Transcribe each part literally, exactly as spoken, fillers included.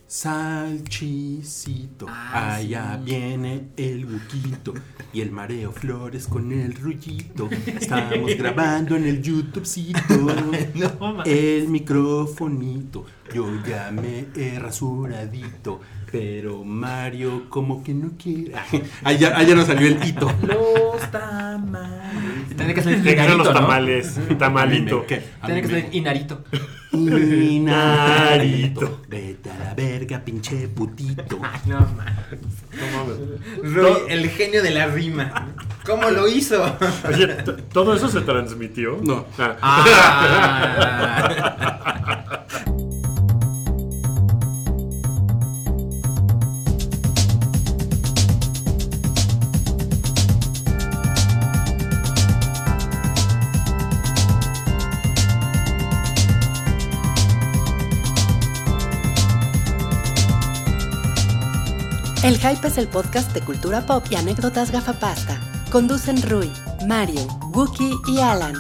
Salchicito, ah, allá sí. viene el buquito y el mareo Flores con el rullito. Estamos grabando en el YouTubecito. No, el microfonito, yo ya me he rasuradito, pero Mario como que no quiere. Allá, allá nos salió el hito. Los tamales. Tiene que salir Tiene que ser Inarito, los ¿no? tamales, tamalito. ¿Qué? Tiene que salir Inarito. Inarito, vete a la verga, pinche putito. Ay, no mames. Roy, el genio de la rima. ¿Cómo lo hizo? Oye, t- ¿todo eso se transmitió? No. Ah. Ah. El Hype es el podcast de cultura pop y anécdotas gafapasta. Conducen Rui, Mario, Wookie y Alan.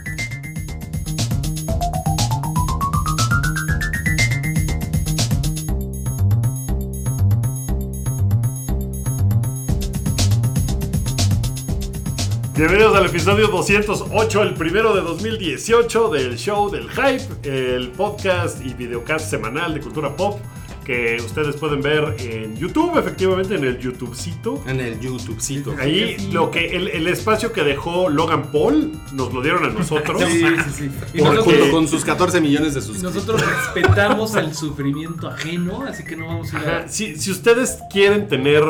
Bienvenidos al episodio doscientos ocho, el primero de dos mil dieciocho del show del Hype, el podcast y videocast semanal de cultura pop que ustedes pueden ver en YouTube, efectivamente en el YouTubecito. En el YouTubecito. Ahí lo que el, el espacio que dejó Logan Paul nos lo dieron a nosotros. Sí, sí, sí. Y Por- nosotros, junto con sus catorce millones de y suscriptores. nosotros respetamos el sufrimiento ajeno, así que no vamos a ir Ajá, a... Si, si ustedes quieren tener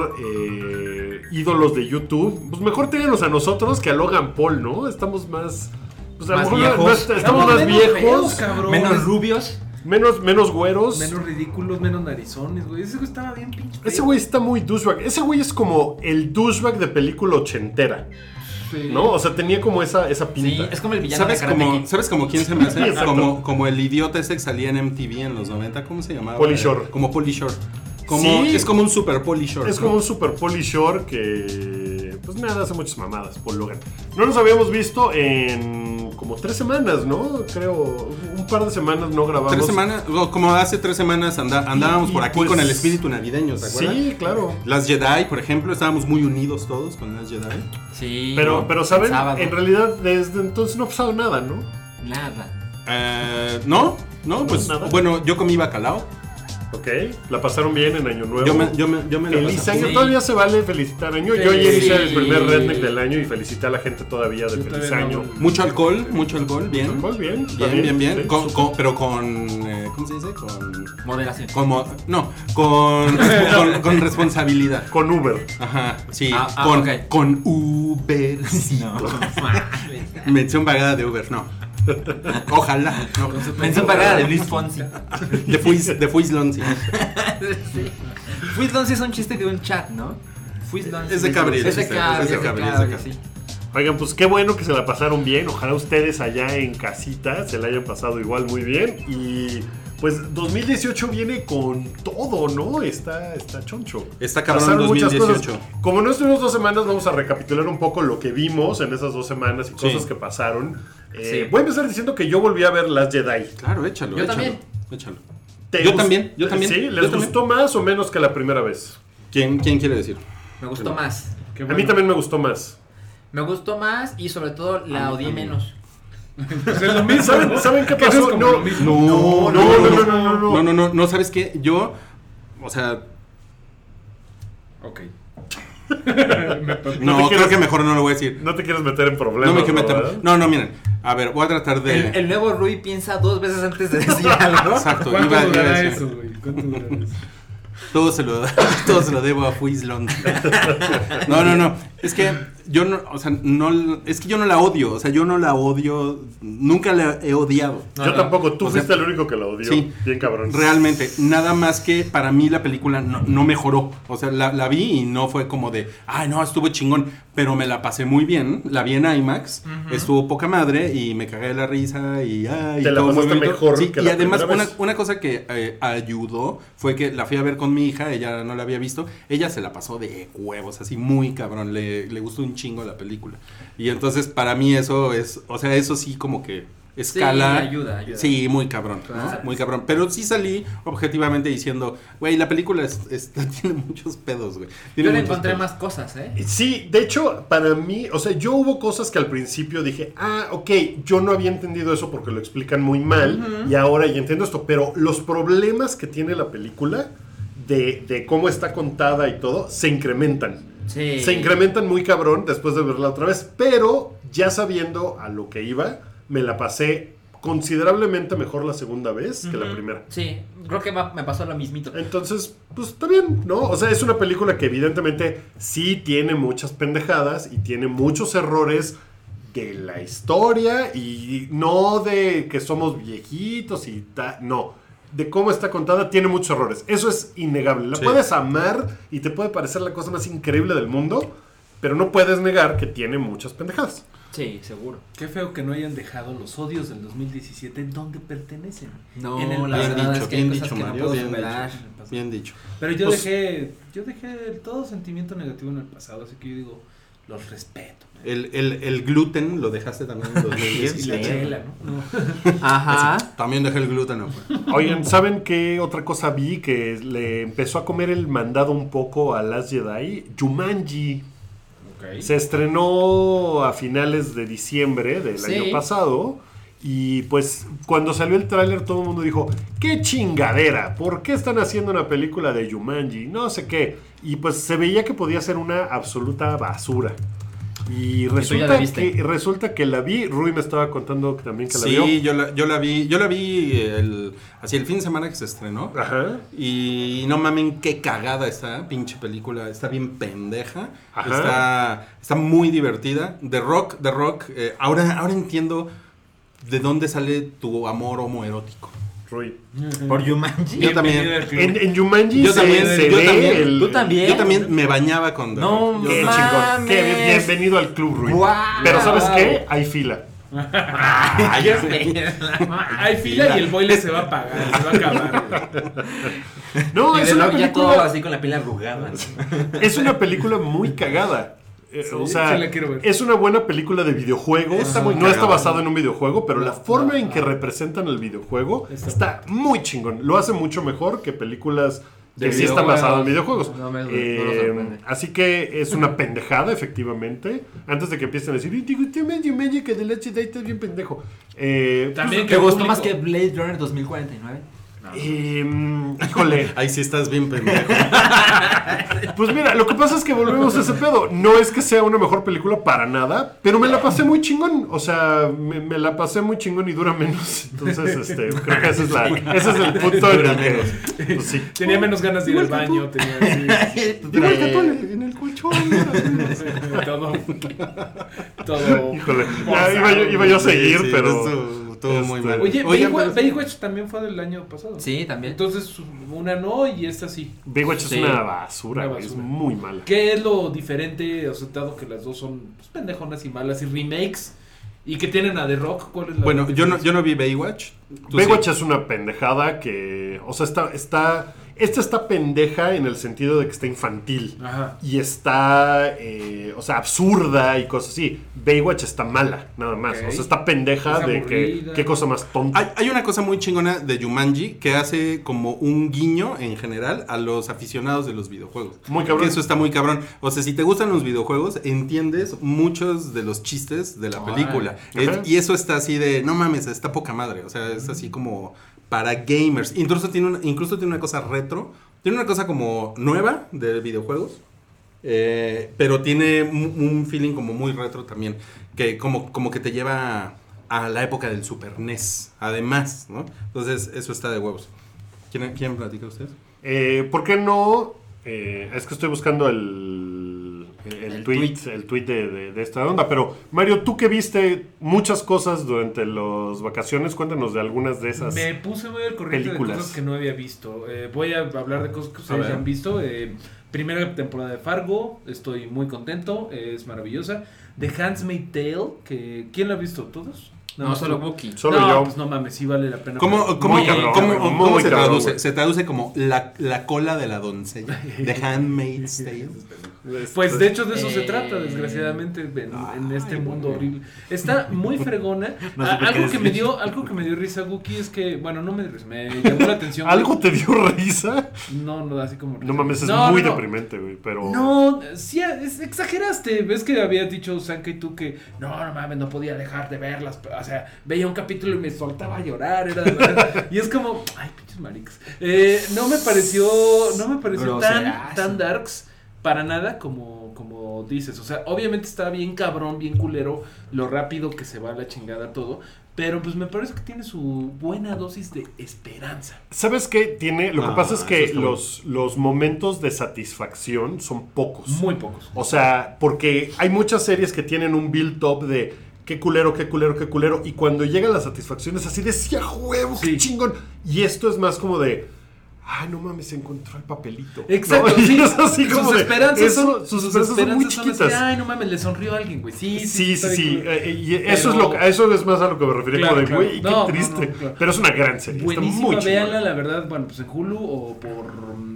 eh, ídolos de YouTube, pues mejor ténganlos a nosotros que a Logan Paul, ¿no? Estamos más... Pues a lo Más mejor no- viejos. no est- estamos más menos viejos, feos, cabrón. Menos rubios. menos, menos güeros. Menos ridículos, menos narizones, güey. Ese güey estaba bien pinche feo. Ese güey está muy douchebag. Ese güey es como el douchebag de película ochentera, Sí. ¿no? O sea, tenía como esa, esa Sí, pinta. es como el villano ¿Sabes de Karate como, Kid. ¿Sabes como quién se me hace? Exacto. Como, como el idiota ese que salía en M T V en los noventa. ¿Cómo se llamaba? Pauly Shore. Como Pauly Shore. Como, Sí. Es como un super Pauly Shore. Es ¿no? como un super Pauly Shore que, pues nada, hace muchas mamadas, Paul Logan. No nos habíamos visto en como tres semanas, ¿no? Creo, un par de semanas no grabamos. Tres semanas, no, como hace tres semanas anda- andábamos Y- y por aquí pues- con el espíritu navideño, ¿se acuerdan? Sí, claro. Las Jedi, por ejemplo, estábamos muy unidos todos con las Jedi. Sí. Pero, ¿no? pero ¿saben? Sábado. En realidad, desde entonces no ha pasado nada, ¿no? Nada. Eh, no, no, pues nada. bueno, yo comí bacalao. Ok, la pasaron bien en Año Nuevo. Yo me, yo me, yo me la Feliz pasé. año, Sí. todavía se vale felicitar año. Yo Sí. ayer hice el Sí. primer redneck del año y felicité a la gente todavía de Yo feliz todavía año. no. Mucho alcohol, mucho alcohol, bien. Pues bien, está Bien, bien, bien. sí, Con- súper. con- pero con, eh, ¿cómo se dice? Con, Moderación. como, no, con, con, con responsabilidad. Con Uber. Ajá, sí, Ah, ah, con, ok. con Ubercito. No. Mención pagada de Uber, no. Ojalá, no. Mención pagada de Luis Fonsi. De Fuis, de Fuislon, sí. Sí. Fuislon sí es un chiste de un chat, ¿no? Fuislon. Es de Cabril, Es de es de Cabril, Cabril, es de es de Cabril, Cabril. sí. Oigan, pues qué bueno que se la pasaron bien. Ojalá ustedes allá en casita se la hayan pasado igual muy bien. Y pues dos mil dieciocho viene con todo, ¿no? Está, está choncho. Está cabrón Pasaron muchas dos mil dieciocho. cosas. Como no estuvimos dos semanas, vamos a recapitular un poco lo que vimos en esas dos semanas y cosas Sí. que pasaron. Eh, Sí. Voy a empezar diciendo que yo volví a ver Las Jedi. Claro, échalo, Yo échalo. también. Échalo. ¿Te Yo gust- también, yo también, ¿Sí? yo ¿Les también. gustó más o menos que la primera vez? ¿Quién, quién quiere decir? Me gustó más. Qué A bueno. mí también me gustó más. Me gustó más y sobre todo la odié menos. Pues es lo mismo, ¿Saben, ¿no? ¿saben qué Que eso es pasó? como No, lo mismo. No, no, no, no, no, no, no. No, no, no, no, ¿sabes qué? Yo, o sea, Ok. no, te creo quieres- que mejor no lo voy a decir. No te quieres meter en problemas. No me quiero ¿verdad? meter. No, no, miren. A ver, voy a tratar de. El, el nuevo Rui piensa dos veces antes de decir algo. Exacto, ¿Cuánto iba, iba a durará decir. eso, güey? ¿Cuánto durará eso? Todo se lo, todo se lo debo a Fuislon. No, no, no. Es que yo no, o sea, no, es que yo no la odio. O sea, yo no la odio. Nunca la he odiado. Yo Ajá. tampoco, tú O sea, fuiste el único que la odió. sí. Bien cabrón. Realmente, nada más que para mí la película no, no mejoró. O sea, la, la vi y no fue como de, ay, no, estuvo chingón, pero me la pasé muy bien. La vi en IMAX, estuvo poca madre y me cagué de la risa y, ay, Te la todo muy pasaste bonito. mejor Sí, que y la además, primera una, vez. una cosa que eh, ayudó fue que la fui a ver con mi hija, ella no la había visto, ella se la pasó de huevos, así muy cabrón, le, le gustó un chingo la película. Y entonces, para mí, eso es, o sea, eso sí, como que escala. Sí, ayuda, ayuda. Sí, muy cabrón, ¿no? Claro. Muy cabrón. Pero sí salí objetivamente diciendo, güey, la película es, es- tiene muchos pedos, güey. Tiene Yo le muchos encontré pedos. más cosas, ¿eh? Sí, de hecho, para mí, o sea, yo hubo cosas que al principio dije, ah, ok, yo no había entendido eso porque lo explican muy mal y ahora ya entiendo esto, pero los problemas que tiene la película de, de cómo está contada y todo, se incrementan. Sí. Se incrementan muy cabrón después de verla otra vez, pero ya sabiendo a lo que iba, me la pasé considerablemente mejor la segunda vez que la Ujú. primera. Sí, creo que va- me pasó lo mismito. Entonces, pues está bien, ¿no? O sea, es una película que evidentemente sí tiene muchas pendejadas y tiene muchos errores de la historia y no de que somos viejitos y tal, no. De cómo está contada tiene muchos errores. Eso es innegable. La Sí. puedes amar y te puede parecer la cosa más increíble del mundo, pero no puedes negar que tiene muchas pendejadas. Sí, seguro. Qué feo que no hayan dejado los odios del dos mil diecisiete donde pertenecen. No, En el la Bien verdad dicho, es que hay bien cosas dicho, que no Mario, puedo bien superar. dicho. Bien dicho. Pero yo Pues- dejé yo dejé todo sentimiento negativo en el pasado, así que yo digo, los respeto. man. El, el, el gluten lo dejaste también en dos mil Y la diecisiete. chela, ¿no? No. Ajá. También dejé el gluten, ¿no? Pues. Oigan, ¿saben qué otra cosa vi que le empezó a comer el mandado un poco a Last Jedi? Jumanji. Se estrenó a finales de diciembre del Sí. año pasado y pues cuando salió el tráiler todo el mundo dijo, ¡qué chingadera! ¿Por qué están haciendo una película de Jumanji? No sé qué. Y pues se veía que podía ser una absoluta basura. Y tú ya la resulta viste. que, resulta que la vi, Rui me estaba contando que también que la vio. Sí, yo la, yo la vi, yo la vi el, así el fin de semana que se estrenó. Ajá. Y no mamen qué cagada está, pinche película, está bien pendeja, Ajá. está, está muy divertida. The Rock, The Rock, eh, ahora, ahora entiendo de dónde sale tu amor homoerótico. Rui. Por Jumanji. Yo también. Bienvenido al club. En, en Jumanji Yo se, también, se yo ve también. el... Tú también. Yo también me bañaba con The No, Rock. Yo- Qué mames. chingón. Qué bien- bienvenido al club, Rui. Guau. Pero ¿sabes qué? Hay fila. Ay, ya sé. Hay fila y el boiler se va a apagar, se va a acabar. No, Y es de una luego ya todo película... así con la piel arrugada. Es una película muy cagada. Eh, Sí, o sea, sí la quiero ver. es una buena película de videojuegos. Está muy no está cagada. basado en un videojuego, pero la No, forma no, en que no. representan el videojuego Está- está muy chingón. Lo hace mucho mejor que películas De que sí están videojuegos. basadas en videojuegos. No me- no Eh, nos sorprende. así que es una pendejada, efectivamente. Antes de que empiecen a decir, "Ay, te gustó medio medio que del H D está bien pendejo. Eh, También ¿Te que gustó público- más que Blade Runner dos mil cuarenta y nueve? eh, híjole. Ahí sí estás bien pendejo. Pues mira, lo que pasa es que volvemos a ese pedo. No es que sea una mejor película para nada, pero me la pasé muy chingón. O sea, me, me la pasé muy chingón y dura menos. Entonces, este, creo que ese es, la, ese es el punto en el que, pues sí. Tenía menos ganas de ir al baño, tenía así, Igual que tú en en el colchón. todo. Todo. Híjole, ya iba, yo, iba yo a seguir, Sí, sí, pero... estuvo- estuvo muy este, mal. Oye, Oigan, Baywatch, pero- Baywatch también fue del año pasado. Sí, también. Entonces, una no y esta sí. Baywatch Sí. es una basura, Una güey, es basura. muy mala. ¿Qué es lo diferente? O sea, dado que las dos son pues, pendejonas y malas y remakes. ¿Y que tienen a The Rock? ¿Cuál es la Bueno, yo no, diferencia? yo no vi Baywatch. Tú Baywatch sí. es una pendejada que... O sea, está... está esta está pendeja en el sentido de que está infantil. Ajá. Y está, eh, o sea, absurda y cosas así. Baywatch está mala, nada más. Ok. O sea, está pendeja Es de que aburrida. qué cosa más tonta. Hay, hay una cosa muy chingona de Jumanji que hace como un guiño en general a los aficionados de los videojuegos. Muy cabrón. Que eso está muy cabrón. O sea, si te gustan los videojuegos, entiendes muchos de los chistes de la Ah, película. ajá. Es- y eso está así de, no mames, está poca madre. O sea, es así como para gamers. Incluso tiene una, incluso tiene una cosa retro. Tiene una cosa como nueva de videojuegos. eh, pero tiene un, un feeling como muy retro también. Que como, como que te lleva a la época del Super N E S. Además, ¿no? Entonces, eso está de huevos. ¿Quién, quién platica usted? Eh, ¿Por qué no? Eh, es que estoy buscando el, el, El tweet, tweet. el tweet de, de- de esta onda. Pero, Mario, tú que viste muchas cosas durante las vacaciones, cuéntanos de algunas de esas. Me puse muy al corriente películas. de cosas que no había visto. Eh, voy a hablar de cosas que ustedes ver. ya han visto. Eh, primera temporada de Fargo, estoy muy contento, es maravillosa. The Handmaid's Tale, que ¿quién la ha visto? ¿Todos? No, más solo tú. Wookiee. Solo no, yo. pues no mames, sí vale la pena. ¿Cómo, cómo, Muy cabrón, cómo- güey, cómo muy se cabrón, traduce? güey. Se traduce como la, la cola de la doncella. The Handmaid's Tale. Pues de hecho de eso se Eh, trata, desgraciadamente, en, en este ay, mundo güey. horrible. Está muy fregona. No sé Ah, por qué algo que me decir. dio, algo que me dio risa, Wookiee, es que, bueno, no me dio risa, me llamó la atención. ¿Algo te dio risa? No, no, así como. No mames, es No, muy no, no. deprimente, güey, pero... No, sí, es- exageraste. Ves que había dicho Sanka y tú que no, no mames, no podía dejar de verlas. O sea, veía un capítulo y me soltaba a llorar. Era de verdad. Y es como, ay, pinches maricas. Eh, no me pareció, no me pareció tan, Groserazo. tan darks para nada como, como dices. O sea, obviamente está bien cabrón, bien culero, lo rápido que se va a la chingada todo. Pero pues me parece que tiene su buena dosis de esperanza. ¿Sabes qué tiene? Lo que Ah, pasa es eso que está los, los momentos de satisfacción son pocos. Muy pocos. O sea, porque hay muchas series que tienen un build-up de qué culero, qué culero, qué culero. Y cuando llega la satisfacción es así de sí, a huevo, qué Sí. chingón. Y esto es más como de, ay, no mames, se encontró el papelito. Exacto, ¿no? Y sí. es así como sus de, esperanzas, eso- son, sus esperanzas son muy así chiquitas. de, ay, no mames, le sonrió a alguien, güey. Sí, sí, Sí, sí, está sí. bien cool. eh, y eso, es Pero- lo que, a eso es más a lo que me refería, Claro, como de, claro. güey, qué No, no, triste. no, claro. Pero es una gran serie. Está Buenísima, muy véanla, chingona. la verdad, bueno, pues en Hulu o por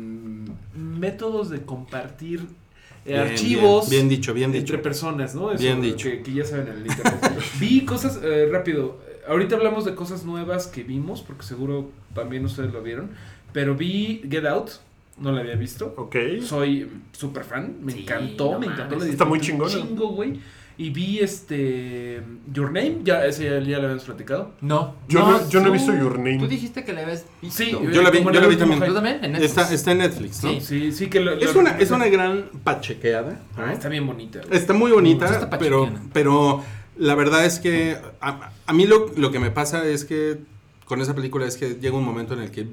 mm, métodos de compartir eh, Bien, archivos bien, bien dicho, bien entre dicho. personas, ¿no? Eso Bien que, dicho. Que, ya saben en el internet. Vi cosas, eh, rápido, ahorita hablamos de cosas nuevas que vimos, porque seguro también ustedes lo vieron, pero vi Get Out, no la había visto. Ok. Soy súper fan, me Sí, encantó, no me encantó. mames. la Está muy disfruté un chingona. chingo, güey. Y vi este Your Name, ya ese ya, ya lo habíamos platicado. No. Yo no- yo no he tú- visto Your Name. Tú dijiste que la habías visto. Sí, Yo la vi, como yo en la el vi último también. ¿Tú hype. también? En Netflix. Está, está en Netflix, ¿no? Sí. Sí, sí que lo, Es lo una, es recomiendo. una gran pachequeada. ¿no? Ah, está bien bonita. güey. Está muy bonita, Sí, está pero, pachequeana. pero la verdad es que a, a mí lo, lo que me pasa es que con esa película es que llega un momento en el que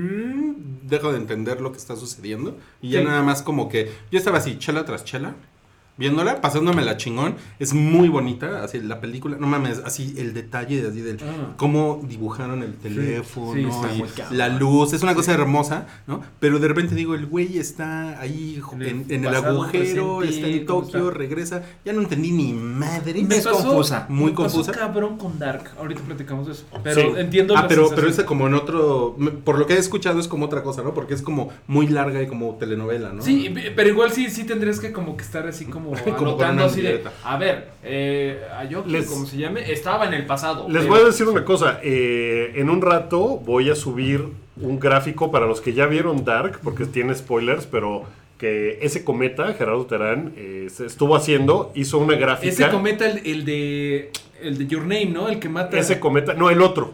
mm, dejo de entender lo que está sucediendo y ya Sí. nada más como que yo estaba así, chela tras chela, viéndola, pasándome la chingón. Es muy bonita, así la película, no mames, así el detalle de así del Ah. cómo dibujaron el teléfono sí, está y muy cabrón. la luz, es una cosa hermosa, ¿no? Pero de repente digo, el güey está ahí En el en, en el pasado, agujero, presente, está en ¿cómo Tokio, está? regresa, ya no entendí ni madre. Me Es confusa. Muy me pasó confusa. cabrón con Dark. Ahorita platicamos de eso. Pero Sí. entiendo Ah, la pero, sensación. pero ese como en otro, me- por lo que he escuchado es como otra cosa, ¿no? Porque es como muy larga y como telenovela, ¿no? Sí, pero igual sí, sí tendrías que como que estar así como con anotando una así de, libreta. a ver, eh, Ayoki, Les- como se llame, estaba en el pasado. Les pero- voy a decir una cosa. eh, en un rato voy a subir un gráfico para los que ya vieron Dark, porque tiene spoilers, pero que ese cometa, Gerardo Terán, eh, se estuvo haciendo, hizo una gráfica. Ese cometa, el, el de el de Your Name, ¿no? El que mata. Ese cometa, no, el otro.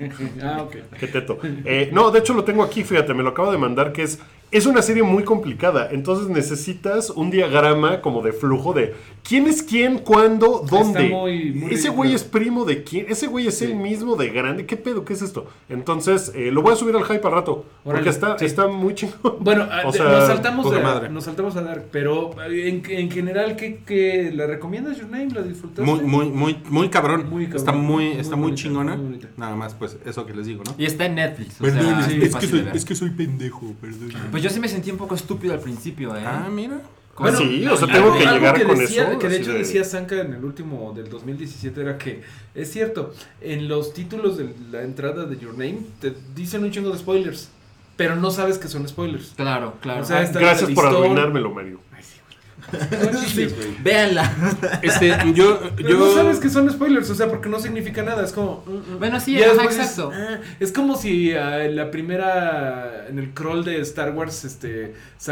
Ah, ok. Qué teto. Eh, no, de hecho lo tengo aquí, fíjate, me lo acabo de mandar, que es, es una serie muy complicada. Entonces necesitas un diagrama como de flujo de quién es quién, cuándo, dónde. Está muy- muy Ese güey ridículo. es primo de quién, ese güey es Sí. el mismo de grande. ¿Qué pedo? ¿Qué es esto? Entonces, eh, lo voy a subir al hype al rato. Órale, Porque está, sí. está muy chingón. Bueno, O a- de- sea, nos saltamos poca a, madre. nos saltamos a Dark, pero eh, en, en general, ¿qué, qué la recomiendas, Your Name? ¿La disfrutaste? Muy, muy, muy, muy cabrón. Muy cabrón. Está muy, Muy está muy bonita, chingona. muy bonita. Nada más, pues, eso que les digo, ¿no? Y está en Netflix. o Perdón, sea, es, muy es que fácil soy, de ver. es que soy pendejo, perdón. Pues yo sí me sentí un poco estúpido al principio, ¿eh? Ah, mira. Bueno, sí, o sea, algo- tengo que algo llegar que con decía- eso. Que de así hecho de- decía Sanka en el último del dos mil diecisiete era que es cierto, en los títulos de la entrada de Your Name te dicen un chingo de spoilers, pero no sabes que son spoilers. Claro, claro. O sea, está Gracias la por listón. arruinármelo, Mario. Ay, sí, güey. No chistes, güey. Véanla. Este, yo, Pero yo. no sabes que son spoilers, o sea, porque no significa nada, es como... mm, mm. Bueno, sí, Y ya ajá, después dices, exacto. ah, es como si ah, en la primera, en el crawl de Star Wars, este,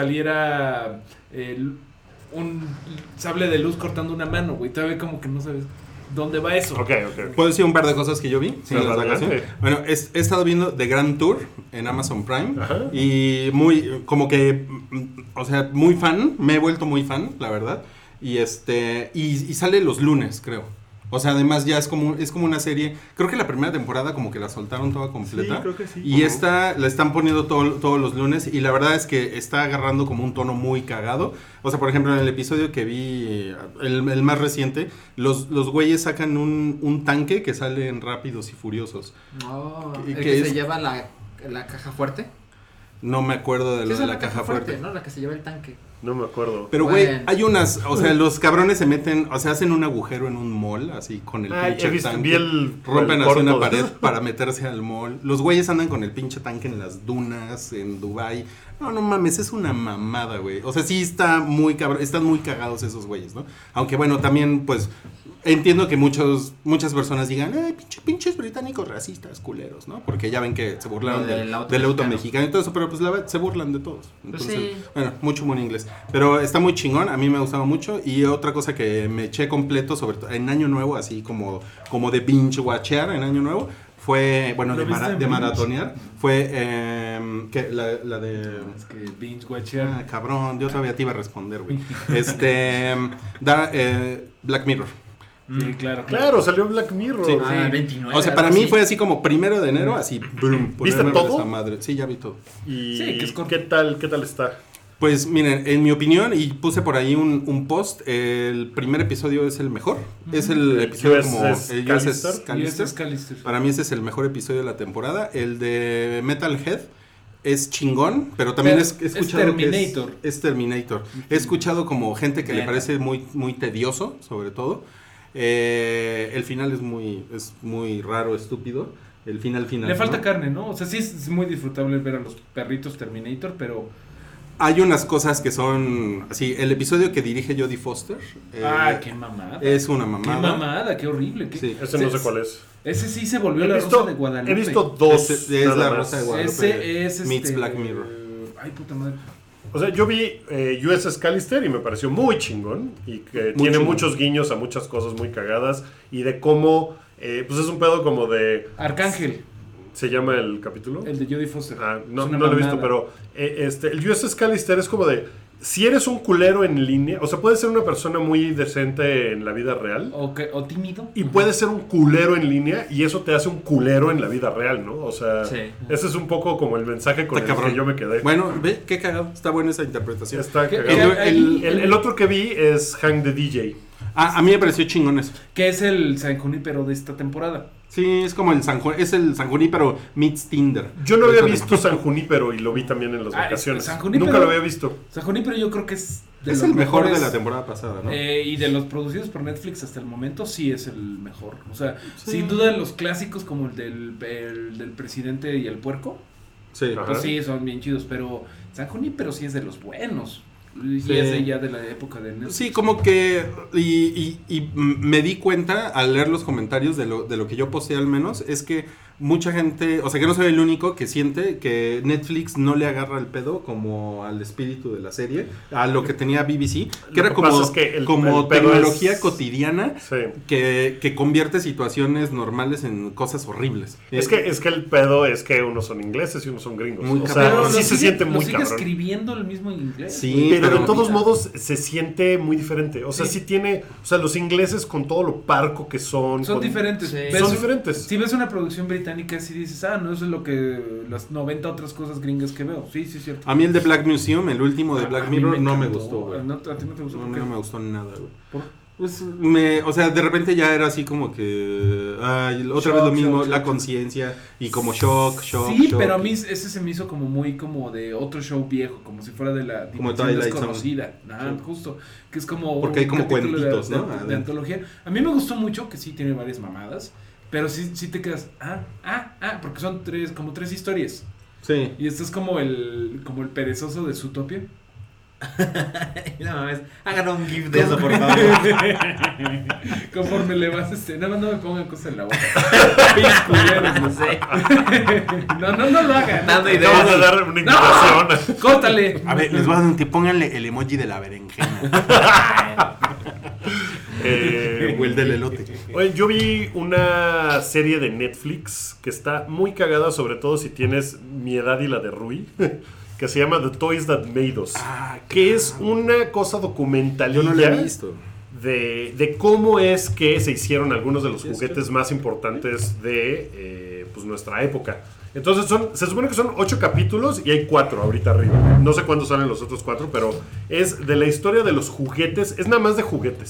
saliera el- un sable de luz cortando una mano, güey, todavía como que no sabes dónde va eso. Ok, ok. ¿Puedo decir un par de cosas que yo vi? Sí, en las adelante. vacaciones? Bueno, es- he estado viendo The Grand Tour en Amazon Prime. Ajá. Y muy, como que, mm, o sea, muy fan. Me he vuelto muy fan, la verdad. Y este, y, y sale los lunes, creo. O sea, además ya es como, es como una serie. Creo que la primera temporada como que la soltaron toda completa. Sí, creo que sí. Y esta la están poniendo todo- todos los lunes. Y la verdad es que está agarrando como un tono muy cagado. O sea, por ejemplo, en el episodio que vi, el, el más reciente, los, los güeyes sacan un, un tanque que sale en Rápidos y Furiosos. Oh, ¿Y el qué que es? se lleva la, la caja fuerte. No me acuerdo de lo Esa de es la caja fuerte. ¿no? La que se lleva el tanque. No me acuerdo. Pero, güey, Bueno. hay unas, o sea, los cabrones se meten, o sea, hacen un agujero en un mall, así, con el Ay, pinche he visto, tanque. vi el- rompen el así una corto. pared para meterse al mall. Los güeyes andan con el pinche tanque en las dunas, en Dubai. No, no mames, es una mamada, güey. O sea, sí está muy cabrón, están muy cagados esos güeyes, ¿no? Aunque, bueno, también, pues, entiendo que muchos, muchas personas digan, ay, pinche, pinches británicos racistas, culeros, ¿no? Porque ya ven que se burlaron Lo del, del auto del auto mexicano. mexicano y todo eso, pero pues la verdad se burlan de todos. Pues Entonces, sí. bueno, mucho humor inglés. Pero está muy chingón, a mí me ha gustado mucho. Y otra cosa que me eché completo, sobre todo en Año Nuevo, así como, como de binge watchear en Año Nuevo, fue, bueno, ¿Lo de, viste mara- en de binge? maratonear, fue eh, que la, la de... Es que binge watcher. Ah, cabrón, yo todavía te iba a responder, güey. Este, da, eh, Black Mirror. Sí, claro. Claro, salió Black Mirror. Sí. Ah, veintinueve. O sea, para algo mí así. fue así como primero de enero, así, boom. ¿Viste ponerme a ver todo? esa madre. Sí, ya vi todo. Y Sí, que es corto. ¿qué tal, qué tal está? Pues miren, en mi opinión, y puse por ahí un, un post, el primer episodio es el mejor. Es el episodio U S S como... el U S S Callister. Callister. Y este es Callister. Para mí ese es el mejor episodio de la temporada. El de Metalhead es chingón, pero también Pero es, he es escuchado que Terminator. es, es Terminator. He escuchado como gente que le Neta. parece muy, muy tedioso, sobre todo. Eh, el final es muy, es muy raro, estúpido. El final final. Le falta ¿no? carne, ¿no? O sea, sí es, es muy disfrutable ver a los perritos Terminator, pero... Hay unas cosas que son así. El episodio que dirige Jodie Foster eh, ¡Ah, qué mamada! es una ¡Qué mamada. mamada! ¡Qué horrible! qué- Sí. Ese no sé cuál es. Ese sí se volvió He la visto, Rosa de Guadalupe. he visto dos. Es- es nada la más. Rosa de Guadalupe. Ese es Meets este... Black Mirror. Ay, puta madre. O sea, yo vi eh, U S S Callister y me pareció muy chingón. Y que Muy tiene chingón. muchos guiños a muchas cosas muy cagadas. Y de cómo, eh, pues es un pedo como de... Arcángel, ¿Se llama el capítulo? el de Jodie Foster. Ah, no, Es una no lo he visto, mamada. pero eh, este, el U S S Callister es como de... Si eres un culero en línea, o sea, puedes ser una persona muy decente en la vida real. O, que- o tímido. Y puedes ser un culero en línea y eso te hace un culero en la vida real, ¿no? O sea, Sí. ese es un poco como el mensaje con Está el cabrón. que yo me quedé. Bueno, ve, qué cagado. Está buena esa interpretación. Está ¿Qué- cagado. qué- El- El, el otro que vi es Hank the D J. Ah, a mí me pareció chingón eso. Que es el San Junípero de esta temporada. Sí, es como el San Ju- es el San Junípero meets Tinder. Yo no había Eso de- visto San Junípero y lo vi también en las Ah, vacaciones. San Junípero- Nunca lo había visto. San Junípero yo creo que es de Es los el mejor de mejores, la temporada pasada, ¿no? eh, y de los producidos por Netflix hasta el momento sí es el mejor. O sea, Sí. sin duda los clásicos como el del, el del presidente y el puerco, Sí. Ajá. pues sí, son bien chidos, pero San Junípero sí es de los buenos. Y Sí. es de ya de la época de Netflix. Sí, como que. Y, y- y me di cuenta al leer los comentarios de lo, de lo que yo posteé, al menos, es que mucha gente. O sea, que no soy el único que siente que Netflix no le agarra el pedo como al espíritu de la serie, a lo que tenía B B C, que Lo era que como, pasa es que el- como el pedo tecnología es- cotidiana Sí. que, que convierte situaciones normales en cosas horribles. Es que, es que el pedo es que unos son ingleses y unos son gringos. Muy o cabrón. sea, Pero lo sí se sigue- siente lo muy sigue cabrón. escribiendo el mismo en inglés. Sí, Pero, pero de todos mira. modos se siente muy diferente. O sea, Sí. sí. tiene. O sea, los ingleses con todo lo parco que son. Son con- diferentes. Sí. Ves- Son diferentes. Si ves una producción británica, sí dices, ah, no, eso es lo que las noventa otras cosas gringas que veo. Sí, sí, es cierto. A mí el de Black Museum, el último de A- Black a mí Mirror, no me encantó. gustó, güey. No, ¿a ti no te gustó? No, ¿Por a mí qué? no me gustó nada, güey. ¿Por? Pues me, o sea, de repente ya era así como que, ay, otra Shock, vez lo mismo, shock, la shock. conciencia y como shock, shock, Sí, shock. pero a mí ese se me hizo como muy como de otro show viejo, como si fuera de la Como dimensión Twilight Zone. desconocida. Ah, Sí. justo, que es como Porque hay un como capítulo de- cuentitos, de, ¿no? de Adentro. antología. A mí me gustó mucho, que sí tiene varias mamadas, pero sí, sí te quedas, ah, ah, ah, porque son tres, como tres historias. Sí. Y esto es como el, como el perezoso de Zootopia. No mames, hagan un gif de eso, por favor. Conforme le vas, este, nada más no me pongan cosas en la boca. Pinches culeros, No sé. No, no, no lo hagan. Dando no. ideas. Acabas de dar una invitación. Córtale. A ver, les voy a dar un tip, pónganle el emoji de la berenjena Eh, o el del elote. Oye, yo vi una serie de Netflix que está muy cagada, sobre todo si tienes mi edad y la de Rui, que se llama The Toys That Made Us, Ah, que es una cosa documentalilla Yo no lo he visto. de, de cómo es que se hicieron algunos de los Sí, es juguetes más importantes de eh, pues, nuestra época. Entonces son, se supone que son ocho capítulos y hay cuatro ahorita arriba. No sé cuándo salen los otros cuatro, pero es de la historia de los juguetes. Es nada más de juguetes.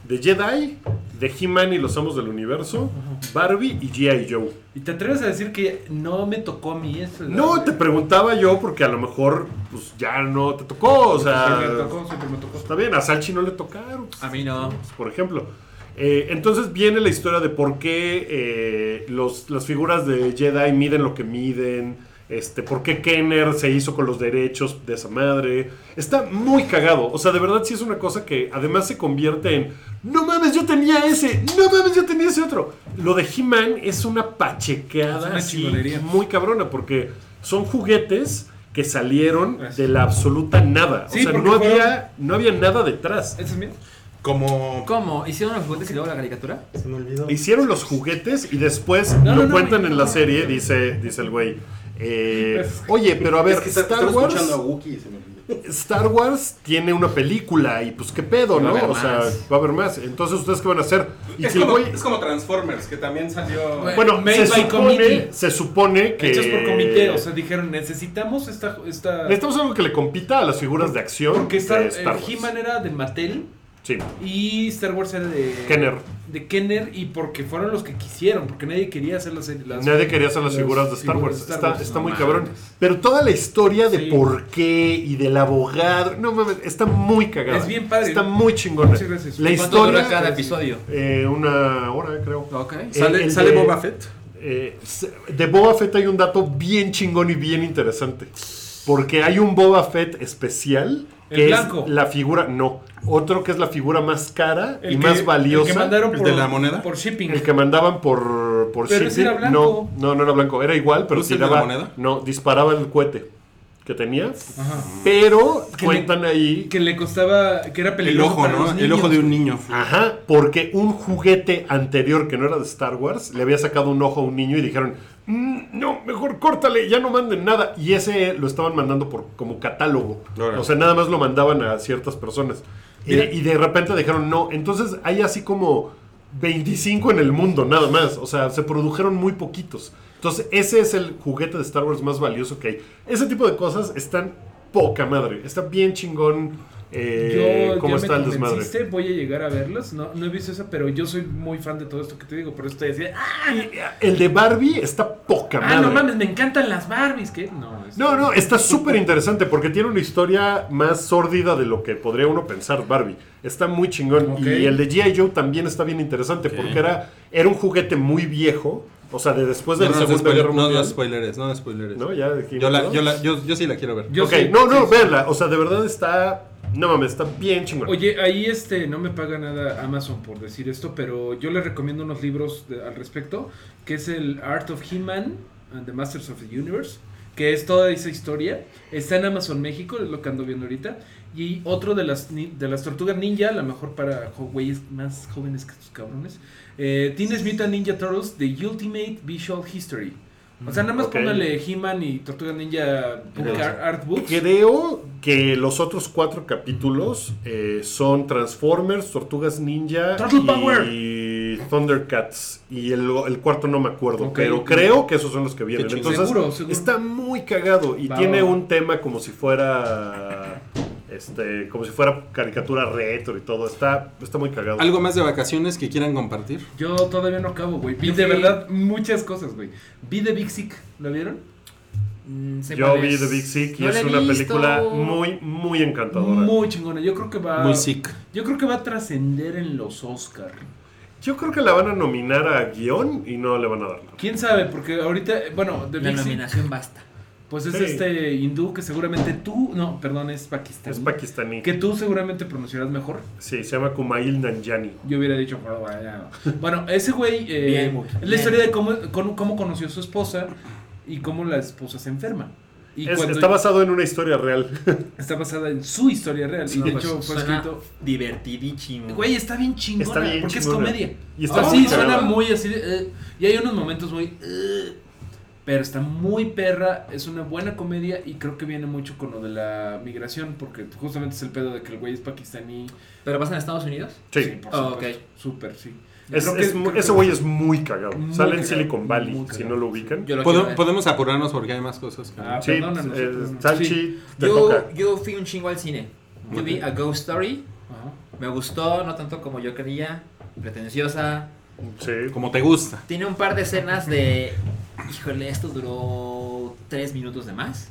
de Jedi, de He-Man y los Amos del Universo, Barbie y G I. Joe. ¿Y te atreves a decir que no me tocó a mí eso? No, te preguntaba yo porque a lo mejor pues ya no te tocó, o sea... Siempre me tocó, siempre me tocó. Está bien, a Salchi no le tocaron. A mí no. Pues, por ejemplo. Eh, entonces viene la historia de por qué eh, los, las figuras de Jedi miden lo que miden, este, por qué Kenner se hizo con los derechos de esa madre. Está muy cagado. O sea, de verdad sí es una cosa que además se convierte en no mames, yo tenía ese, no mames, yo tenía ese otro. Lo de He-Man es una pachequeada Es una así, chingonería. muy cabrona porque son juguetes que salieron Gracias. de la absoluta nada. Sí, o sea, porque no fueron- había, no había nada detrás. ¿Ese es mío? Como... ¿Cómo? ¿Hicieron los juguetes y luego la caricatura? Se me olvidó. Hicieron los juguetes y después No, lo no, no, cuentan no, en la no. serie, dice, dice el güey. eh, Es- Oye, pero a ver, Es que está- Star estaba Wars escuchando a Wookiee y se me olvidó. Star Wars tiene una película y pues qué pedo, Va a ¿no? haber O sea, más. va a haber más. Entonces, ¿ustedes qué van a hacer? Y Es si el como, güey... es como Transformers, que también salió... Bueno, Bueno, Made se by supone, committee. se supone que... Hechos por comité, o sea, dijeron, necesitamos esta... esta... Necesitamos algo que le compita a las figuras de acción Porque Star, de Star eh, Wars. He-Man era de Mattel Sí, y Star Wars era de... Kenner. De Kenner y porque fueron los que quisieron, porque nadie quería hacer las... las Nadie quería hacer las las figuras de Star figuras Wars. de Star Está, Wars. está No muy mames. cabrón. Pero toda la historia de Sí. por qué y del abogado. No mames, está muy cagada. Es bien padre. Está muy chingona. Muchas gracias. La ¿Cuánto dura historia. cada episodio? eh, una hora, creo. Ok. Eh, ¿Sale, el sale de- Boba Fett? Eh, se- de Boba Fett hay un dato bien chingón y bien interesante. Porque hay un Boba Fett especial. El Que blanco. es la figura. No. Otro que es la figura más cara El y que- más valiosa. El que mandaron ¿El por, de la moneda? por shipping. El que mandaban por, por Pero ese shipping. era blanco. No, no, no era blanco. Era igual, pero ¿No es el de tiraba. la moneda? No, disparaba el cohete que tenía. Ajá. Pero Que cuentan le- ahí. Que le costaba, que era El peligroso ojo, para ¿no? los El niños. ojo de un niño. Ajá, porque un juguete anterior que no era de Star Wars le había sacado un ojo a un niño y dijeron, "Mm, no, mejor córtale, ya no manden nada". Y ese lo estaban mandando por como catálogo. Órale. O sea, nada más lo mandaban a ciertas personas. Mira. Eh, y de repente dijeron, no. Entonces hay así como veinticinco en el mundo, nada más. O sea, se produjeron muy poquitos. Entonces, ese es el juguete de Star Wars más valioso que hay. Ese tipo de cosas están poca madre. Está bien chingón. Eh, Yo cómo ya está me el desmadre. convenciste, voy a llegar a verlas. No, no he visto esa, pero yo soy muy fan de todo esto que te digo. Por eso te decía, ah, Y el de Barbie está poca madre. ah, no mames, me encantan las Barbies. ¿Qué? No, es- No, no, está súper interesante porque tiene una historia más sórdida de lo que podría uno pensar Barbie. Está muy chingón. Ok. Y el de G I. Joe también está bien interesante Ok. porque era, era un juguete muy viejo. O sea, de después de No, la no, Segunda spoiler- Guerra no, Mundial. no spoilers, no spoilers. ¿No? Ya dijimos, Yo, la, ¿no? yo, la, yo, yo sí la quiero ver. Yo Ok, sí, no, no, sí, sí. véanla. O sea, de verdad está... No mames, está bien chingón. Oye, ahí este no me paga nada Amazon por decir esto, pero yo les recomiendo unos libros de- al respecto, que es el Art of He-Man and the Masters of the Universe, que es toda esa historia. Está en Amazon México, es lo que ando viendo ahorita. Y otro de las ni- de las Tortugas Ninja, a lo mejor para jo- güeyes más jóvenes que estos cabrones. Eh, Teenage Mutant Ninja Turtles, The Ultimate Visual History. O sea, nada más Ok. póngale He-Man y Tortugas Ninja Book Ok. Art, Art Books. Creo que los otros cuatro capítulos eh, son Transformers, Tortugas Ninja Turtle Power. y Thundercats. Y el, el cuarto no me acuerdo, Ok, pero ok. creo que esos son los que vienen. Qué chido. Entonces, Seguro, seguro. está muy cagado y Va, tiene va, va. un tema como si fuera... Este, como si fuera caricatura retro y todo. Está, está muy cagado. ¿Algo más de vacaciones que quieran compartir? Yo todavía no acabo, güey. Vi Yo de fui- verdad muchas cosas, güey. Vi The Big Sick, ¿lo vieron? Mm, sé Yo cuál vi es. The Big Sick y No la es he una visto. película muy, muy encantadora. Muy chingona. Yo creo que va. Muy sick. Yo creo que va a trascender en los Oscar. Yo creo que la van a nominar a guión y no le van a dar nada. ¿Quién sabe? Porque ahorita, bueno, The La Big Sick, nominación basta. pues es Sí. este hindú que seguramente tú, no, perdón, es pakistaní. Es pakistaní. Que tú seguramente pronunciarás mejor. Sí, se llama Kumail Nanjiani. Yo hubiera dicho, "Bueno, vaya". Bueno, ese güey eh, Bien, Wookie, es la bien. historia de cómo, cómo, cómo conoció a su esposa y cómo la esposa se enferma. Y Es- cuando está basado en una historia real. está basada en su historia real. Y No, de pues, hecho fue suena escrito. divertidísimo. Güey, está bien chingona. Está bien porque chingona. es comedia. Y está Ah, muy sí, cagada. suena muy así. de, eh, y hay unos momentos muy. eh, pero está muy perra. Es una buena comedia. Y creo que viene mucho con lo de la migración. Porque justamente es el pedo de que el güey es pakistaní. ¿Pero pasa en Estados Unidos? Sí. por Ah, supuesto. Súper, sí. Es- Creo que- es mu- creo ese que- güey es muy cagado. Muy Sale en cagado, Silicon Valley, muy si cagado. no lo ubican. Yo lo Pod- quiero ver. podemos apurarnos porque hay más cosas. que- Ah, Sí, perdónanos, eh, perdónanos. Salchi, Sí. te Yo, toca. yo fui un chingo al cine. Yo vi A Ghost Story. Ajá. Me gustó, no tanto como yo quería. Pretenciosa. Sí. Como te gusta. Tiene un par de escenas de... Híjole, esto duró tres minutos de más.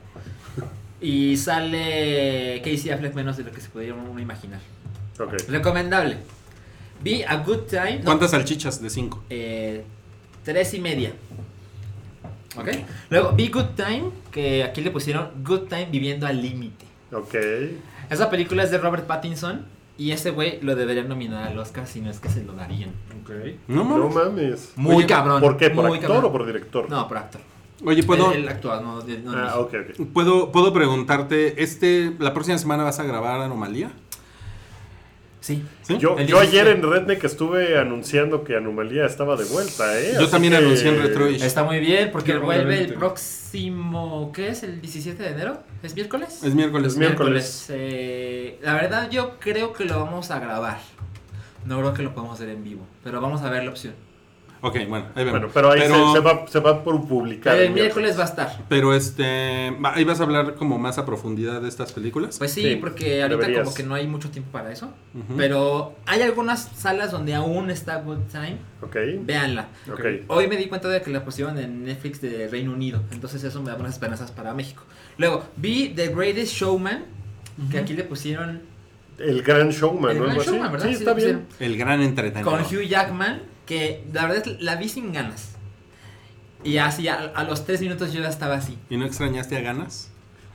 Y sale Casey Affleck menos de lo que se podría uno imaginar. Ok. Recomendable. Vi A Good Time. no, ¿Cuántas salchichas de cinco? eh, tres y media. ¿Ok? Luego vi Good Time, que aquí le pusieron Good Time viviendo al límite. Ok. Esa película es de Robert Pattinson y ese güey lo deberían nominar al Oscar si no es que se lo darían. Ok. No No mames. mames. Muy Oye, cabrón. ¿Por qué? ¿Por muy actor cabrón. o por director? No, por actor. Oye, ¿puedo, Él, él actúa, no, de- no Ah, dirige. ok, ok. ¿puedo, ¿puedo preguntarte, este, la próxima semana vas a grabar Anomalía? Sí. ¿Sí? Yo, El yo diecisiete. ayer en Redneck estuve anunciando que Anomalía estaba de vuelta, ¿eh? Yo Así también que- anuncié en Retroish. Está muy bien porque Qué vuelve el probablemente. próximo... ¿Qué es? ¿El diecisiete de enero? ¿Es miércoles? Es miércoles. Es miércoles. Eh, la verdad yo creo que lo vamos a grabar. No creo que lo podamos hacer en vivo, pero vamos a ver la opción. Ok, bueno, ahí vemos. Bueno, pero ahí se, se va, se va por publicar. Pero el miércoles va a estar. Pero este, va- ahí vas a hablar como más a profundidad de estas películas. Pues sí, Sí, porque ahorita deberías. como que no hay mucho tiempo para eso. Ujú. Pero hay algunas salas donde aún está Good Time. Ok, Véanla. ok. Hoy me di cuenta de que la pusieron en Netflix de Reino Unido. Entonces eso me da buenas esperanzas para México. Luego, vi The Greatest Showman. Que aquí le pusieron El Gran Showman, El ¿no? Gran Algo así. Showman, ¿verdad? Sí, Sí, está le bien. El gran entretenedor. con Hugh Jackman. Que la verdad es- la vi sin ganas. Y así a, a los tres minutos yo ya estaba así. ¿Y no extrañaste a ganas?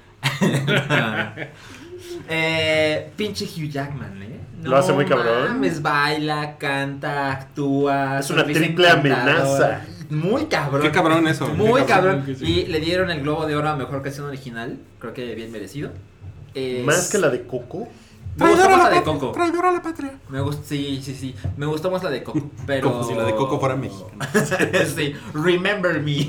eh, pinche Hugh Jackman, ¿eh? Lo hace muy cabrón. Mames, baila, canta, actúa. Es una sonrisa triple encantadora. amenaza. Muy cabrón. Qué cabrón eso. Muy Qué cabrón. que sí. Y le dieron el Globo de Oro a Mejor Canción Original. Creo que bien merecido. Es- Más que la de Coco. Me gustó Traidora más a la la de patria, Coco. traidora a la patria. Me gustó, sí, sí, sí. Me gustó más la de Coco. Pero... Como si la de Coco fuera mexicana. sí, Remember Me.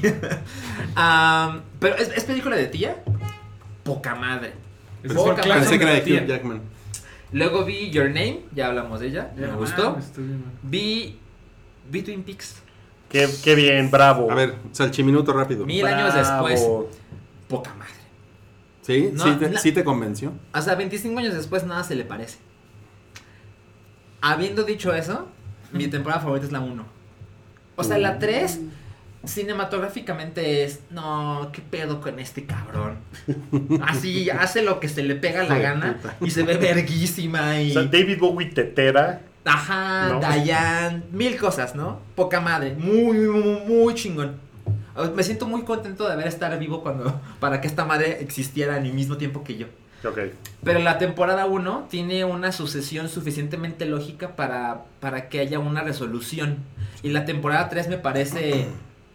Am, pero ¿es, es película de tía. Poca madre. Es Poca por madre. clase. Pensé que era de Tía. Hugh Jackman. Luego vi Your Name, ya hablamos de ella, me Ya, gustó. mames, estoy bien. Vi, vi Twin Peaks. Qué, qué bien, bravo. A ver, salchiminuto rápido. Mil años Bravo. después. Poca madre. ¿Sí? No, ¿Sí, te, la- sí te convenció? O sea, veinticinco años después nada se le parece. Habiendo dicho eso, mi temporada favorita es la uno. O sea, la tres cinematográficamente es, no, qué pedo con este cabrón. Así, hace lo que se le pega la Hijo de gana puta. y se ve verguísima y... O sea, David Bowie tetera. Ajá, ¿No? Dayan, mil cosas, ¿no? Poca madre, muy, muy, muy chingón. Me siento muy contento de haber estar vivo cuando para que esta madre existiera al mismo tiempo que yo. Ok. Pero la temporada uno tiene una sucesión suficientemente lógica para, para que haya una resolución. Y la temporada tres me parece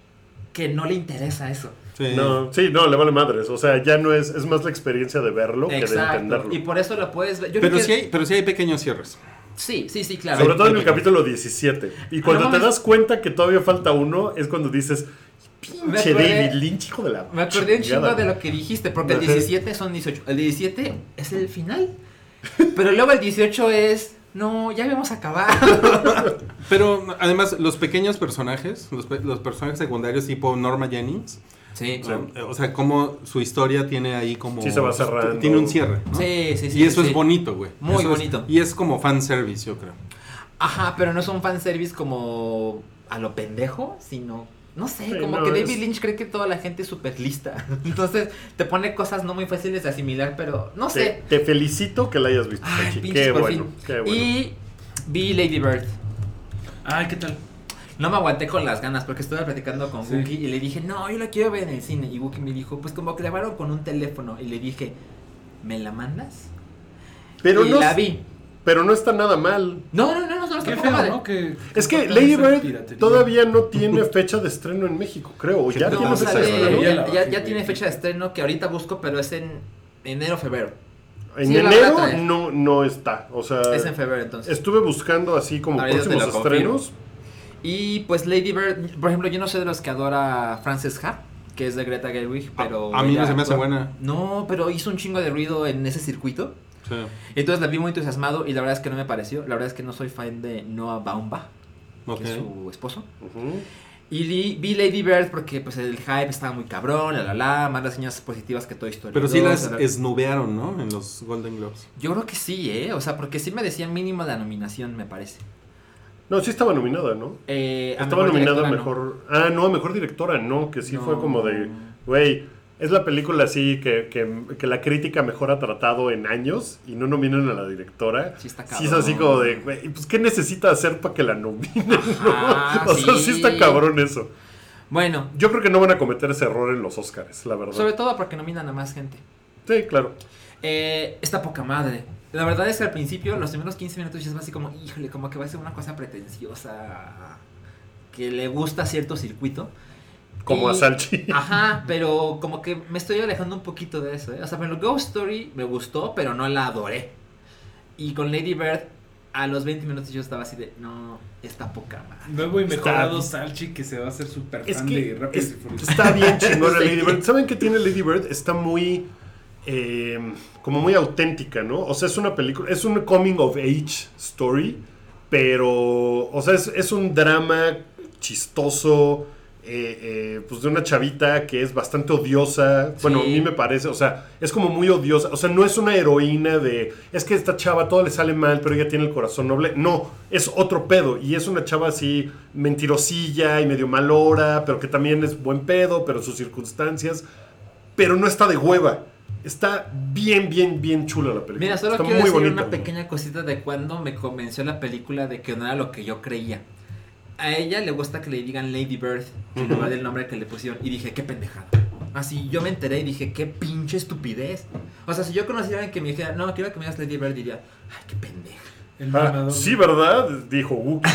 que no le interesa eso. Sí. No, sí, no, le vale madres. O sea, ya no es, es más la experiencia de verlo que de Exacto. entenderlo. Y por eso lo puedes ver. Yo Pero creo sí, que- hay, pero sí hay pequeños cierres. Sí, sí, sí, claro. Sobre todo en hay- el capítulo diecisiete. Y cuando no te mames. das cuenta que todavía falta uno, es cuando dices, Me pinche acordé- David Lynch, hijo de la Me acordé un chingada". chingo de lo que dijiste, porque el Ajá. diecisiete son dieciocho. El diecisiete es el final. Pero luego el dieciocho es, no, ya habíamos acabado. Pero además, los pequeños personajes, los, pe- los personajes secundarios tipo Norma Jennings, Sí, Sí. eh, o sea, como su historia tiene ahí como... Sí se va cerrando. Tiene un cierre, ¿no? sí, sí, sí. Y eso sí. es bonito, güey. Muy Eso es- bonito. y es como fanservice, yo creo. Ajá, pero no es un fanservice como a lo pendejo, sino, no sé, Sí, como no, que David es- Lynch cree que toda la gente es súper lista. Entonces te pone cosas no muy fáciles de asimilar, pero no Te, sé. te felicito que la hayas visto, Ay, Sachi. pinches, Qué por bueno, fin. qué bueno. Y vi Lady Bird. Ay, ¿qué tal? No me aguanté con las ganas porque estuve platicando con Sí. Wookie y le dije, no, yo la quiero ver en el cine. Y Wookie me dijo, pues como que grabaron con un teléfono. Y le dije, ¿me la mandas? Pero y no, la vi. pero no está nada mal. No, no, no, no, no, Qué está feo, padre. ¿no? Que, Es que que Lady esa Bird piratería. todavía no tiene fecha de estreno en México, creo. O ya No, tiene fecha sale- de estreno. Ya ya, la ya- bajé, ya güey. tiene fecha de estreno que ahorita busco, pero es en enero, febrero. En Sí, la van a enero traer. no, no está. O sea, Es en febrero entonces. estuve buscando así como Ahorita te próximos lo confirmo. estrenos. Y pues Lady Bird, por ejemplo, yo no soy de los que adora Frances Ha, que es de Greta Gerwig, pero... a mí no ella se me hace actúa- buena. No, pero hizo un chingo de ruido en ese circuito. Sí. Entonces la vi muy entusiasmado y la verdad es que no me pareció. La verdad es que no soy fan de Noah Baumbach, Ok. que es su esposo. Ujú. Y li, vi Lady Bird porque pues el hype estaba muy cabrón, la la la, más reseñas positivas que Toy Story. Pero sí dos, las la, la. esnubearon, ¿no? En los Golden Globes. Yo creo que sí, ¿eh? O sea, porque sí me decían mínimo la nominación, me parece. No, sí estaba nominada, ¿no? Eh, a Estaba mejor nominada a directora, mejor... Ah, no, a mejor directora, no, que sí No. fue como de... Güey, es la película así que, que, que la crítica mejor ha tratado en años y no nominan a la directora. Sí está Sí es así cabrón. como de, güey, pues ¿qué necesita hacer para que la nominen? Ajá, ¿no? O sea, sí. sí está cabrón eso. Bueno, Yo creo que no van a cometer ese error en los Oscars, la verdad. sobre todo porque nominan a más gente. Sí, claro. Eh, está poca madre. La verdad es que al principio, los primeros quince minutos ya es así como, híjole, como que va a ser una cosa pretenciosa que le gusta cierto circuito. Como Y- a Salchi. Ajá, pero como que me estoy alejando un poquito de eso, ¿eh? O sea, pero Ghost Story me gustó, pero no la adoré. Y con Lady Bird, a los veinte minutos yo estaba así de, no, está poca madre. Nuevo y Está- mejorado Salchi que se va a hacer súper Es fan que de Rápidos es- y Furiosos. está bien chingona Sí. Lady Bird. ¿Saben qué tiene Lady Bird? Está muy... eh, como muy auténtica, ¿no? O sea, es una película... Es un coming of age story, pero... O sea, es, es un drama chistoso... Eh, eh, pues de una chavita que es bastante odiosa. Bueno, Sí. a mí me parece, o sea, es como muy odiosa. O sea, no es una heroína de, es que esta chava todo le sale mal, pero ella tiene el corazón noble. No, es otro pedo. Y es una chava así mentirosilla y medio malora, pero que también es buen pedo, pero sus circunstancias. Pero no está de hueva. Está bien, bien, bien chula la película. Mira, solo está quiero decir bonita. una pequeña cosita de cuando me convenció la película de que no era lo que yo creía. A ella le gusta que le digan Lady Bird en lugar del nombre que le pusieron. Y dije, qué pendejada. Así yo me enteré y dije, qué pinche estupidez. O sea, si yo conociera a alguien que me dijera, no, quiero que me digas Lady Bird, diría, ay, qué pendeja. El Ah, mamador. sí, ¿verdad? Dijo Wookie.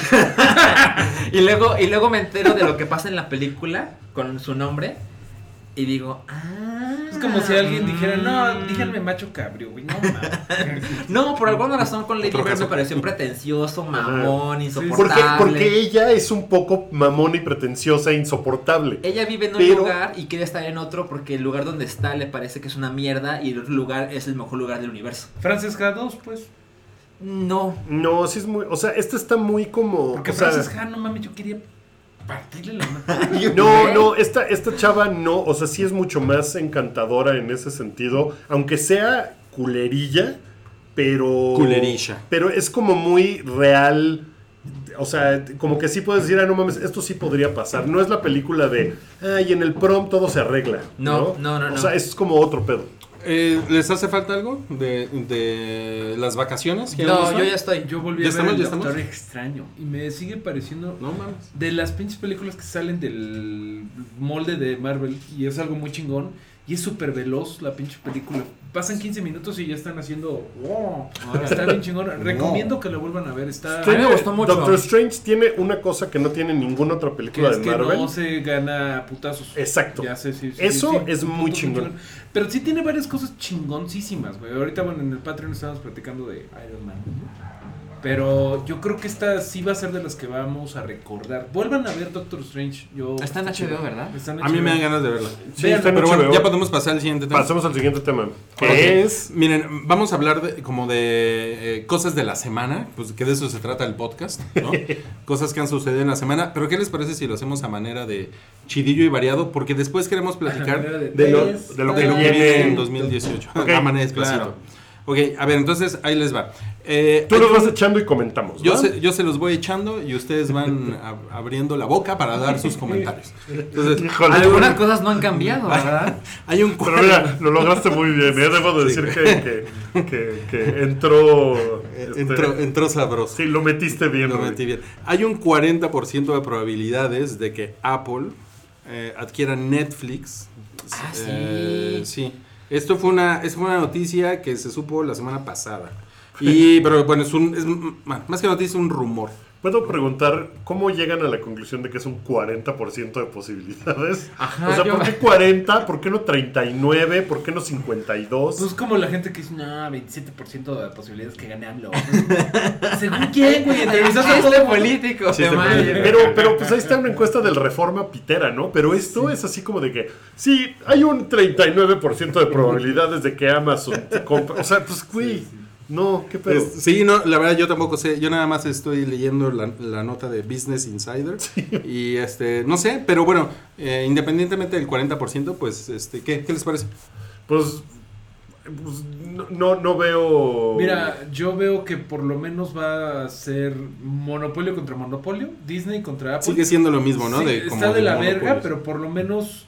Y luego, y luego me entero de lo que pasa en la película con su nombre. Y digo, ah. Es como si alguien dijera, no, díganme macho cabrio, güey, no mames. No, por alguna razón con Lady Otro Bird caso. me pareció pretencioso, mamón, sí. insoportable. Porque, porque ella es un poco mamona y pretenciosa e insoportable. Ella vive en un Pero- lugar y quiere estar en otro porque el lugar donde está le parece que es una mierda y el otro lugar es el mejor lugar del universo. Frances Ha dos, pues. No. No, sí es muy... O sea, esta está muy como... Porque o sea, Frances Ha, no mames, yo quería partirle la mano. No, no, esta, esta chava no, o sea, sí es mucho más encantadora en ese sentido, aunque sea culerilla, pero... Culerilla. Pero es como muy real, o sea, como que sí puedes decir, ah, no mames, esto sí podría pasar. No es la película de, ay, en el prom todo se arregla. No, no, no, O no. sea, es como otro pedo. Eh, ¿Les hace falta algo de, de las vacaciones? ¿Quieren No, usar? yo ya estoy. Yo volví ¿Ya a ver estamos? el ¿Ya estamos? Doctor Extraño y me sigue pareciendo No mames. de las pinches películas que salen del molde de Marvel y es algo muy chingón y es súper veloz la pinche película. Pasan quince minutos y ya están haciendo wow, está bien chingón. Recomiendo que lo vuelvan a ver, está A mí me gustó mucho. Doctor Strange tiene una cosa que no tiene ninguna otra que película es de que Marvel. no se gana a putazos. Exacto. Ya sé, sí, sí, Eso sí, es un muy punto chingón. Pero sí tiene varias cosas chingoncísimas, güey. Ahorita, bueno, en el Patreon estábamos platicando de Iron Man. Pero yo creo que esta sí va a ser de las que vamos a recordar. Vuelvan a ver Doctor Strange. Yo, Está en H B O, ¿verdad? Está en A mí me dan H B O. ganas de verla. Sí, Vean, está en Pero bueno, H B O. ya podemos pasar al siguiente tema. Pasemos al siguiente tema. Que Ok. es... Miren, vamos a hablar de, como de eh, cosas de la semana, pues que de eso se trata el podcast, ¿no? Cosas que han sucedido en la semana, pero ¿qué les parece si lo hacemos a manera de chidillo y variado? Porque después queremos platicar manera de de lo, tres, de lo de que lo que viene viene en dos mil dieciocho. Ok, a manera despacito. claro. Ok, a ver, entonces ahí les va. Eh, Tú hay nos un- vas echando y comentamos, yo, ¿va? se, yo se los voy echando y ustedes van ab- abriendo la boca para dar sus comentarios. Entonces, Híjole. Algunas cosas no han cambiado, ¿verdad? hay un Pero cuadro. mira, lo lograste muy bien. ¿eh? Debo de decir que, que, que, que entró... este, Entró, entró sabroso. Sí, lo metiste bien. Lo Rui. metí bien. Hay un cuarenta por ciento de probabilidades de que Apple eh, adquiera Netflix. Ah, sí. Eh, sí. Esto fue una, es una noticia que se supo la semana pasada. Y, pero bueno, es un, es, m- más que noticia, un rumor. ¿Puedo preguntar cómo llegan a la conclusión de que es un cuarenta por ciento de posibilidades? Ajá, o sea, yo- ¿por qué cuarenta? ¿Por qué no treinta y nueve? ¿Por qué no cincuenta y dos? Pues como la gente que dice, no, veintisiete por ciento de posibilidades que gane AMLO. ¿Según quién, güey? Entrevistaste a todo Chiste el mundo. político, Chiste se madre. político. Pero, pero pues ahí está una encuesta del Reforma Pitera, ¿no? Pero esto es así como de que, sí, hay un treinta y nueve por ciento de probabilidades de que Amazon te compre. O sea, pues, güey, No, qué pedo. Es- sí, no, la verdad yo tampoco sé. Yo nada más estoy leyendo la, la nota de Business Insider. Y este, no sé, pero bueno, eh, independientemente del cuarenta por ciento, pues, este, ¿qué, qué les parece? Pues, pues, no, no, no veo... Mira, yo veo que por lo menos va a ser monopolio contra monopolio, Disney contra Apple. Sigue siendo lo mismo, ¿no? Sí, De, está como de la monopolios. verga, pero por lo menos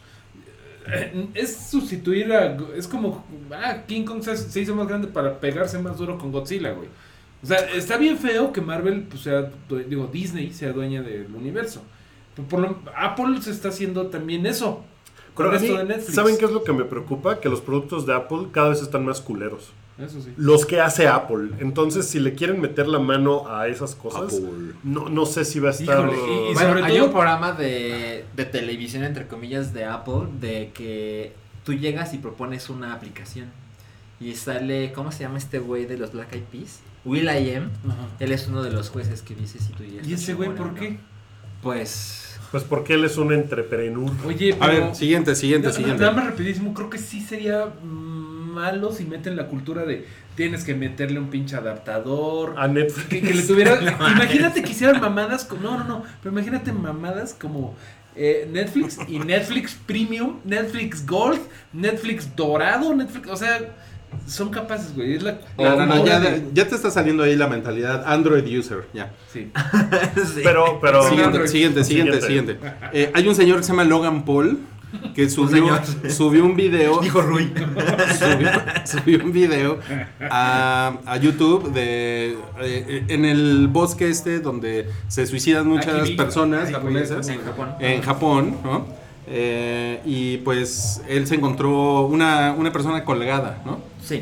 eh, es sustituir a... Es como... Ah, King Kong se, se hizo más grande para pegarse más duro con Godzilla, güey. O sea, está bien feo que Marvel, pues sea, due- digo, Disney sea dueña del universo. Pero por lo, Apple se está haciendo también eso. Con Pero a esto mí, de Netflix. ¿saben qué es lo que me preocupa? Que los productos de Apple cada vez están más culeros. Eso sí. Los que hace Apple. Entonces, si le quieren meter la mano a esas cosas, Apple. no, no sé si va a estar... Híjole, y- y Bueno, sobre hay todo- un programa de, de televisión, entre comillas, de Apple, de que tú llegas y propones una aplicación. Y sale, ¿cómo se llama este güey de los Black Eyed Peas? Will I Am. Ajá. Él es uno de los jueces que dice si tú llegas. ¿Y ese güey por ¿no? qué? Pues... Pues porque él es un entrepreneur. Oye, A pero... ver, siguiente, siguiente, No, no, siguiente. Nada más rapidísimo, creo que sí sería mm, malo si meten la cultura de tienes que meterle un pinche adaptador. A Netflix. Que, que le tuviera. Imagínate que hicieran mamadas. Con, no, no, no. Pero imagínate mamadas como eh, Netflix y Netflix Premium, Netflix Gold, Netflix Dorado, Netflix. O sea, son capaces, güey. Es la. No, no, no, cultura ya, de- ya te está saliendo ahí la mentalidad Android user, ya. Sí. sí. Pero, pero... Siguiente, Android. siguiente, siguiente, Siguiente. siguiente. Eh, hay un señor que se llama Logan Paul que subió, señor. subió un video. Dijo Rui. subió, subió un video a, a YouTube de eh, en el bosque este donde se suicidan muchas Aquí vi- personas Ay, güey, japonesas En Japón. en Japón, ¿no? Eh, y pues él se encontró una, una persona colgada, ¿no? Sí.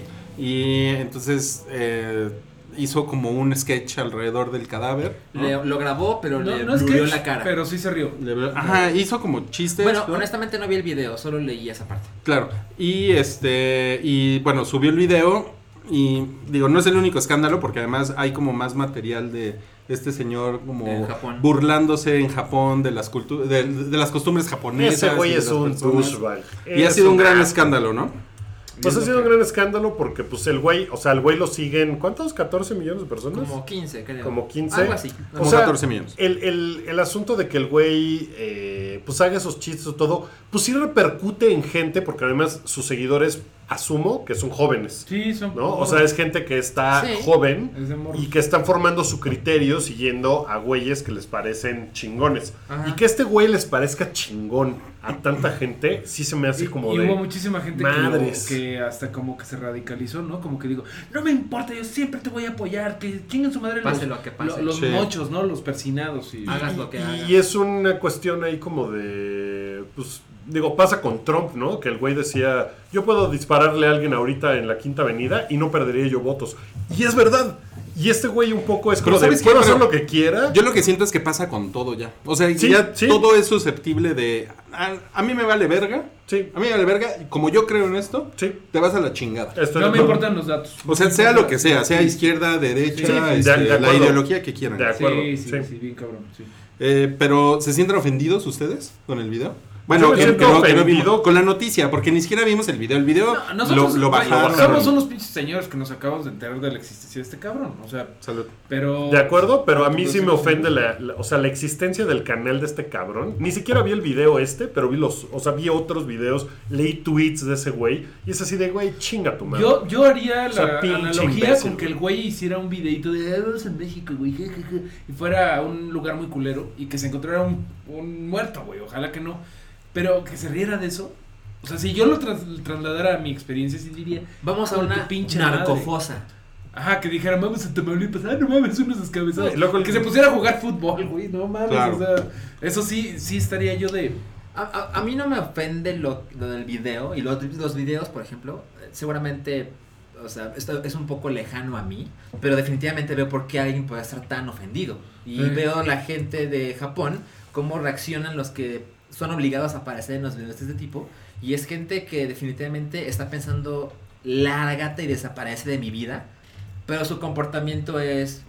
Y entonces eh, hizo como un sketch alrededor del cadáver, ¿no? Le- lo grabó, pero No, le no es blurrió que. la cara. Pero sí se rió. Le- Ajá, hizo como chistes. Bueno, ¿no? honestamente no vi el video, solo leí esa parte. Claro. Y este y bueno, subió el video y digo, no es el único escándalo porque además hay como más material de este señor como En Japón. burlándose en Japón de las cultu- de, de las costumbres japonesas. Ese güey y de es las un personas. douchebag. Y ha Es sido un gran asco. escándalo, ¿no? Pues ha sido un gran escándalo porque pues el güey, o sea, el güey lo siguen, ¿cuántos? ¿catorce millones de personas? Como quince, creo. Como quince. Algo así. Como O sea, catorce millones. El, el, el asunto de que el güey eh, pues haga esos chistes o todo, pues sí repercute en gente porque además sus seguidores asumo que son jóvenes, Sí, son. ¿no? O sea, es gente que está Sí. joven Es de morros. y que están formando su criterio siguiendo a güeyes que les parecen chingones. Ajá. Y que este güey les parezca chingón a tanta gente, sí se me hace Y, como y de... hubo muchísima gente que, lo- madres. que hasta como que se radicalizó, ¿no? Como que digo, no me importa, yo siempre te voy a apoyar, que chinguen su madre Pase los, lo que pase. lo- los Sí. mochos, ¿no? Los persinados y... Hagas lo que Y hagas. es una cuestión ahí como de, pues, digo, pasa con Trump, ¿no? Que el güey decía, yo puedo dispararle a alguien ahorita en la Quinta Avenida y no perdería yo votos. Y es verdad. Y este güey un poco es Pero como de, ¿sabes qué? puedo hacer Pero lo que quiera. Yo lo que siento es que pasa con todo ya. O sea, Sí, ya sí. todo es susceptible de. A, a mí me vale verga. Sí, A mí me vale verga. Y como yo creo en esto, sí. te vas a la chingada. Estoy no de me acuerdo. importan los datos. O sea, No me sea importa. lo que sea, sea Sí. izquierda, derecha, Sí, de- este, de la acuerdo. ideología que quieran. De acuerdo. Sí, sí, sí. sí, bien cabrón, sí. Eh, pero, ¿se sienten ofendidos ustedes con el video? Bueno, Yo me que, siento que no, que no ofendido. vimos, con la noticia, porque ni siquiera vimos el video. El video No, nosotros lo, lo güey, bajaron. somos unos pinches señores que nos acabamos de enterar de la existencia de este cabrón, o sea, Salud. pero... De acuerdo, pero a mí sí me Pero sí, ofende la, la- o sea, la existencia del canal de este cabrón. Ni siquiera vi el video este, pero vi los, o sea, vi otros videos, leí tweets de ese güey y es así de, güey, chinga tu madre. Yo, yo haría O sea, la pinche analogía imbécil, con que el güey. güey hiciera un videito de "Ah, vamos en México, güey, jejeje", y fuera a un lugar muy culero y que se encontrara un, un muerto, güey, ojalá que no, pero que se riera de eso. O sea, si yo lo tras- trasladara a mi experiencia, sí diría, Vamos a "Con tu una pinche narcofosa. ajá, que dijeran, vamos a Tamaulipas, ah, no mames, unos descabezados. Y luego el- que se pusiera a jugar fútbol, güey, no mames, Claro. o sea, eso sí, sí estaría yo de... A, a- a mí no me ofende lo, lo del video y lo- los videos, por ejemplo, eh, seguramente, o sea, esto es un poco lejano a mí, pero definitivamente veo por qué alguien puede estar tan ofendido. Y Sí. veo la gente de Japón, cómo reaccionan los que son obligados a aparecer en los videos de este tipo, y es gente que definitivamente está pensando, lárgate y desaparece de mi vida, pero su comportamiento es,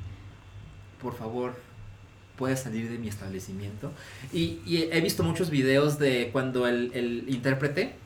por favor, puedes salir de mi establecimiento. Y, y he visto muchos videos de cuando el, el intérprete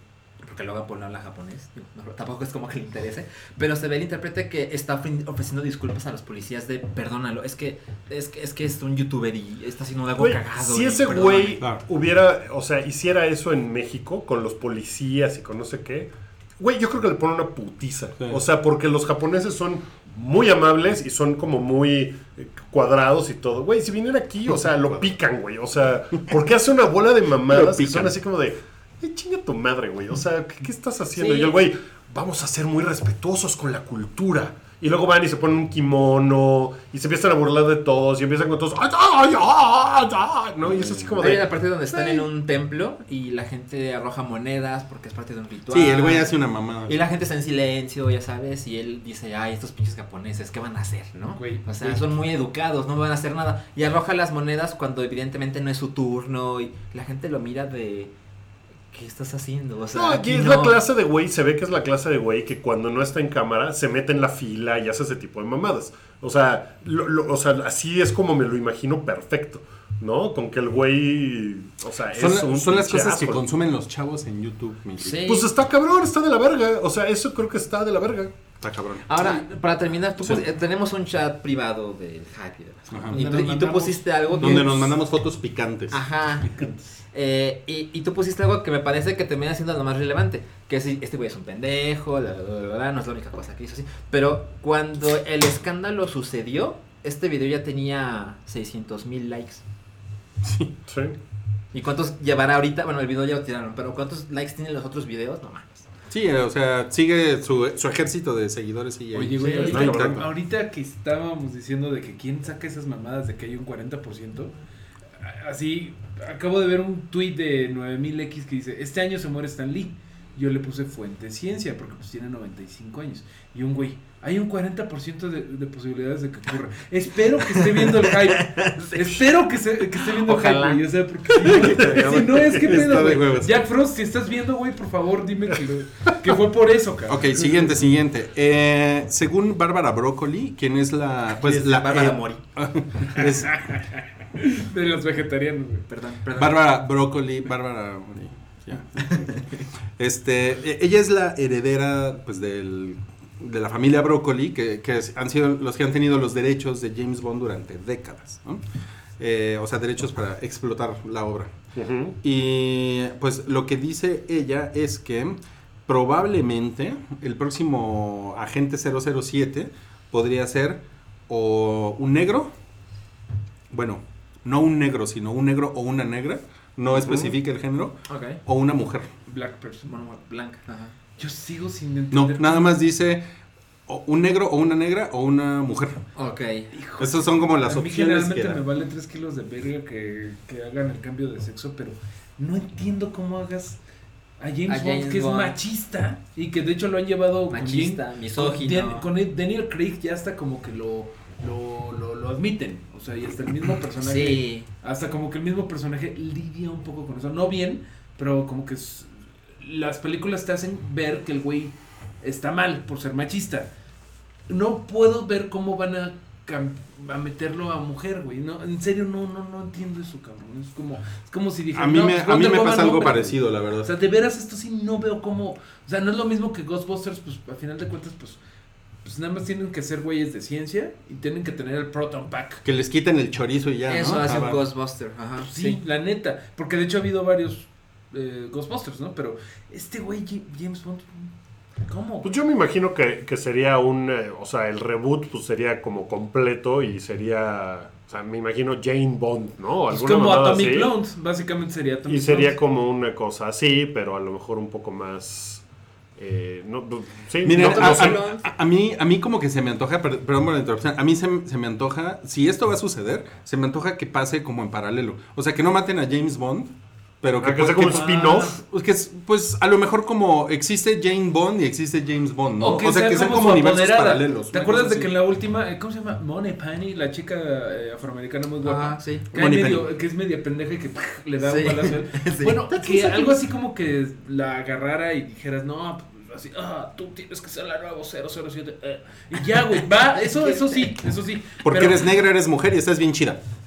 porque Logan Paul no habla japonés, no, tampoco es como que le interese, pero se ve el intérprete que está ofreciendo disculpas a los policías de perdónalo, es que es que es que es un youtuber y está haciendo algo Güey, cagado. si y ese perdóname. güey Claro. hubiera, o sea, hiciera eso en México con los policías y con no sé qué, güey, yo creo que le pone una putiza. Sí. O sea, porque los japoneses son muy amables y son como muy eh, cuadrados y todo. Güey, si viniera aquí, o sea, lo pican, güey. O sea, porque hace una bola de Lo mamadas que pican. son así como de, ¡ay, chinga tu madre, güey! O sea, ¿qué, qué estás haciendo? Sí. Y el güey, vamos a ser muy respetuosos con la cultura. Y luego van y se ponen un kimono y se empiezan a burlar de todos y empiezan con todos, ¡ay, ay, ay, ay! ¿No? Y es así como Hay de... una parte donde están Ay. en un templo y la gente arroja monedas porque es parte de un ritual. Sí, el güey hace una mamada. Y la gente está en silencio, ya sabes, y él dice, ay, estos pinches japoneses, ¿qué van a hacer, no? Güey, o sea, güey. son muy educados, no van a hacer nada. Y arroja las monedas cuando evidentemente no es su turno y la gente lo mira de, ¿qué estás haciendo? O sea, No, aquí aquí es no. la clase de güey, se ve que es la clase de güey que cuando no está en cámara se mete en la fila y hace ese tipo de mamadas. O sea, lo, lo- o sea así es como me lo imagino perfecto, ¿no? Con que el güey, o sea, Son, es un son las pinche cosas que asshole. consumen los chavos en YouTube, mi Sí. Pues está cabrón, está de la verga. O sea, eso creo que está de la verga. Está cabrón. Ahora, para terminar, tú Sí. pus- eh, tenemos un chat privado de hype y demás. ¿no? Ajá. Y, Donde tú, nos y tú mandamos- pusiste algo que... Donde nos mandamos fotos picantes. Ajá. Eh, y, y tú pusiste algo que me parece que termina siendo lo más relevante. Que es, este güey es un pendejo, la, la, la, la, no es la única cosa que hizo así. Pero cuando el escándalo sucedió, este video ya tenía seiscientos mil likes. Sí. ¿Y cuántos llevará ahorita? Bueno, el video ya lo tiraron, pero ¿cuántos likes tienen los otros videos? No mames. Sí, o sea, sigue su, su ejército de seguidores y Oye, güey, Sí, ahorita, no, exacto. ahorita que estábamos diciendo de que quién saca esas mamadas de que hay un cuarenta por ciento, así, acabo de ver un tweet de nueve mil equis que dice, este año se muere Stan Lee. Yo le puse fuente ciencia porque pues tiene noventa y cinco años. Y un güey, hay un cuarenta por ciento de, de posibilidades de que ocurra. Espero que esté viendo el hype. Espero que, se, que esté viendo Ojalá. el hype, güey. O sea, porque si, si no es que Está pedo, de güey. huevos. Jack Frost, si estás viendo, güey, por favor, dime que, lo- que fue por eso, cabrón. Ok, siguiente, siguiente. Eh, según Bárbara Broccoli, quien es la... Pues Es la... Bárbara eh, Mori. es De los vegetarianos, güey. Perdón, perdón. Bárbara Broccoli, Bárbara... ya. Este, e- ella es la heredera, pues, del... de la familia Broccoli, que, que han sido los que han tenido los derechos de James Bond durante décadas, ¿no? Eh, o sea, derechos para explotar la obra. Ujú. Y pues lo que dice ella es que probablemente el próximo agente cero cero siete podría ser o un negro, bueno, no un negro, sino un negro o una negra, no Ujú. especifica el género, Ok. o una mujer. Black person. Bueno, blanca. Ajá. Yo sigo sin No, entender. nada más dice o un negro o una negra o una mujer. Ok. Hijo, Esas son como las a mí opciones generalmente que da. me vale tres kilos de verga que, que hagan el cambio de sexo, pero no entiendo cómo hagas a James, A Bond, James que es Bond. machista y que de hecho lo han llevado con Machista, Jane- misógino. Con, Dan- con Daniel Craig ya hasta como que lo, lo, lo, lo admiten, o sea, y hasta el mismo personaje, Sí. hasta como que el mismo personaje lidia un poco con eso, no bien, pero como que es- las películas te hacen ver que el güey está mal por ser machista. No puedo ver cómo van a, cam- a meterlo a mujer, güey. No, en serio, no, no, no entiendo eso, cabrón. Es como, es como si dijera. A mí no, me, pues, a mí Wonder me Woman, pasa algo hombre, parecido, la güey. verdad. O sea, de veras, esto sí no veo cómo. O sea, no es lo mismo que Ghostbusters, pues a final de cuentas, pues. Pues nada más tienen que ser güeyes de ciencia y tienen que tener el Proton Pack. Que les quiten el chorizo y ya, Eso ¿no? hace Ah, un va. Ghostbuster. Ajá. Pues sí, Sí. la neta. Porque de hecho ha habido varios eh, Ghostbusters, ¿no? Pero este güey, J- James Bond. ¿Cómo? Pues yo me imagino que, que sería un, eh, o sea, el reboot pues sería como completo y sería, o sea, me imagino Jane Bond, ¿no? Es Alguna como mamada Atomic así. Clones, básicamente sería Atomic Y sería Clones. como una cosa así, pero a lo mejor un poco más, eh, no, no- sí, Miren, no- a, no sé. a- a mí, a mí como que se me antoja, per- perdón por la interrupción, a mí se, se me antoja, si esto va a suceder, se me antoja que pase como en paralelo. O sea, que no maten a James Bond, pero que, Ah, que sea como un que- spin-off. pues, que es- pues a lo mejor como existe Jane Bond y existe James Bond, ¿no? O que, sea, sean como, como su universos apoderada. paralelos. ¿Te una acuerdas cosa de que en así. la última, eh, ¿cómo se llama? Money Penny, la chica eh, afroamericana muy guapa? Ajá, sí. Que, hay Money medio- Penny. que es media pendeja y que ¡pah! Le da Sí. un balazo a él. Sí. Bueno, que algo así como que la agarrara y dijeras, no, pues, así, ah, tú tienes que ser la nueva cero cero siete. eh. Y ya, güey, va, eso, eso sí, eso sí. Porque Pero- eres negra, eres mujer y estás bien chida.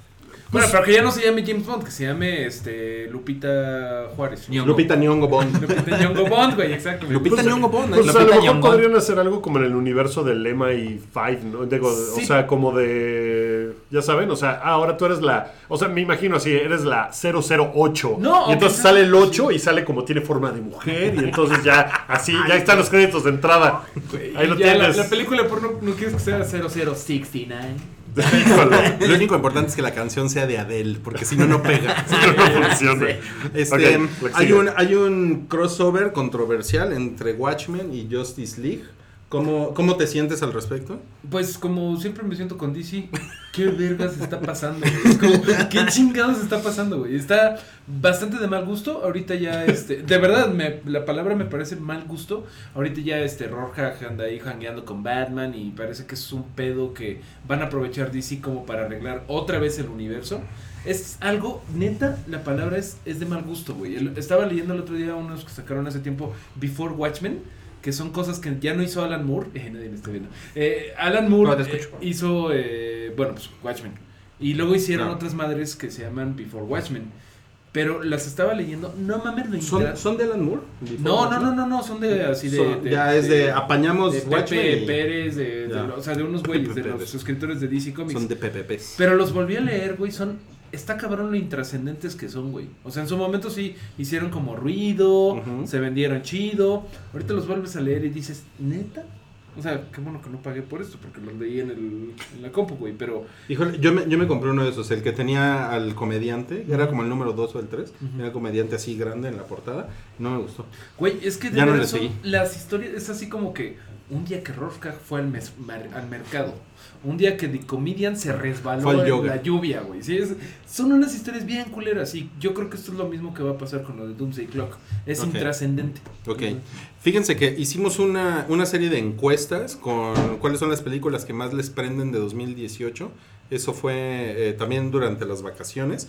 Bueno, pero que ya no se llame James Bond, que se llame este Lupita Juárez. Nyong'o. Lupita Nyong'o Bond. Lupita Nyong'o Bond, güey, exacto. Lupita Pues, Nyong'o Bond. Pues ¿eh? a lo Lupita mejor Nyong'o. podrían hacer algo como en el universo del M I cinco, ¿no? Digo, Sí. O sea, como de... Ya saben, o sea, ah, ahora tú eres la... O sea, me imagino así, eres la cero cero ocho. No, y entonces ok, sale el ocho y sale como tiene forma de mujer. Y entonces ya, así, ya están los créditos de entrada. Ahí lo Y ya tienes. La, la película porno no quieres que sea cero cero sesenta y nueve. Híjole, Lo único importante es que la canción sea de Adele, porque si no, no pega. no funciona. Este, Ok, lo que hay, sigue. un, hay un crossover controversial entre Watchmen y Justice League. ¿Cómo, ¿Cómo te sientes al respecto? Pues como siempre me siento con D C, ¿qué vergas está pasando? Es como, ¿qué chingados está pasando, güey? Está bastante de mal gusto. Ahorita ya, este, de verdad, me, la palabra me parece mal gusto. Ahorita ya, este, Rorschach anda ahí jangueando con Batman y parece que es un pedo que van a aprovechar D C como para arreglar otra vez el universo. Es algo, neta, la palabra es, es de mal gusto, güey. El- Estaba leyendo el otro día unos que sacaron hace tiempo, Before Watchmen, que son cosas que ya no hizo Alan Moore. Eh, nadie me está viendo. Eh, Alan Moore No, te eh, escucho. hizo, eh, bueno, pues Watchmen. Y luego hicieron Claro. otras madres que se llaman Before Watchmen. Pero las estaba leyendo, no mames, lo ¿Son, intera- ¿Son de Alan Moore? No, no, no, no, no, son de así de... Son- de- ya es de apañamos de Watchmen Pepe y- Pérez, de, de- Ya. o sea, de unos güeyes, de Pepe los Pérez. escritores de D C Comics. Son de P P Ps. Pero los volví a leer, güey, son... Está cabrón lo intrascendentes que son, güey. O sea, en su momento sí hicieron como ruido, Ujú. se vendieron chido. Ahorita los vuelves a leer y dices, ¿neta? O sea, qué bueno que no pagué por esto, porque los leí en, el, en la compu, güey, pero... Híjole, yo me, yo me compré uno de esos, el que tenía al comediante, era como el número dos o el tres, Ujú. era comediante así grande en la portada, no me gustó. Güey, es que de Ya no verdad le son seguí. las historias, es así como que un día que Rorschach fue al, mes- mar- al mercado, un día que The Comedian se resbaló Fue al en yoga. la lluvia, güey. ¿Sí? Es- son unas historias bien culeras y yo creo que esto es lo mismo que va a pasar con lo de Doomsday Clock. Es Ok. intrascendente. Ok, fíjense que hicimos una, una serie de encuestas con cuáles son las películas que más les prenden de dos mil dieciocho. Eso fue eh, también durante las vacaciones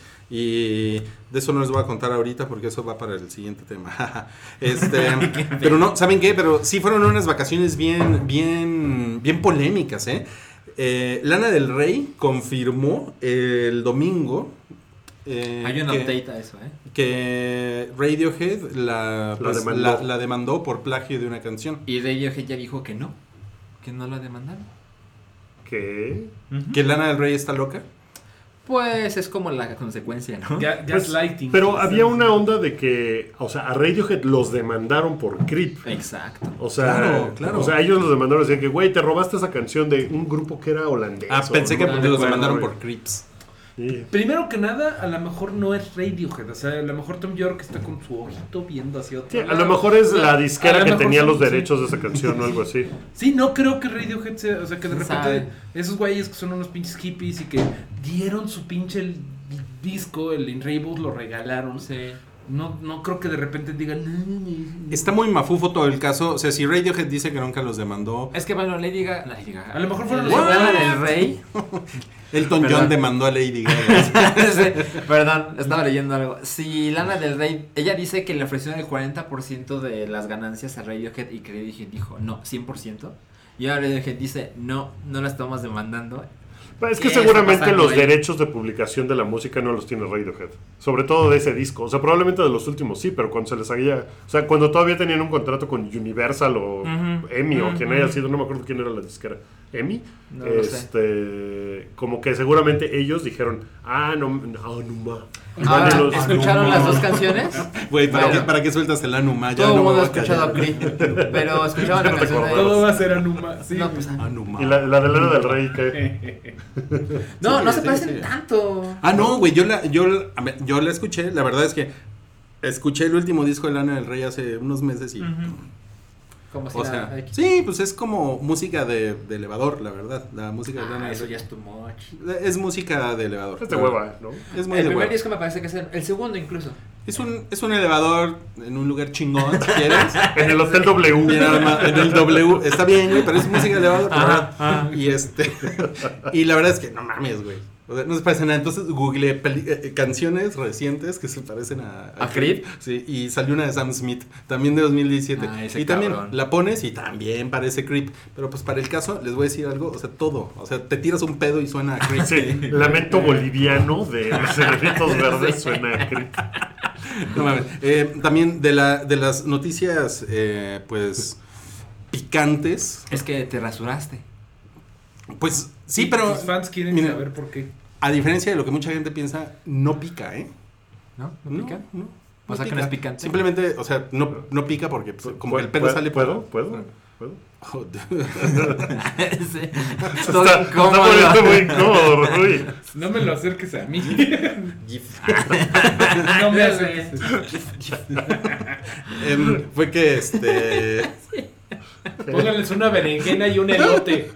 y de eso no les voy a contar ahorita porque eso va para el siguiente tema. este, pero no, ¿saben qué? Pero sí fueron unas vacaciones bien, bien, bien polémicas, ¿eh? Eh, Lana del Rey confirmó el domingo eh, Hay un que- update a eso, ¿eh? que Radiohead la, La pues, demandó. la- la demandó por plagio de una canción. Y Radiohead ya dijo que no, que no la demandaron. ¿Qué? ¿Que Lana del Rey está loca? Pues es como la consecuencia, ¿no? Ga- Pues, gaslighting. pero había una onda de que, o sea, a Radiohead los demandaron por creep. Exacto. O sea, Claro, claro. o sea, ellos los demandaron, decían que, güey, te robaste esa canción de un grupo que era holandés. Ah, o pensé que no los recuerdo, demandaron güey. por Creeps. Sí. Primero que nada, a lo mejor no es Radiohead. O sea, a lo mejor Tom York está con su ojito viendo hacia otro Sí, a lado. lo mejor es O sea, la a disquera lo que mejor tenía sí, los sí. derechos de esa canción o algo así. Sí, no creo que Radiohead sea, o sea, que de ¿Quién repente sabe? esos güeyes que son unos pinches hippies y que dieron su pinche el disco, el In Rainbows lo regalaron. Sí. No, no creo que de repente digan. "No, no, no". Está muy mafufo todo el caso. O sea, si Radiohead dice que nunca los demandó, Es que bueno, Lady Gaga, Lady Gaga. A lo mejor fueron el los- Lana del Rey. Elton Perdón. John demandó a Lady Gaga. Sí, perdón, estaba leyendo algo. Si Lana del Rey, ella dice que le ofrecieron el cuarenta por ciento de las ganancias a Radiohead y que Radiohead dijo no, cien por ciento. Y ahora Radiohead dice no, no la estamos demandando. Es que ¿Qué está seguramente pasando los ahí? derechos de publicación de la música no los tiene Radiohead. Sobre todo de ese disco. O sea, probablemente de los últimos sí, pero cuando se les había... O sea, cuando todavía tenían un contrato con Universal o Ujú. EMI o quien Ujú. haya sido, no me acuerdo quién era la disquera. ¿EMI? No lo sé. este, como que seguramente ellos dijeron, ah, no, no, no, ma. Ahora, Van y los- ¿escucharon las dos canciones? Güey, ¿para, Bueno. qué, ¿para qué sueltas el Anuma? Ya Todo el no me mundo ha voy a escuchado a callar. Creed, pero escuchaban la No te canción de... acordabas. Todo va a ser Anuma. Sí, No, pues, güey. Anuma. Y la, la de Lana del Rey, que... no, Sí, no se sí, parecen sí. tanto. Ah, no, güey, yo la, yo, la- a ver, yo la escuché. La verdad es que escuché el último disco de Lana del Rey hace unos meses y... Como si O nada, sea, X. sí, pues es como música de, de elevador, la verdad. La música de Lana Ah, del eso Rey. ya es too much. Es música de elevador. Es de hueva, ¿no? Es muy El de primer hueva. disco me parece que es el, el segundo incluso. Es un, es un elevador en un lugar chingón, si quieres. En el Hotel W. Bien armado, en el W. Está bien, güey, pero es música de elevador. la Ajá, verdad. ajá. Y este. Y la verdad es que no mames, güey. O sea, no se parecen a nada. Entonces googleé peli- eh, canciones recientes que se parecen a... ¿A Creed? Sí, y salió una de Sam Smith, también de dos mil diecisiete. Ah, ese y también cabrón. la pones y también parece Creep. Pero pues para el caso, les voy a decir algo, o sea, todo. O sea, te tiras un pedo y suena a Creep. Sí, lamento boliviano de los Enanitos Verdes suena a Creep. No mames. Eh, también de, la, de las noticias, eh, pues, picantes. Es que te rasuraste. Pues sí, pero Los fans quieren mira, saber por qué. a diferencia de lo que mucha gente piensa, no pica, ¿eh? ¿No? ¿No pica? No, O sea, que no es picante. Simplemente, o sea, no, no pica porque pues, como que el pelo ¿Puedo? sale... ¿Puedo? ¿Puedo? ¿Puedo? Joder. Sí. Se Todo está, se está incómodo. poniendo muy incómodo, Rui. No me lo acerques a mí. Gif. No me acerques. Em, fue que este... Pónganles una berenjena y un elote.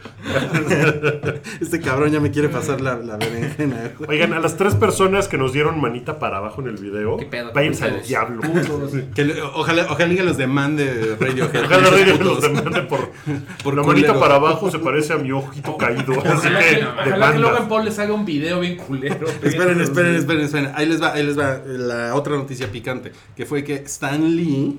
Este cabrón ya me quiere pasar la, la berenjena. Oigan, a las tres personas que nos dieron manita para abajo en el video, ¿Qué pedo con váyanse al ustedes? diablo. Que le- ojalá, ojalá que los demande Radiohead. Ojalá Radio los Putos. demande por, Por la manita culeros. para abajo se parece a mi ojito caído. Así Ojalá que que, ojalá que demanda. Logan Paul les haga un video bien culero. Esperen, esperen, esperen, esperen. Ahí les va, ahí les va la otra noticia picante. Que fue que Stan Lee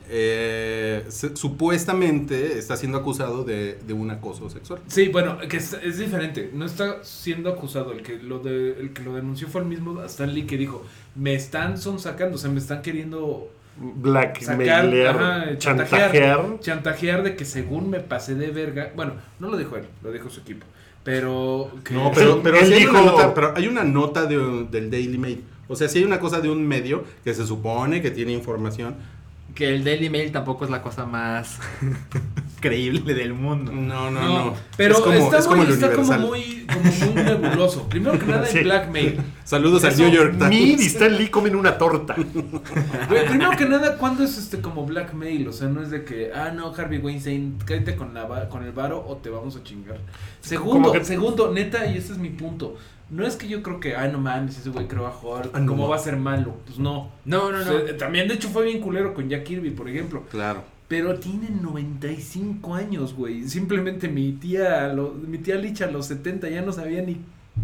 eh, se- supuestamente está siendo acusado de, de un acoso sexual. Sí, bueno, que es, es diferente. No está siendo acusado. El que lo de, el que lo denunció fue el mismo Stan Lee que dijo: me están sonsacando, o sea, me están queriendo sacar, Blackmailer, ajá, chantajear. chantajear, chantajear de que según me pasé de verga. Bueno, no lo dijo él, lo dijo su equipo. Pero que No, pero, pero, Él sí hay dijo- una nota, pero hay una nota de- del Daily Mail. O sea, sí hay una cosa de un medio que se supone que tiene información. Que el Daily Mail tampoco es la cosa más creíble del mundo. No, no, No, no. pero es como, está, es como muy, el está como Universal. muy, como muy nebuloso. Primero que nada, Sí. en Blackmail. Saludos al Eso, New York Times. Mid y Stan Lee comen una torta. Güey, primero que nada, ¿cuándo es este como blackmail? O sea, no es de que, ah, no, Harvey Weinstein, cállate con, la, va- con el varo o te vamos a chingar. Segundo, Como que- segundo, neta, y este es mi punto. No es que yo creo que, ay, no mames, ese güey creo va a jugar, Ah, no. ¿cómo va a ser malo? Pues no. No, no, O no. sea, también, de hecho, fue bien culero con Jack Kirby, por ejemplo. Claro. Pero tiene noventa y cinco años, güey. Simplemente mi tía, a lo- mi tía Licha a los setenta ya no sabía ni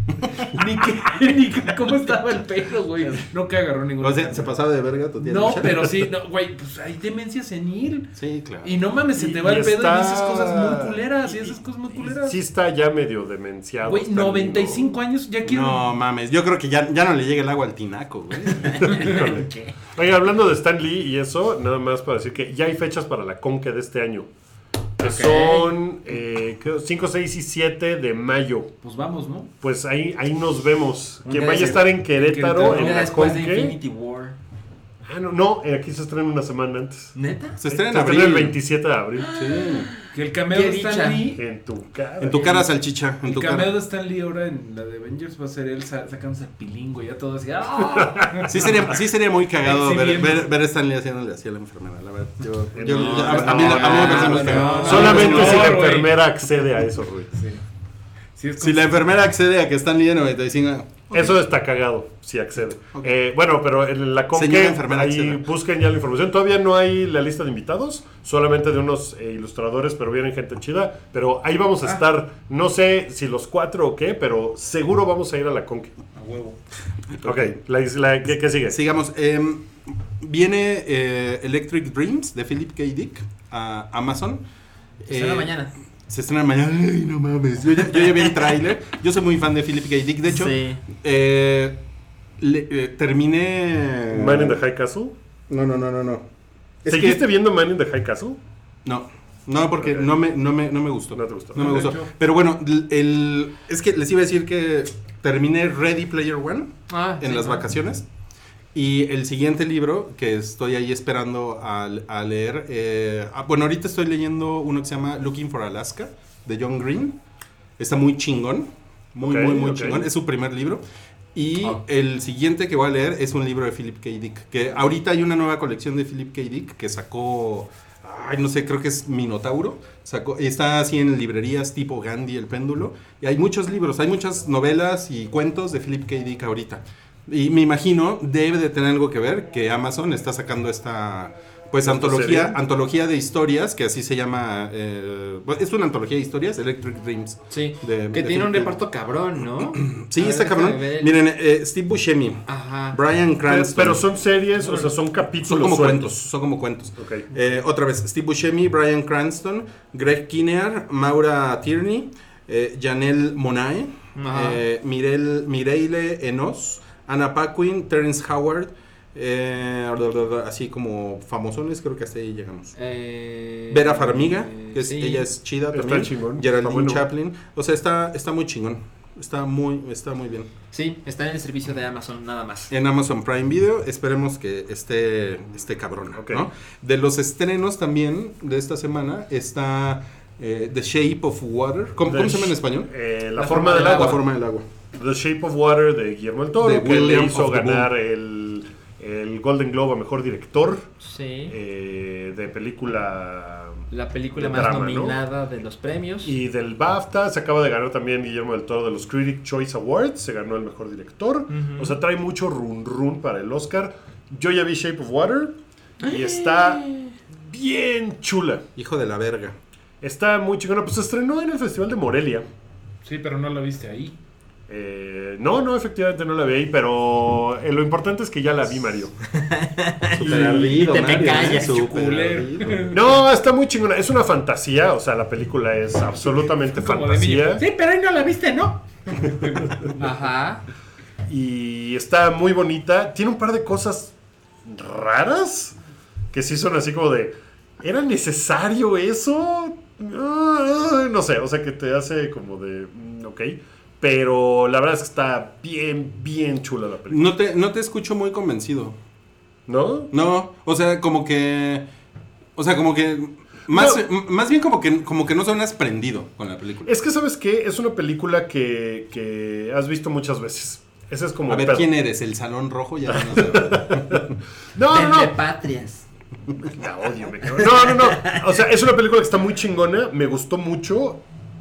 ni que, ni que- cómo estaba el pelo, güey. No que agarró ningún. O sea, se pasaba de verga tu tía. No, Lucha? pero sí, no, güey, pues hay demencia senil. Sí, claro. Y no mames, se Y- te va y el pedo está- y dices cosas muy culeras. Y y- esas cosas muy y culeras. Sí está ya medio demenciado. Güey, Stan Lee, noventa y cinco ¿no? años, ya quiero. No mames, yo creo que ya, ya no le llega el agua al tinaco, güey. Híjole. Oiga, hablando de Stan Lee y eso, nada más para decir que ya hay fechas para la Conque de este año. Que Ok. son eh, cinco, seis y siete de mayo. Pues vamos, ¿no? Pues ahí, ahí nos vemos. Un Quien día vaya a de- estar en Querétaro, Querétaro. en Un día la después de Conque. Infinity War. Ah, no, no, eh, aquí se estrena una semana antes. ¿Neta? Se estrena en Se abril. estrena el veintisiete de abril. Sí. Que el cameo Qué de Stan dicha. Lee. En tu cara. En tu cara, salchicha. En El tu cameo cara. de Stan Lee ahora en la de Avengers va a ser él sa- sacándose el pilingo y ya todo así. ¡Ah! Sí sería, sí sería muy cagado ver, Exhibiendo. ver, ver a Stanley haciéndole así a la enfermera, la verdad. Yo, yo- No, yo- a, no, a mí, a mí me parece muy no, cagado. no, Solamente no, si la güey. enfermera accede a eso, Rui. Sí. Sí, es Si como- la enfermera accede a que Stan Lee de noventa y cinco... Eso está cagado, si accede. Ok. Eh, bueno, pero en la Conque, Señora enfermera, ahí acceda. busquen ya la información. Todavía no hay la lista de invitados, solamente de unos eh, ilustradores, pero vienen gente chida. Pero ahí vamos a Ah. estar, no sé si los cuatro o qué, pero seguro vamos a ir a la Conque. A huevo. Ok, la, la- ¿qué, qué sigue? Sigamos. em, viene eh, Electric Dreams de Philip K. Dick a Amazon. Será Eh, mañana. Se estrena mañana. Ay, no mames. Yo ya, yo ya vi el tráiler. Yo soy muy fan de Philip K. Dick. De hecho, Sí. eh, le- eh, terminé. Man in the High Castle. No, no, no, no, no. Es ¿Seguiste que- viendo Man in the High Castle? No, no, porque Ok. no, me, no, me, no me gustó. No te gustó. No me De gustó. hecho. Pero bueno, el, el- es que les iba a decir que terminé Ready Player One Ah, en sí, las ¿no? vacaciones. Y el siguiente libro que estoy ahí esperando a, a leer. eh, ah, bueno, ahorita estoy leyendo uno que se llama Looking for Alaska de John Green. Está muy chingón. Muy, Ok, muy, muy ok. chingón. Es su primer libro. Y Ah. el siguiente que voy a leer es un libro de Philip K. Dick. Que ahorita hay una nueva colección de Philip K. Dick que sacó. Ay, no sé, creo que es Minotauro. Sacó, está así en librerías tipo Gandhi, El Péndulo. Y hay muchos libros, hay muchas novelas y cuentos de Philip K. Dick ahorita. Y me imagino, debe de tener algo que ver que Amazon está sacando esta. Pues ¿Esta antología, serie? antología de historias, que así se llama. Eh, es una antología de historias, Electric Dreams. Sí, De- que de tiene un Philip reparto cabrón, ¿no? Sí, A ver, está cabrón. déjame ver el- Miren, eh, Steve Buscemi, Ajá. Brian Pero, Cranston. pero son series, o sea, son capítulos Son como sueltos. cuentos, son como cuentos. Ok. Eh, otra vez, Steve Buscemi, Brian Cranston, Greg Kinnear, Maura Tierney, eh, Janelle Monáe, Ajá. eh, Mirel, Mireille Enos, Anna Paquin, Terrence Howard, eh, así como famosones, creo que hasta ahí llegamos. Eh, Vera Farmiga, que es, sí. ella es chida Está también. chingón, Geraldine está bueno. Chaplin, o sea, está, está muy chingón, está muy, está muy bien. Sí, está en el servicio de Amazon, nada más. En Amazon Prime Video, esperemos que esté, esté cabrón, Ok. ¿no? De los estrenos también de esta semana está eh, The Shape of Water. ¿Cómo, The ¿cómo se llama en Sh- español? Eh, la, La forma, forma del del agua. La forma del agua. The Shape of Water de Guillermo del Toro, De que le William hizo of the ganar Moon. el, el Golden Globe a Mejor Director Sí. eh, de película La película de más drama, ¿no? nominada de los premios. y del BAFTA. Se acaba de ganar también Guillermo del Toro de los Critic Choice Awards, se ganó el Mejor Director. Ujú. O sea, trae mucho run run para el Oscar. Yo ya vi Shape of Water y está bien chula. Hijo de la verga. Está muy chingona. Pues se estrenó en el Festival de Morelia. Sí, pero no la viste ahí. Eh, no, no, efectivamente no la vi ahí, pero eh, lo importante es que ya la vi, Mario. Súper ardido, te me Mario, callas, súper culero. ardido. No, está muy chingona. Es una fantasía, o sea, la película es absolutamente Como de niño. fantasía. Sí, pero ahí no la viste, ¿no? Ajá. Y está muy bonita. Tiene un par de cosas raras que sí son así como de, ¿era necesario eso? Ah, no sé, o sea, que te hace como de, mm, ok. Pero la verdad es que está bien, bien chula la película. No te, no te escucho muy convencido. ¿No? No, o sea, como que... O sea, como que... Más, No. m- más bien como que, como que no suenas prendido con la película. Es que, ¿sabes qué? Es una película que, que has visto muchas veces. Ese es como... A ver, pedo. ¿quién eres? ¿El Salón Rojo? Ya no sé. No, no, no. Vende patrias. La odio, me cago. No, no, no. O sea, es una película que está muy chingona. Me gustó mucho.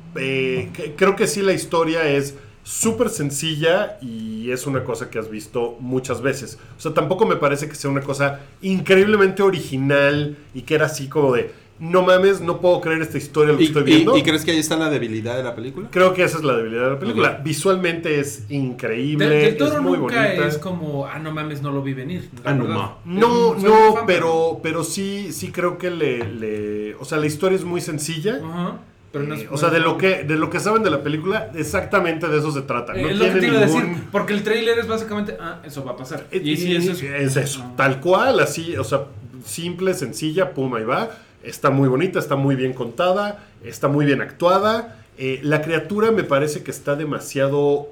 Eh, que- creo que sí, la historia es súper sencilla y es una cosa que has visto muchas veces. O sea, tampoco me parece que sea una cosa increíblemente original y que era así como de, no mames, no puedo creer esta historia lo que ¿Y, estoy y- viendo. y crees que ahí está la debilidad de la película? Creo que esa es la debilidad de la película. Ok. Visualmente es increíble, Del, del Toro es muy nunca bonita. es como, ah, no mames, no lo vi venir. la Ah, no, verdad. ma. No, Es- soy no, muy fan, pero, pero sí, sí creo que le, le, o sea, la historia es muy sencilla. Ajá, pero no es- Eh, no o sea, es- de lo que, de lo que saben de la película, exactamente de eso se trata. No Eh, es lo que tiene te iba a ningún. decir, porque el trailer es básicamente, ah, eso va a pasar. Eh, Y sí, es eso. es eso, Ajá. tal cual, así, o sea, simple, sencilla, pum, ahí va. Está muy bonita, está muy bien contada, está muy bien actuada. Eh, la criatura me parece que está demasiado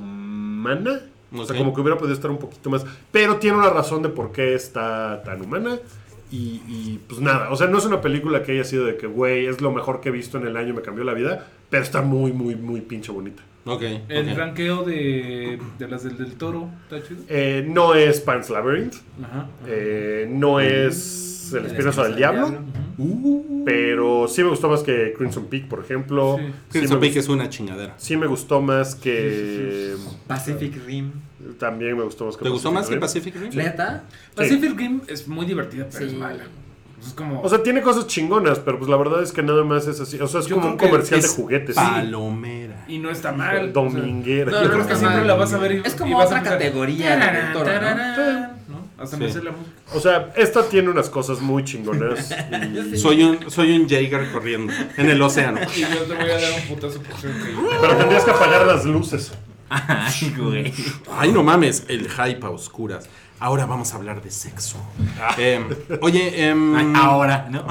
humana. O sea, Ok. como que hubiera podido estar un poquito más. Pero tiene una razón de por qué está tan humana. Y, y, pues nada, o sea, no es una película que haya sido de que, güey, es lo mejor que he visto en el año, me cambió la vida. Pero está muy, muy, muy pinche bonita. Ok. El ok. ranqueo de, de las del, del Toro, ¿está chido? Eh, no es Pan's Labyrinth. Ajá. Eh, no es El Espinazo del Diablo. Uh, Pero sí me gustó más que Crimson Peak, por ejemplo. Sí. Sí, Crimson me, Peak es una chingadera. sí me gustó más que... Pacific Rim. También me gustó más que ¿Te gustó más que Rim. Pacific Rim? ¿Neta? Pacific Rim es muy divertida, pero Sí. es mala. Es como... O sea, tiene cosas chingonas, pero pues la verdad es que nada más es así. O sea, es Yo como creo un que comercial Es de juguetes. Palomera. y no está mal. Dominguera. O sea, No, yo no creo está que siempre mal. la vas a ver y, Es y como vas a otra empezar, categoría de tararán, Del Toro, ¿no? tararán, ¿no? Hasta me Sí. sé la música. O sea, esta tiene unas cosas muy chingonas. y- Soy un, soy un Jaeger corriendo en el océano. Y yo te voy a dar un putazo por ser gay. Pero tendrías que apagar las luces. Ay, güey. Ay, no mames, el hype a oscuras. Ahora vamos a hablar de sexo. Eh, oye, em, Ay, ahora, ¿no?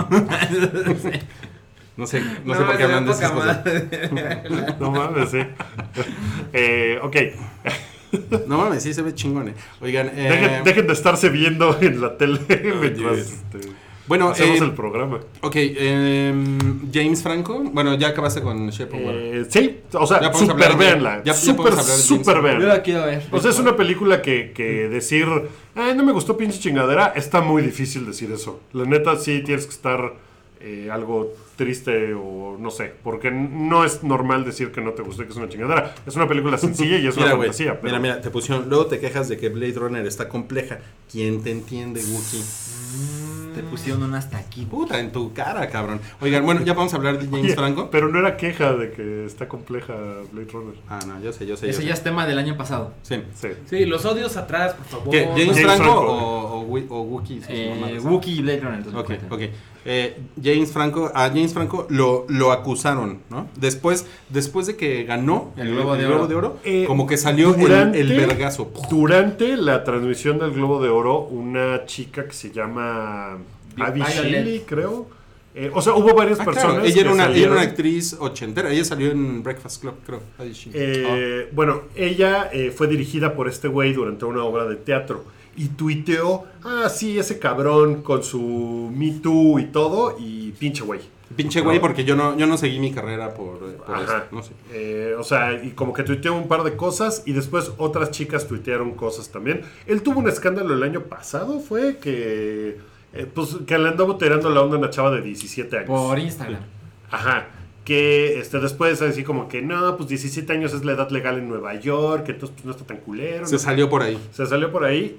no sé, no, sé por qué hablan de esas cosas. No mames, sí. Eh, ok. No mames, sí se ve chingón. eh. Oigan, eh, Dejen, dejen de estarse viendo en la tele mientras Dios. este, bueno, hacemos eh, el programa. ok, em, James Franco. Bueno, ya acabaste con Shape of Water. Eh, sí, o sea, Ya podemos super hablar de- véanla. ya- ya Super, podemos hablar de super James. Yo véanla. la quiero ver. O sea, es una película que, que decir, "Ay, no me gustó pinche chingadera", está muy difícil decir eso. La neta, sí tienes que estar eh, algo triste o no sé, porque no es normal decir que no te gustó y que es una chingadera. Es una película sencilla y es Mira, una güey, fantasía. Pero... mira, mira, te pusieron. Luego te quejas de que Blade Runner está compleja. ¿Quién te entiende, Wookie? Te pusieron un hasta aquí. Puta, en tu cara, cabrón. Oigan, bueno, ya vamos a hablar de James Oye, Franco. Pero no era queja de que está compleja Blade Runner. Ah, no, yo sé, yo sé. yo Ese sé. ya es tema del año pasado. Sí. Sí. Sí, los odios atrás, por favor. ¿Qué? ¿James, James Franco, Franco. o, o, Wi- o Wookiee? sus Eh, mamadas? Wookiee y Blade Runner. Ok, ok. Eh, James Franco, a James Franco lo, lo acusaron, ¿no? Después, después de que ganó El Globo de Oro. de Oro, Eh, como que salió el, durante- el vergazo. Durante la transmisión del Globo de Oro, una chica que se llama Abby Violet. Shelley, creo. Eh, o sea, hubo varias Ah, personas. claro, ella, que era una, ella era salieron. una actriz ochentera. Ella salió en Breakfast Club, creo. Ahí sí. Eh, Bueno, ella eh, fue dirigida por este güey durante una obra de teatro. Y tuiteó, ah, sí, ese cabrón con su Me Too y todo. Y pinche güey. Pinche güey, no. porque yo no, yo no seguí mi carrera por, eh, por Ajá. esto. No sé. Eh, o sea, y como que tuiteó un par de cosas y después otras chicas tuitearon cosas también. Él tuvo un escándalo el año pasado, fue que eh, pues que le andaba tirando la onda a una chava de diecisiete años. Por Instagram. Ajá. Que este, después así como que no, pues diecisiete años es la edad legal en Nueva York, entonces pues no está tan culero. Se ¿no? salió por ahí. Se salió por ahí.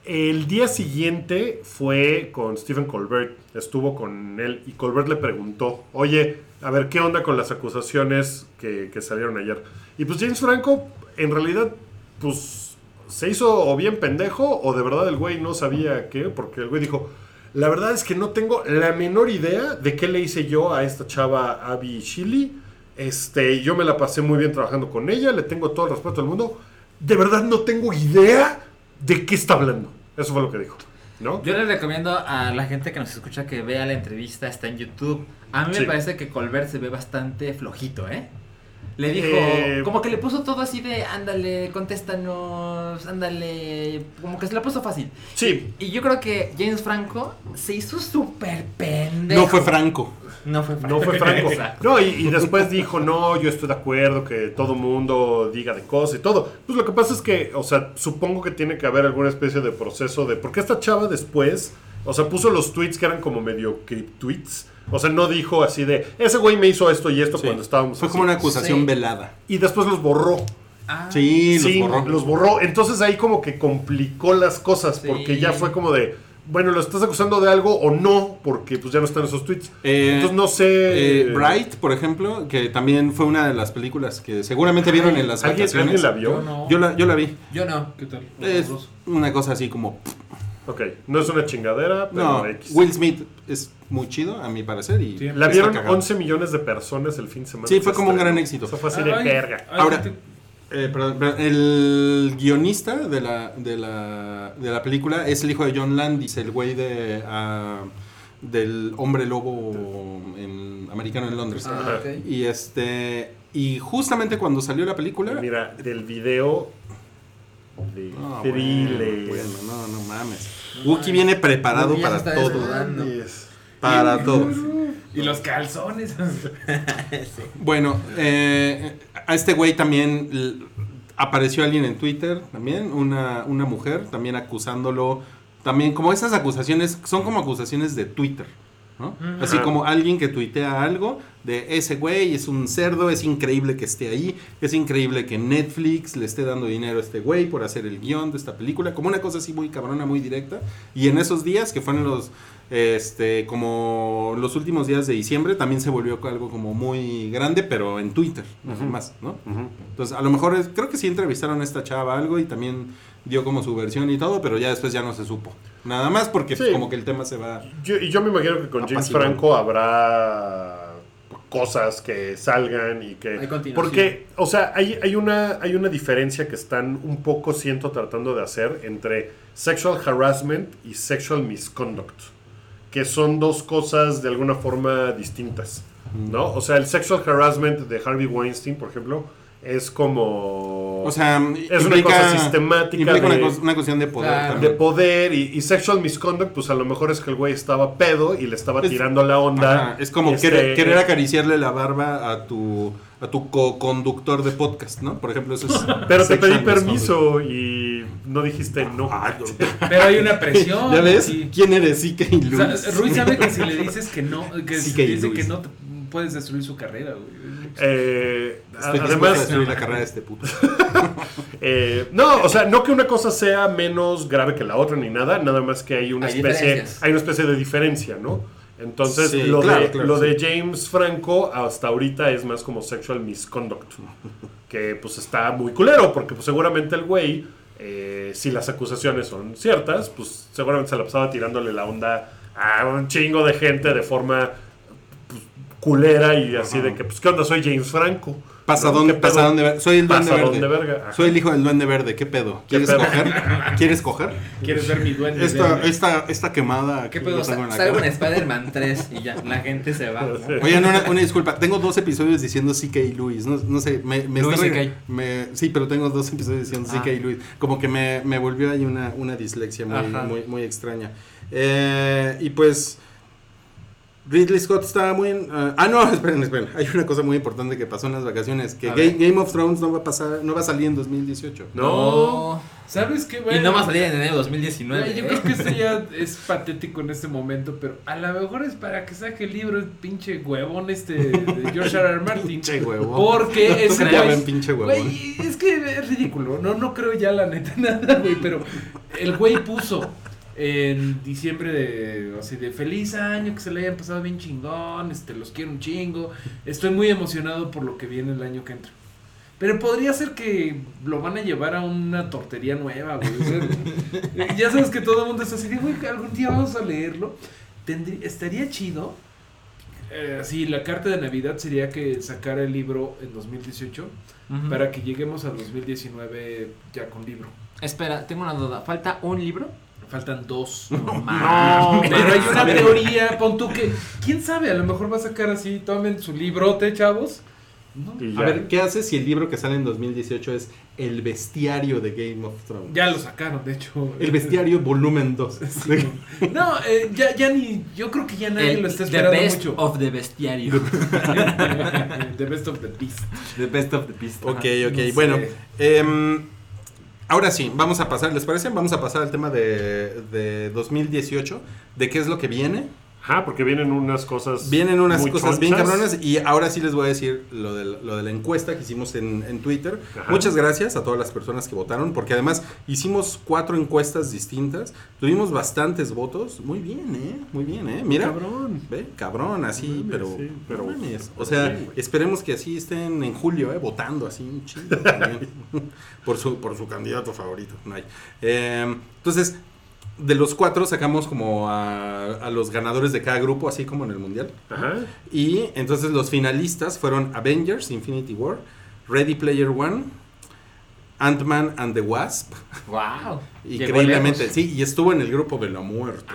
El día siguiente fue con Stephen Colbert, estuvo con él y Colbert le preguntó, oye, a ver, ¿qué onda con las acusaciones que, que salieron ayer? Y pues James Franco, en realidad, pues se hizo o bien pendejo o de verdad el güey no sabía qué, porque el güey dijo, la verdad es que no tengo la menor idea de qué le hice yo a esta chava Abby Shelley. Este, yo me la pasé muy bien trabajando con ella, le tengo todo el respeto del mundo. De verdad no tengo idea de qué está hablando. Eso fue lo que dijo, ¿no? Yo les recomiendo a la gente que nos escucha que vea la entrevista, está en YouTube. A mí Sí. me parece que Colbert se ve bastante flojito, ¿eh? Le dijo, Eh, como que le puso todo así de, ándale, contéstanos, ándale, como que se la puso fácil. Sí. Y yo creo que James Franco se hizo súper pendejo. No fue Franco. No fue Franco. No fue Franco. Exacto. No, y, y después dijo, no, yo estoy de acuerdo que todo mundo diga de cosas y todo. Pues lo que pasa es que, o sea, supongo que tiene que haber alguna especie de proceso de... Porque esta chava después, o sea, puso los tweets que eran como medio crypt tweets. O sea, no dijo así de, ese güey me hizo esto y esto Sí. cuando estábamos Fue así. como una acusación Sí. velada. Y después los borró. Ah, Sí, Sí, los borró. los borró. Entonces ahí como que complicó las cosas. Sí. Porque ya fue como de, bueno, ¿lo estás acusando de algo o no? Porque pues ya no están esos tweets. Eh, Entonces no sé... Eh, Bright, por ejemplo, que también fue una de las películas que seguramente vieron en las ¿Alguien, vacaciones. ¿alguien la vio? Yo no. Yo la, yo la vi. Yo no. ¿Qué tal? Es una cosa así como... Ok, no es una chingadera, pero No, X. Will Smith es muy chido, a mi parecer. Y Sí. La está vieron cagado. once millones de personas el fin de semana. Sí, que fue se como un estrenó. gran éxito. Eso fue así de Ay, verga. ay, Ahora- gente- Eh, perdón, perdón, el guionista de la, de, la, de la película es el hijo de John Landis, el güey de, ah, del hombre lobo en, americano en Londres. Ah, ok. Y este y justamente cuando salió la película... Mira, del video de No, Thriller. bueno, bueno, no, no mames. Wookiee viene preparado Wookiee ya para se está todo. desnudando. Yes. Para todo. Y los calzones. Bueno, eh, a este güey también l- apareció alguien en Twitter, también, una, una mujer, también acusándolo. También, como esas acusaciones, son como acusaciones de Twitter, ¿no? Ujú. Así Ajá. como alguien que tuitea algo de ese güey es un cerdo, es increíble que esté ahí, es increíble que Netflix le esté dando dinero a este güey por hacer el guión de esta película, como una cosa así muy cabrona, muy directa. Y en esos días, que fueron los, este, como los últimos días de diciembre, también se volvió algo como muy grande, pero en Twitter, nada Ujú. más, ¿no? Ujú. Entonces, a lo mejor es- creo que sí entrevistaron a esta chava algo y también dio como su versión y todo, pero ya después ya no se supo. Nada más porque pues, Sí. como que el tema se va... Yo, y yo me imagino que con James Apasionante. Franco habrá cosas que salgan y que... Hay continuación. Porque, o sea, hay, hay, una, hay una diferencia que están un poco, siento, tratando de hacer entre sexual harassment y sexual misconduct, que son dos cosas de alguna forma distintas, ¿no? O sea, el sexual harassment de Harvey Weinstein, por ejemplo, es como... O sea, es una cosa sistemática implica de- una, cos- una cuestión de poder Claro. de también. poder y, y sexual misconduct, pues a lo mejor es que el güey estaba pedo y le estaba Es- tirando la onda. Ajá, es como Este, querer, querer acariciarle la barba a tu a tu co-conductor de podcast, ¿no? Por ejemplo, eso es... Pero te pedí sexual permiso y no dijiste no. Ah, Pero hay una presión. ¿Ya ves? Sí. ¿Quién eres? Sí, que O sea, Ruiz sabe que si le dices que no, que Sí, si que dice Luis. que no te puedes destruir su carrera, güey. Eh, Estoy además, a destruir la carrera de este puto. eh, no, o sea, no que una cosa sea menos grave que la otra ni nada, nada más que hay una Hay especie, diferencias. hay una especie de diferencia, ¿no? Entonces, Sí, lo, claro, de, claro, lo sí. de James Franco hasta ahorita es más como sexual misconduct, que pues está muy culero, porque pues seguramente el güey, eh, si las acusaciones son ciertas, pues seguramente se la pasaba tirándole la onda a un chingo de gente de forma pues, culera y así Ajá. de que, pues, ¿qué onda? Soy James Franco. Pasadón, ¿No? ¿Qué pedo? pasadón de ver- Soy el duende Pasadón verde. de verga. Ajá. Soy el hijo del duende verde. ¿Qué pedo? ¿Qué ¿Quieres pedo? coger? ¿Quieres coger? ¿Quieres ver mi duende? Esta, verde? esta, esta quemada. ¿Qué aquí pedo? lo tengo en la Salgo en cara. Spider-Man tres y ya, la gente se va. ¿no? Oigan, una, una disculpa. Tengo dos episodios diciendo C K. Lewis. No, no sé, me, me Louis está- C K. me- Sí, pero tengo dos episodios diciendo Ah. C K. Lewis. Como que me, me volvió ahí una, una dislexia muy, Ajá. muy, muy extraña. Eh, y pues. Ridley Scott estaba muy... en- uh, ah, no, esperen, esperen. Hay una cosa muy importante que pasó en las vacaciones. Que A Ga- ver. Game of Thrones no va a pasar, no va a salir en dos mil dieciocho. No. ¿Sabes qué, Y güey? no va a salir en enero de dos mil diecinueve. Güey, yo ¿eh? creo que esto ya es patético en este momento, pero a lo mejor es para que saque el libro el pinche huevón este de George R. R. Martin. Pinche huevón. Porque ese Ya güey, ven, pinche huevón. güey, es que es ridículo. No, no creo ya la neta nada, güey, pero el güey puso en diciembre de, así de feliz año, que se le hayan pasado bien chingón, este, los quiero un chingo. Estoy muy emocionado por lo que viene el año que entra. Pero podría ser que lo van a llevar a una tortería nueva, güey. O sea, ya sabes que todo el mundo está así de, güey, algún día vamos a leerlo. Tendría, estaría chido. Eh, sí, la carta de Navidad sería que sacara el libro en dos mil dieciocho Ujú. para que lleguemos a dos mil diecinueve ya con libro. Espera, tengo una duda. ¿Falta un libro? Faltan dos. No, No, Pero hay una A ver. teoría, pon tú que, quién sabe, a lo mejor va a sacar así, tomen su librote, chavos. ¿No? Y A ya. ver, ¿qué haces si el libro que sale en dos mil dieciocho es El bestiario de Game of Thrones? Ya lo sacaron, de hecho. El bestiario volumen dos. No, eh, ya, ya ni, yo creo que ya nadie El- lo está the esperando best mucho. of the bestiario. The best of the beast. The best of the beast. Ok, Ajá. ok. No sé. Bueno, em, ahora sí, vamos a pasar, ¿les parece? Vamos a pasar al tema de, de dos mil dieciocho, de qué es lo que viene. Ajá, porque vienen unas cosas. Vienen unas muy cosas bien chonchas. cabronas y ahora sí les voy a decir lo de, lo de la encuesta que hicimos en, en Twitter. Ajá. Muchas gracias a todas las personas que votaron porque además hicimos cuatro encuestas distintas. Tuvimos bastantes votos. Muy bien, ¿eh? Muy bien, ¿eh? Mira. Cabrón. Ve, cabrón, así, No mames, pero, sí, pero- no mames. O pero sea, bien, güey. esperemos que así estén en julio, eh, votando así un chingo también, por su por su candidato favorito. No hay. Eh, entonces, de los cuatro sacamos como a, a los ganadores de cada grupo, así como en el mundial. Ajá. Y entonces los finalistas fueron Avengers, Infinity War, Ready Player One, Ant-Man and the Wasp. Wow. Increíblemente, sí, y estuvo en el grupo de la muerte.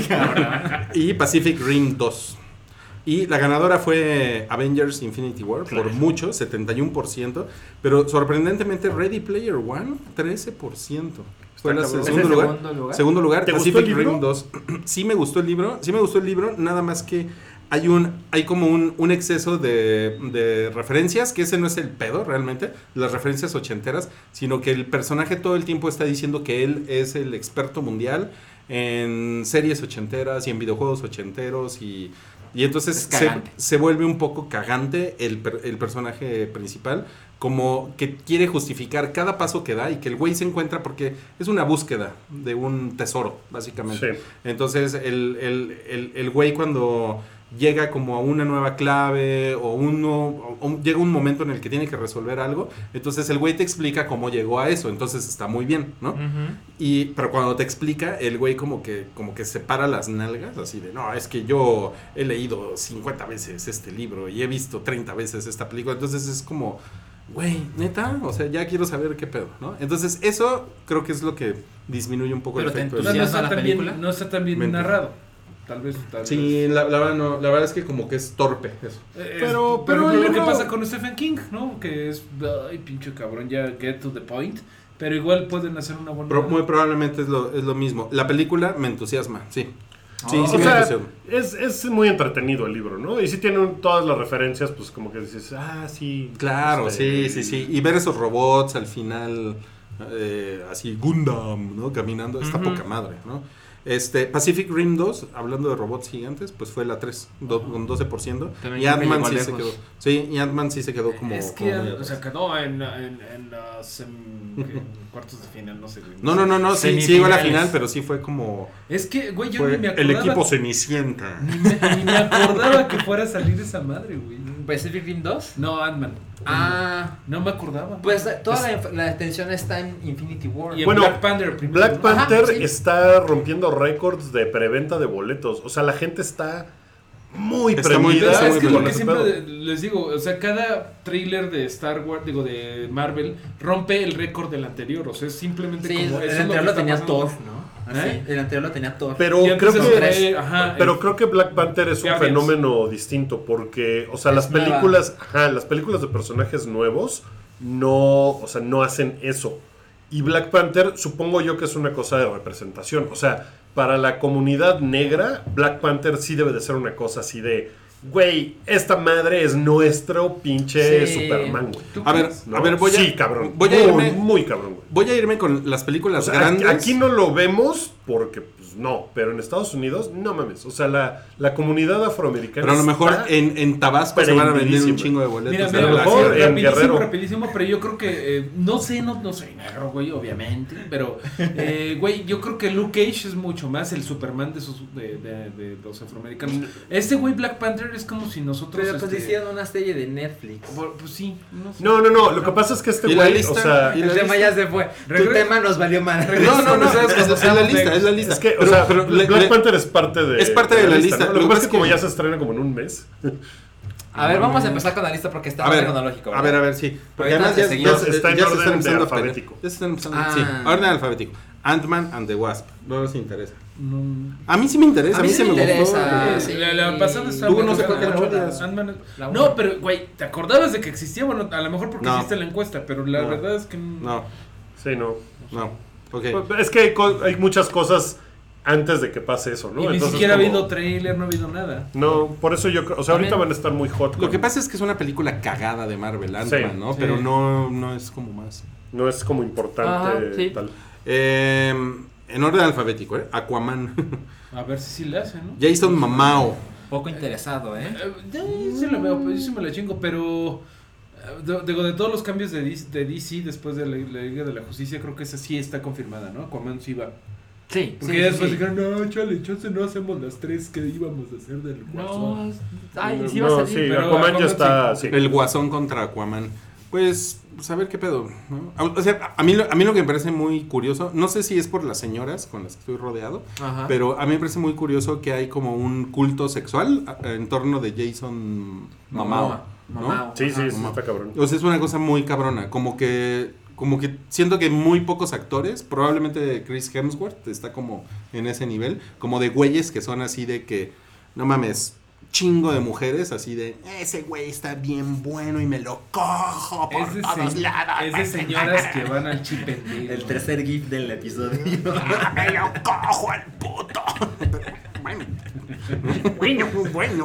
Y Pacific Rim dos. Y la ganadora fue Avengers Infinity War Claro. por mucho, setenta y uno por ciento. Pero sorprendentemente Ready Player One, trece por ciento. Fue Está el cabrón. segundo ¿Es el lugar. segundo lugar? Segundo lugar, ¿Te gustó Pacific el libro? Rim dos. Sí me gustó el libro, sí me gustó el libro, nada más que hay un hay como un, un exceso de, de referencias, que ese no es el pedo realmente, las referencias ochenteras, sino que el personaje todo el tiempo está diciendo que él es el experto mundial en series ochenteras y en videojuegos ochenteros y, y entonces Es se, cagante. se vuelve un poco cagante el, per- el personaje principal, como que quiere justificar cada paso que da y que el güey se encuentra porque es una búsqueda de un tesoro, básicamente. Sí. Entonces el, el, el, el güey cuando llega como a una nueva clave o uno o- o llega un momento en el que tiene que resolver algo, entonces el güey te explica cómo llegó a eso, entonces está muy bien, ¿no? Ujú. Y pero cuando te explica, el güey como que como que separa las nalgas, así de, no, es que yo he leído cincuenta veces este libro y he visto treinta veces esta película, entonces es como, güey, neta, o sea, ya quiero saber qué pedo, ¿no? Entonces eso creo que es lo que disminuye un poco Pero el te efecto. No, del- no ¿Entusiasma está la tan bien, película? no está tan bien Mente. narrado. Tal vez, tal vez. Sí, la, la verdad no, la verdad es que como que es torpe eso. Eh, Pero- es- pero por ejemplo, el lo que libro- pasa con Stephen King, ¿no? Que es, ay, pinche cabrón, ya get to the point. Pero igual pueden hacer una buena. Pro- muy probablemente es lo, es lo mismo. La película me entusiasma, sí. Sí, Oh. sí O me sea, entusiasma. es, es muy entretenido el libro, ¿no? Y sí tiene un- todas las referencias, pues como que dices, ah, sí. Claro, este, sí, sí, sí. Y ver esos robots al final, eh, así Gundam, ¿no? Caminando, está Ujú. poca madre, ¿no? Este, Pacific Rim dos, hablando de robots gigantes, pues fue la tres, do, con doce por ciento. También Y Ant-Man llegó sí se lejos. quedó. Sí, y Ant-Man sí se quedó como. Es como que, muy o sea, atrás. quedó en, en, en, uh, sem- en cuartos de final, no sé. güey. No, no, no, no, sí, sí llegó a la Semifinales. final, pero sí fue como. Es que, güey, yo Fue ni me acordaba. el equipo Cenicienta. Ni me, ni me acordaba que fuera a salir esa madre, güey. ¿Pacific Rim dos? No, Ant-Man. Ah, No me acordaba. pues toda la, inf- la atención está en Infinity War. Y en Bueno, Black Panther primero. Black ¿no? Panther Ajá, sí. está rompiendo récords de preventa de boletos. O sea, la gente está muy Está muy- prendida. está Es que muy lo con que ese siempre pedo. de- les digo, o sea, cada thriller de Star Wars, digo, de Marvel, rompe el récord del anterior. O sea, es simplemente Sí, como. el eso es lo anterior que lo está tenía pasando. Thor, ¿no? Así, ¿Eh? el anterior lo tenía Thor. Pero Y creo entonces que fue, ajá, Pero el- creo que Black Panther es un Guardians. fenómeno distinto porque, o sea, Es las nueva. películas, ajá, las películas de personajes nuevos no, o sea, no hacen eso. Y Black Panther supongo yo que es una cosa de representación, o sea, para la comunidad negra, Black Panther sí debe de ser una cosa así de, güey, esta madre es nuestro pinche Sí. Superman, güey. ¿Tú A ver, crees? ¿No? a ver, voy a. Sí, cabrón. Voy a muy, irme. muy cabrón, güey. Voy a irme con las O películas sea, grandes. aquí, aquí no lo vemos porque, pues no, pero en Estados Unidos, no mames. O sea, la, la comunidad afroamericana. Pero a lo mejor está- en, en Tabasco se van a vender un prendidísima. chingo de boletos. Mira, de mira, a lo la- mejor así, en rapidísimo, Guerrero. rapidísimo, pero yo creo que, eh, no sé, no, no soy negro, güey, obviamente, pero, eh, güey, yo creo que Luke Cage es mucho más el Superman de, esos, de, de, de los afroamericanos. Este güey Black Panther es como si nosotros, Pero pues este, hicieron una serie de Netflix. por- pues sí, no sé. No, no, no. Lo que pasa es que este ¿Y la güey, lista? o sea, ¿Y la El tema lista? ya se fue. Tu Regre- tema nos valió mal. No, no, no, ¿Sabes es, cuando es la seamos lista, negros? es la lista. es que, o Pero- sea, pero le- Black le- Panther es parte de. es parte de la lista. ¿no? Lo que pasa es que como que- ya se estrena como en un mes. A ver, vamos a empezar con la lista porque está A ver, cronológico. a ver, a ver, sí. Porque Ahorita además ya, te seguimos. ya- Está en ya se orden están de empezando a pelear. alfabético. Ya se están empezando, Ah. sí, orden alfabético. Ant-Man and the Wasp. No nos interesa. No. A mí sí me interesa, a mí, sí me gustó. interesa, Eh, sí. la, la pasada está Tú muy no sé buena. por qué la odias. Ant-Man- La No, uno. pero, güey, ¿te acordabas de que existía? Bueno, a lo mejor porque No. hiciste la encuesta, pero la No. verdad es que no. No, Sí, no. no. Ok. Es que hay, co- hay muchas cosas antes de que pase eso, ¿no? Y ni Entonces, siquiera ha como- habido trailer, no ha habido nada. No, por eso yo creo. O sea, ahorita También- van a estar muy hot. Lo con- que pasa es que es una película cagada de Marvel, Ant-Man, Sí, ¿no? sí. Pero no, no es como más. No es como importante. Ajá, sí. Tal. Eh, en orden alfabético, ¿eh? Aquaman. A ver si sí le hace, ¿no? Jason Momoa. Poco interesado, ¿eh? Eh, ya, sí la veo, pues, yo sí me la chingo, pero eh, de- digo, de todos los cambios de D C, de D C después de la, la Liga de la Justicia, creo que esa sí está confirmada, ¿no? Aquaman sí va. Sí, Porque sí, ya sí, después sí. dijeron, no, chale, chance no hacemos las tres que íbamos a hacer del Guasón. No, ay, sí va a No, salir. sí, pero Aquaman ya Aquaman está. sí. Sí. El Guasón contra Aquaman. Pues, pues, a ver qué pedo, ¿no? O sea, a mí, lo- a mí lo que me parece muy curioso, no sé si es por las señoras con las que estoy rodeado, Ajá. pero a mí me parece muy curioso que hay como un culto sexual a- en torno de Jason Momoa, ¿no? Momoa. Sí, sí, Ajá. sí, está cabrón. O sea, es una cosa muy cabrona, como que como que siento que muy pocos actores, probablemente Chris Hemsworth está como en ese nivel, como de güeyes que son así de que, no mames, chingo de mujeres, así de, ese güey está bien bueno y me lo cojo por Es de, todos se- lados. es de señoras que van al chipendeo. El tercer GIF del episodio. Me lo cojo al puto. Bueno, bueno, bueno.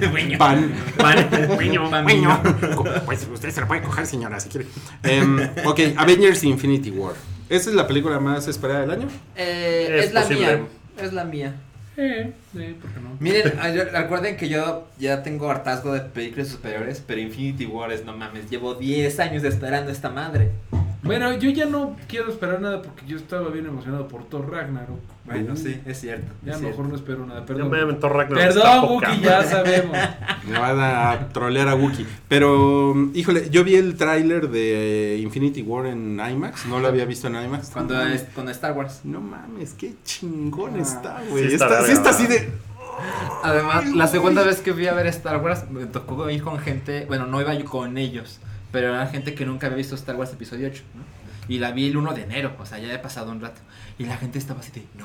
Pan. Pan. Bueno, Pan bueno. mío. Pues usted se la puede coger, señora, si quiere. Em, ok, Avengers Infinity War. ¿Esa es la película más esperada del año? Eh, Es es, la posible. mía. Es la mía. Eh, sí, ¿por qué no? Miren, ah, yo- recuerden que yo ya tengo hartazgo de películas superiores, pero Infinity War es, no mames, llevo diez años esperando esta madre. Bueno, yo ya no quiero esperar nada porque yo estaba bien emocionado por Thor Ragnarok. Bueno, Uh. sí, es cierto. Ya es mejor cierto. no espero nada, Ya perdón. me aventó Ragnarok. está Perdón, poca Wookie, ya madre. sabemos. Me van a trolear a Wookiee. Pero, híjole, yo vi el tráiler de Infinity War en IMAX. No lo había visto en IMAX. Cuando, no, es, cuando Star Wars. no mames, qué chingón Ah. está, güey. Sí está está, sí verga. está así de... Además, la segunda vez que fui a ver Star Wars, me tocó ir con gente, bueno, no iba yo con ellos, pero era gente que nunca había visto Star Wars episodio ocho, ¿no? Y la vi el uno de enero, o sea, ya había pasado un rato. Y la gente estaba así de, no,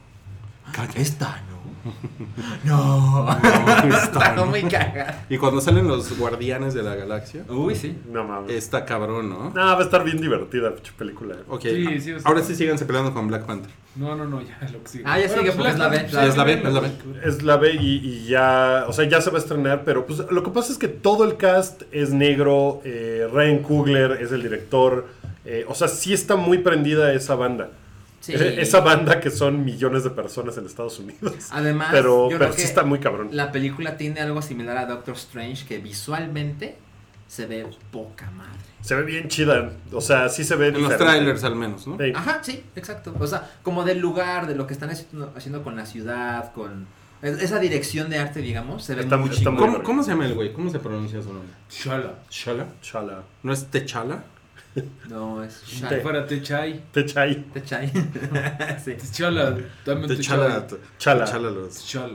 esta no, no, No, esta estaba no. muy cagada. Y cuando salen los guardianes de la galaxia, Uy, sí. No mames. está cabrón, ¿no? No, va a estar bien divertida, pinche película. Ok, Sí, sí, o sea, ahora sí síganse peleando con Black Panther. No, no, no, ya es lo que sigue. Ah, ya sigue, porque es la B, Black la- es la B, Panther, es la B. Es la B y, y ya, o sea, ya se va a estrenar, pero pues lo que pasa es que todo el cast es negro, eh, Ryan Coogler es el director, eh, o sea, sí está muy prendida esa banda. Sí. Esa banda que son millones de personas en Estados Unidos. Además, pero, yo pero creo sí que está muy cabrón. La película tiene algo similar a Doctor Strange, que visualmente se ve poca madre. Se ve bien chida. O sea, sí se ve En los diferente. trailers al menos, ¿no? Sí. Ajá, sí, exacto. O sea, como del lugar, de lo que están haciendo, haciendo con la ciudad, con esa dirección de arte, digamos, se ve Está- muy está chingón. muy ¿Cómo, ¿Cómo se llama el güey? ¿Cómo se pronuncia su nombre? Chala. ¿Chala? Chala. ¿No es Techala? No, es Si Shai. fuera Techay. Te chai. Te chai. Sí. Chala. Dame un Techala. Techala. Chala. Techala los... Chala.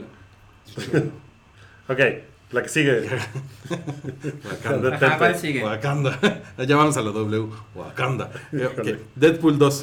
Ok, la que sigue. Wakanda. Ajá, ¿cuál sigue? Wakanda. Ya vamos a la W. Wakanda. Eh, ok. Deadpool dos.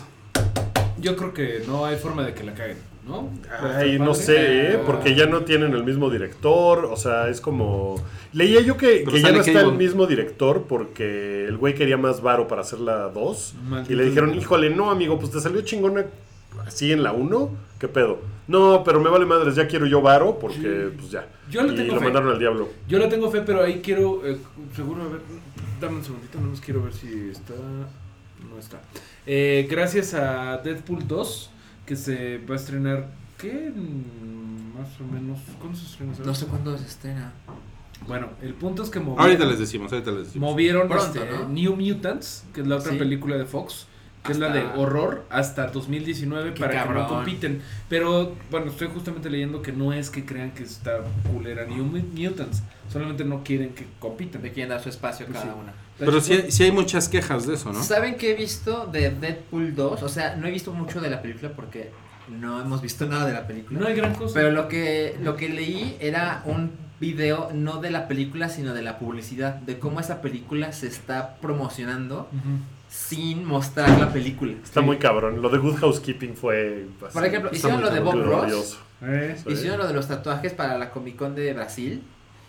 Yo creo que no hay forma de que la caguen, ¿no? Ay, Está no padre. sé, ¿eh? Ah, Porque ya no tienen el mismo director. O sea, es como. Leía yo que, Pero que ya sale no está el Cable. mismo director porque el güey quería más varo para hacer la dos. Maldito Y le dijeron, Dios. híjole, no, amigo, pues te salió chingona así en la uno. ¿Qué pedo? No, pero me vale madres, ya quiero yo varo porque, pues ya. Yo le y tengo lo fe. mandaron al diablo. Yo le tengo fe, pero ahí quiero. Eh, seguro, a ver. Dame un segundito, no más quiero ver si está. No está. Eh, gracias a Deadpool dos, que se va a estrenar. ¿Qué? Mm, Más o menos. ¿Cuándo se estrena? ¿Sabes? No sé cuándo se estrena. Bueno, el punto es que movieron, Ahorita les decimos, ahorita les decimos. movieron Pronto, este, ¿no? New Mutants, que es la otra Sí. película de Fox, que es la Hasta- de horror, hasta dos mil diecinueve Qué para que cabrón. no compiten. Pero bueno, estoy justamente leyendo que no es que crean que está culera New Mu- Mutants, solamente no quieren que compitan. Le quieren dar su espacio a Pues cada sí. una. Pero sí, sí hay muchas quejas de eso, ¿no? ¿Saben qué he visto de Deadpool dos? O sea, no he visto mucho de la película porque no hemos visto nada de la película. No hay gran cosa. Pero lo que, lo que leí era un video no de la película, sino de la publicidad, de cómo esa película se está promocionando Ujú. sin mostrar la película. Está muy cabrón. Lo de Good Housekeeping fue. así, Por ejemplo, está hicieron muy lo de Bob Ross. glorioso. Eh, Sí. Hicieron lo de los tatuajes para la Comic Con de Brasil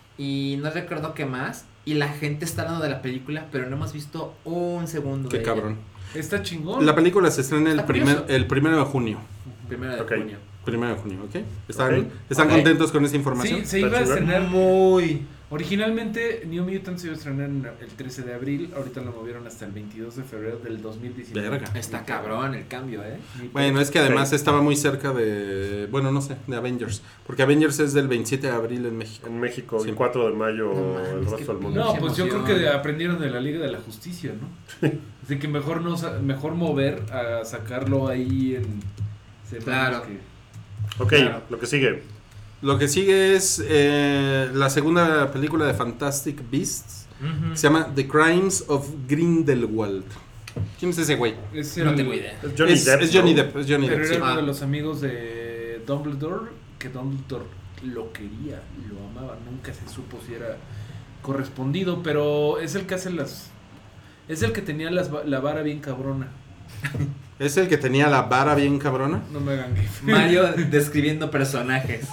y no recuerdo qué más. Y la gente está hablando de la película, pero no hemos visto un segundo Qué de cabrón. Está chingón. La película se estrena el, Está primer, curioso. el primero de junio. ella. Primero de Ok. junio. Primero de junio, ¿ok? ¿Están, Ok. ¿están Ok. contentos con esa información? Sí, se iba a chingón. estrenar Muy. Originalmente New Mutants se iba a estrenar en el trece de abril, ahorita lo movieron hasta el veintidós de febrero del dos mil diecinueve. Verga. Está cabrón el cambio, ¿eh? Bueno, es que además Sí. estaba muy cerca de, bueno, no sé, de Avengers. Porque Avengers es del veintisiete de abril en México. En México, Sí. el cuatro de mayo, No mames, el resto qué del mundo. No, Mucha pues yo creo emoción. que aprendieron de la Liga de la Justicia, ¿no? Así que mejor no sa- mejor mover a sacarlo ahí en semanas Claro. que- Ok, Claro. lo que sigue. Lo que sigue es eh, la segunda película de Fantastic Beasts. Se llama The Crimes of Grindelwald. ¿Quién es ese güey? es No el- tengo idea. Es Johnny es, Depp. es Johnny ¿no? Depp. Es Johnny Pero Depp, era sí. uno Ah. de los amigos de Dumbledore, que Dumbledore lo quería, lo amaba, nunca se supo si era correspondido, pero es el que hace las... Es el que tenía las, va- la vara bien cabrona. Es el que tenía la vara bien cabrona. No me hagan gif. Mario describiendo personajes.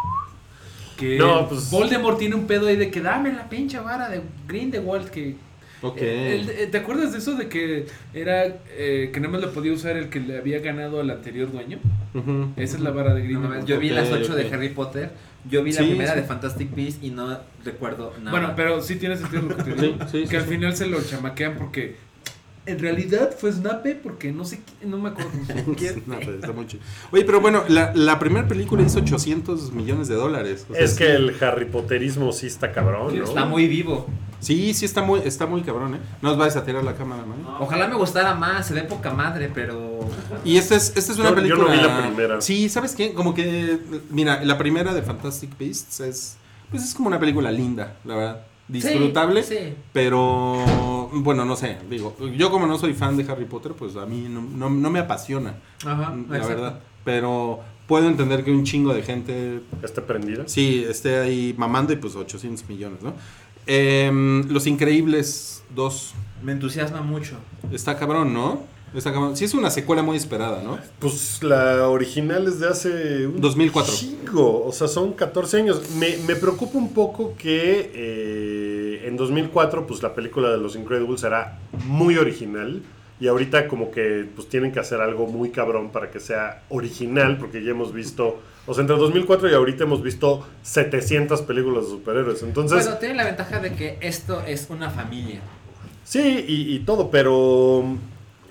Que No, pues- Voldemort tiene un pedo ahí de que dame la pinche vara de Grindelwald que... Ok. Eh, el- eh, ¿Te acuerdas de eso de que era eh, que nada más le podía usar el que le había ganado al anterior dueño? Ujú. Esa es la vara de No Grindelwald. mames, yo vi Ok, las ocho ok. de Harry Potter. Yo vi la Sí, primera sí. de Fantastic Beasts y no recuerdo nada. Bueno, pero sí tiene sentido lo que te digo. Sí, sí, que sí, al sí. final se lo chamaquean porque en realidad fue Snape porque no sé, qui- no me acuerdo cómo se llama. No, pues, está muy chido. Oye, pero bueno, la, la primera película hizo ochocientos millones de dólares. O sea, Es sí- que el Harry Potterismo sí está cabrón, ¿no? está muy vivo. Sí, sí está muy, está muy cabrón, ¿eh? No os vais a tirar la cámara, man. Ojalá me gustara más, se ve poca madre, pero. Y esta es, esta es una Yo- yo película... no vi la primera. Sí, ¿sabes qué? Como que, mira, la primera de Fantastic Beasts es... Pues es como una película linda, la verdad. Disfrutable, Sí, sí. pero... Bueno, no sé, digo, yo como no soy fan de Harry Potter, pues a mí no, no, no me apasiona, Ajá, la exacto. verdad. Pero puedo entender que un chingo de gente ¿Está prendida? sí esté ahí mamando y pues ochocientos millones, ¿no? Em, Los Increíbles dos. Me entusiasma mucho. Está cabrón, ¿no? Está cabrón. Sí es una secuela muy esperada, ¿no? Pues la original es de hace un dos mil cuatro. chingo, o sea, son catorce años. Me, me preocupa un poco que eh, en dos mil cuatro pues la película de Los Incredibles era muy original y ahorita como que pues tienen que hacer algo muy cabrón para que sea original, porque ya hemos visto, o sea, entre dos mil cuatro y ahorita hemos visto setecientas películas de superhéroes. Entonces, Bueno, tiene la ventaja de que esto es una familia. sí, y, y todo, pero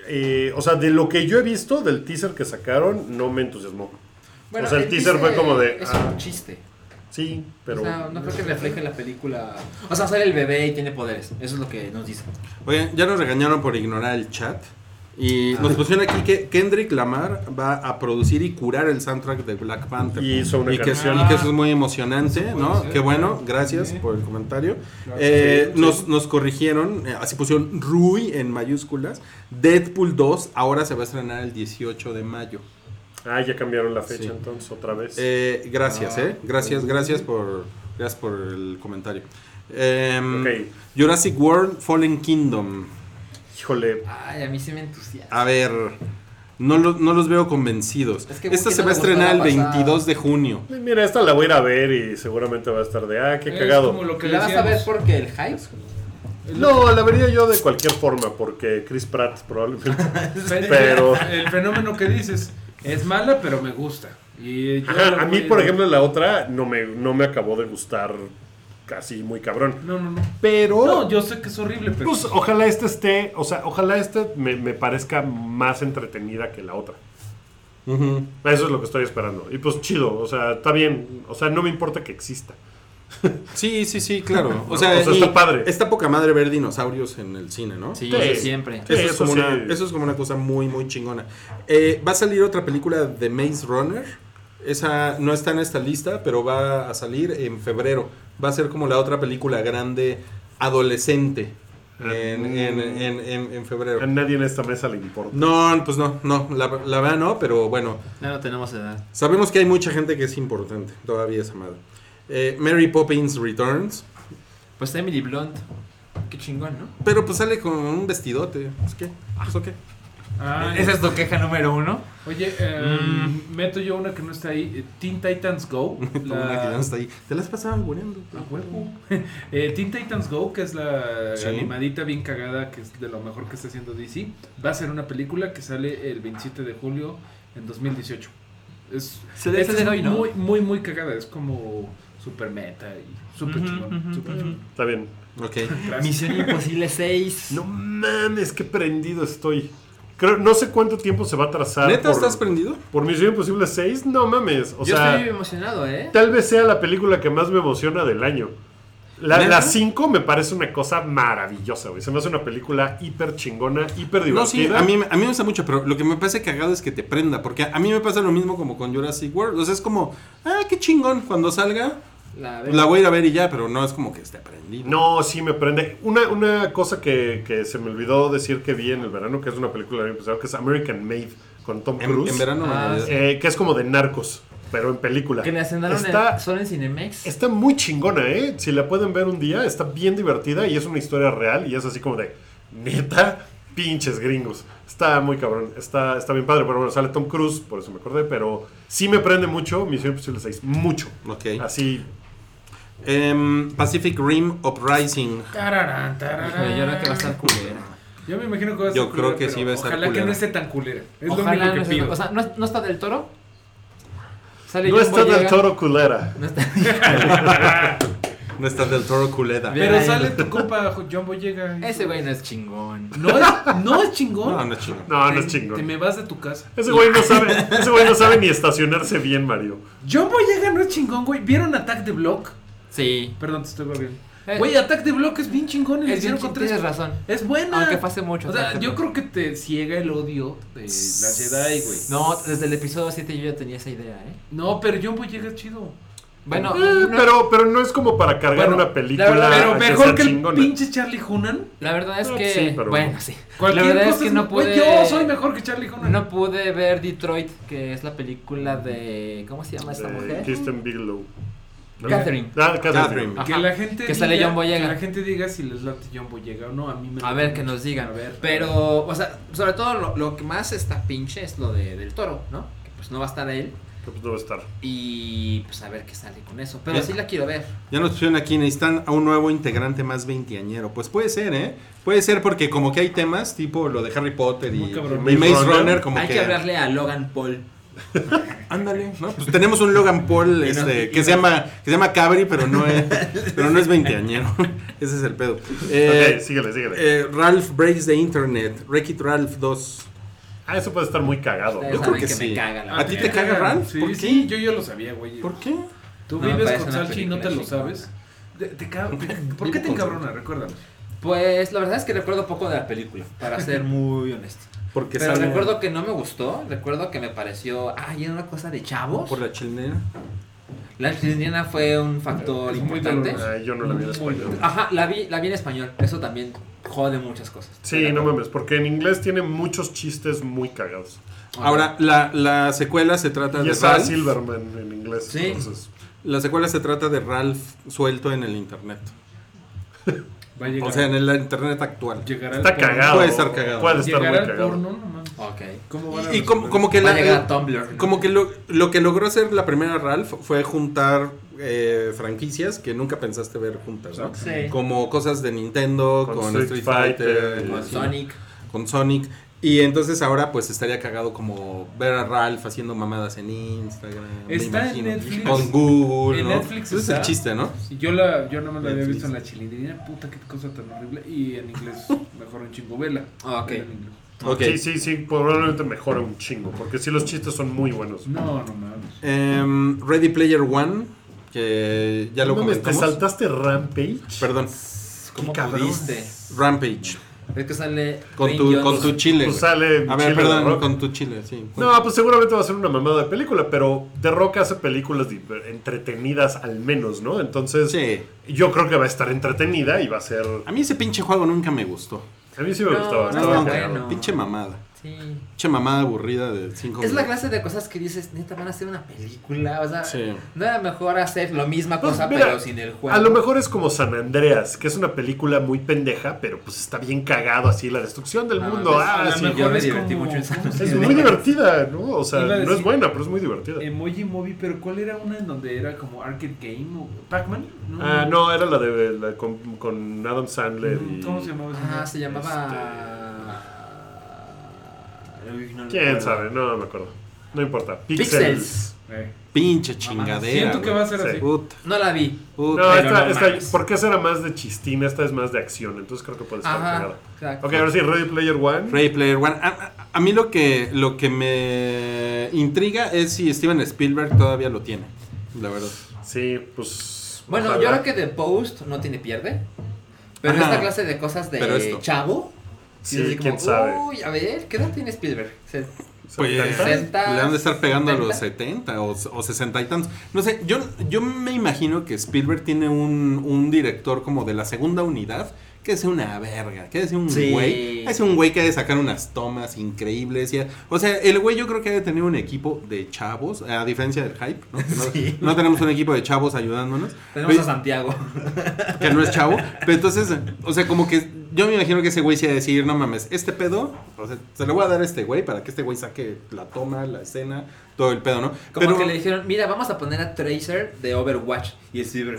eh, o sea, de lo que yo he visto del teaser que sacaron, no me entusiasmó. Bueno, o sea, el, el teaser, teaser fue como de... Es ah, un chiste. Sí, pero... O sea, no creo que refleje la película... O sea, sale el bebé y tiene poderes. Eso es lo que nos dicen. Oye, ya nos regañaron por ignorar el chat. Y Ah. nos pusieron aquí que Kendrick Lamar va a producir y curar el soundtrack de Black Panther. Y hizo una y que, canción. y que eso es muy emocionante, Eso puede ¿no? ser. Qué bueno, gracias Sí. por el comentario. Claro. Eh, Sí, nos, sí. nos corrigieron, eh, así pusieron Rui en mayúsculas. Deadpool dos ahora se va a estrenar el dieciocho de mayo. Ah, ya cambiaron la fecha Sí. entonces, otra vez. Eh, gracias, Ah. eh. Gracias, gracias por, gracias por el comentario. Em, Ok. Jurassic World Fallen Kingdom. Híjole, Ay, a mí sí me entusiasma. A ver, no, lo- no los veo convencidos. Es que Esta Wookiee se no va a le gustó estrenar el la pasada. veintidós de junio. mira, esta la voy a ir a ver y seguramente va a estar de, ah, qué Es cagado. como lo que ¿La vas a ver decíamos. porque el hype? No, la vería yo de cualquier forma, porque Chris Pratt probablemente... Pero, Pero- el fenómeno que dices es mala, pero me gusta. Y yo Ajá, la a mí, voy por ejemplo, la otra no me, no me acabó de gustar casi muy cabrón. No, no, no. Pero... No, yo sé que es horrible, pero. Pues ojalá este esté, o sea, ojalá este me, me parezca más entretenida que la otra. Ujú. Eso es lo que estoy esperando. Y pues chido, o sea, está bien. O sea, no me importa que exista. Sí, sí, sí, claro. O O sea, sea, y está padre. Está poca madre ver dinosaurios en el cine, ¿no? Sí, Sí. siempre. Sí, Eso, es eso como sí. una, eso es como una cosa muy, muy chingona. Eh, va a salir otra película de Maze Runner. Esa no está en esta lista, pero va a salir en febrero. Va a ser como la otra película grande adolescente en, en, en, en, en febrero. A nadie en esta mesa le importa. No, pues no, no, la, la verdad no, pero bueno, Ya no tenemos edad. sabemos que hay mucha gente que es importante todavía esa madre. Eh, Mary Poppins Returns, Pues Emily Blunt. Qué chingón, ¿no? pero pues sale con un vestidote. ¿Pues qué? ¿Pues o qué? Ah, Esa es tu queja número uno. Oye, eh, meto yo una que no está ahí. eh, Teen Titans Go. Como una que ya no está ahí. Te las pasaba albureando. A huevo. Eh, Teen Titans Go, que es la Sí. animadita bien cagada, que es de lo mejor que está haciendo D C, va a ser una película que sale el veintisiete de julio en dos mil dieciocho. Es, Se debe esta hacer es hoy, ¿no? muy, muy, muy cagada. Es como super meta y super Ujú, chingón. ujú, super ujú. chingón. Está bien. Ok. Gracias. Misión Imposible seis. No mames, qué prendido estoy. Creo, no sé cuánto tiempo se va a trazar. ¿Neta por, estás prendido? por Misión Imposible seis? No mames. O Yo sea, estoy emocionado, ¿eh? tal vez sea la película que más me emociona del año. La ¿Neta? la cinco me parece una cosa maravillosa, güey. Se me hace una película hiper chingona, hiper divertida. No, sí, a mí, a mí me gusta mucho, pero lo que me parece cagado es que te prenda, porque a mí me pasa lo mismo como con Jurassic World. O sea, es como, ah, qué chingón, cuando salga, La, la voy a ir a ver y ya, pero no es como que esté prendido. No, sí me prende. Una, una cosa que, que se me olvidó decir que vi en el verano, que es una película del año pasado, que es American Made, con Tom En, Cruise. en verano, Ah, en realidad. sí. Eh, que es como de narcos, pero en película. Que le estrenaron Está, en, solo en Cinemex. está muy chingona, ¿eh? Si la pueden ver un día, está bien divertida y es una historia real y es así como de, neta, pinches gringos. Está muy cabrón, está, está bien padre. Pero bueno, sale Tom Cruise, por eso me acordé, pero sí me prende mucho Misión Imposible seis, mucho. Ok. Así, Em, Pacific Rim Uprising. Tararán, tararán. Híjole, yo creo que va a estar culera. Yo me imagino que va a Yo estar creo culera, que sí pero va a estar ojalá que culera. no esté tan culera. Es Ojalá lo único que no, pido. esté- o sea, ¿no, ¿no está del Toro? Sale no John está del Boyega. toro culera. No está. No está del Toro Culeda. Bien. Pero ahí. sale tu compa John Boyega. Ese güey no es chingón. No es, no es chingón. No, no es chingón. No, no es Te- chingón. Te me vas de tu casa. Ese güey no sabe, ese güey no sabe ni estacionarse bien, Mario. John Boyega no es chingón, güey. ¿Vieron Attack the Block? Sí. Perdón, te estoy volviendo. Eh. Güey, Attack the Block es bien chingón. Y le Es bien hicieron con chi- tres. tienes razón. Es buena. Aunque pase mucho O sea, Attack the yo Block. creo que te ciega el odio de las Jedi, güey. No, desde el episodio siete yo ya tenía esa idea, ¿eh? No, pero John Boyega es chido. Bueno, Eh, no- pero, pero no es como para cargar Bueno, una película. la verdad, Pero a mejor sea que el chingona. pinche Charlie Hunnam. la verdad es No, que... sí, pero- bueno, sí. Cualquier la verdad cosa es que no güey, pude... yo soy mejor que Charlie Hunnam. No pude ver Detroit, que es la película de... ¿Cómo se llama esta De mujer? Kristen Bigelow. ¿No? Catherine. Ah, Catherine. Catherine. Ajá. Que la gente Que sale diga, John Boyega. Que la gente diga si les late John Boyega o no. A mí me A ver, que nos digan. A ver. Pero, o sea, sobre todo lo, lo que más está pinche es lo de, del Toro, ¿no? Que pues no va a estar él. Que pues no va a estar. Y pues a ver qué sale con eso. Pero Ya. sí la quiero ver. Ya nos pusieron aquí, necesitan a un nuevo integrante más veinteañero. Pues puede ser, ¿eh? Puede ser porque como que hay temas, tipo lo de Harry Potter y, Muy cabrón. y Maze Maze Runner, Runner. como Hay que... que hablarle a Logan Paul. Ándale, ¿no? Pues tenemos un Logan Paul este, que, se llama, que se llama Cabri, pero no es, pero no es veinteañero. Ese es el pedo. Eh, ok, síguele, síguele. Eh, Ralph Breaks the Internet. Wreck-It Ralph dos. Ah, eso puede estar muy cagado. Ustedes Yo creo saben que que sí. me caga la ¿A ti te verdad. caga Ralph? Sí, ¿Por qué? sí, yo, yo lo sabía, güey. ¿Por qué? Tú No, vives parece con una Salchi y no te película lo chingona. sabes. Te, te ca- te- ¿Por qué te encabrona? Recuérdame. Pues la verdad es que recuerdo poco de la película, para ser muy honesto. Porque Pero sale recuerdo que no me gustó, recuerdo que me pareció, ay, era una cosa de chavos. por la chilena. La chilindrina fue un factor Es muy importante. doloroso. Ay, yo no la vi en Muy español. Ajá, la vi, la vi en español, eso también jode muchas cosas. Sí, no mames, porque en inglés tiene muchos chistes muy cagados. Ahora, la, la secuela se trata Y de es a Ralph. Silverman en inglés. Sí. Entonces, La secuela se trata de Ralph suelto en el internet. Va a llegar. O sea, en el internet actual. Llegará está el porno. cagado. Puede estar cagado. Puede estar muy Llegará el cagado. porno, no mames. Ok. ¿Cómo van a Y, y como, resolver? como que, Va a la, llegar a Tumblr. como que lo, lo que logró hacer la primera Ralph fue juntar eh, franquicias que nunca pensaste ver juntas, ¿no? Sí. Como cosas de Nintendo, Con con, Street Street, Fighter, Fighter, Con sí, Sonic. con Sonic. Y entonces ahora pues estaría cagado como ver a Ralph haciendo mamadas en Instagram. me Está en imagino. Netflix. Con Google, En ¿no? Netflix Ese es el está. chiste, ¿no? Sí, yo la, yo no me la había Netflix. visto en la chilindrina, puta, qué cosa tan horrible. Y en inglés, mejor en chingo, vela. Ah, ok. Vela en inglés. Ok. Sí, sí, sí, probablemente mejora un chingo, porque sí los chistes son muy buenos. No, no mames. Em, Ready Player One, que ya lo No mames, ¿te comentamos. saltaste Rampage? Perdón, ¿Cómo Qué cabrón. pudiste? Rampage. Es que sale Con Dwayne tu, con Johnson. tu chile. Pues güey. sale A ver, Chile de perdón, Rock. con tu chile, sí. No, pues seguramente va a ser una mamada de película, pero The Rock hace películas di- entretenidas al menos, ¿no? Entonces, Sí. yo creo que va a estar entretenida y va a ser... A mí ese pinche juego nunca me gustó. A mí sí me No, gustaba, no, estaba No, cagado. bueno. pinche mamada. Sí. Pinche mamada aburrida de cinco Es la minutos. clase de cosas que dices, neta, van a hacer una película. O sea, Sí. no era mejor hacer la misma Pues, cosa, mira, pero sin el juego. A lo mejor es como San Andreas, que es una película muy pendeja, pero pues está bien cagado así, la destrucción del No, mundo. pues, ah, a lo sí. mejor yo me es divertí como- mucho en San ¿cómo se Es llama? muy divertida, ¿no? O sea, Iba a no es decir- buena, pero es muy divertida. Emoji Movie, pero ¿cuál era una en donde era como Arcade Game o Pac-Man? No. Ah, no, era la de la con, con Adam Sandler y... ¿Cómo se llamaba ese? Ah, se llamaba. Uy, no lo ¿Quién recuerdo. sabe? No me acuerdo. No importa. Pixels. Pixels. Eh. Pinche chingadera. Siento que güey. va a ser Sí. así. Puta, No la vi. puta. No, Pero esta, no esta- mames. porque esa era más de chistina, esta es más de acción, entonces creo que puede estar Ajá. pegada. Exacto. Ok, ahora sí, Ready Player One. Ready Player One. A, a- a mí lo que, lo que me intriga es si Steven Spielberg todavía lo tiene. La verdad. Sí, pues... Bueno, ojalá. yo creo que The Post no tiene pierde. Pero Ajá. esta clase de cosas de Pero esto. chavo. Sí, es así quién sabe. Uy, a ver, ¿qué edad tiene Spielberg? Se- Pues ¿setenta? sesenta, le han de estar pegando a los setenta. setenta o, o sesenta y tantos. No sé, yo, yo me imagino que Spielberg tiene un, un director como de la segunda unidad que es una verga, que es un Sí. güey, es un güey que ha de sacar unas tomas increíbles. y- o sea, el güey yo creo que ha de tener un equipo de chavos, a diferencia del hype, ¿no? Que no, Sí. no tenemos un equipo de chavos ayudándonos. Tenemos Ve- a Santiago. que no es chavo. Pero entonces, o sea, como que yo me imagino que ese güey se va a decir, no mames, este pedo, o sea, se lo voy a dar a este güey para que este güey saque la toma, la escena, todo el pedo, ¿no? Como Pero que le dijeron, mira, vamos a poner a Tracer de Overwatch. Y el Spielberg.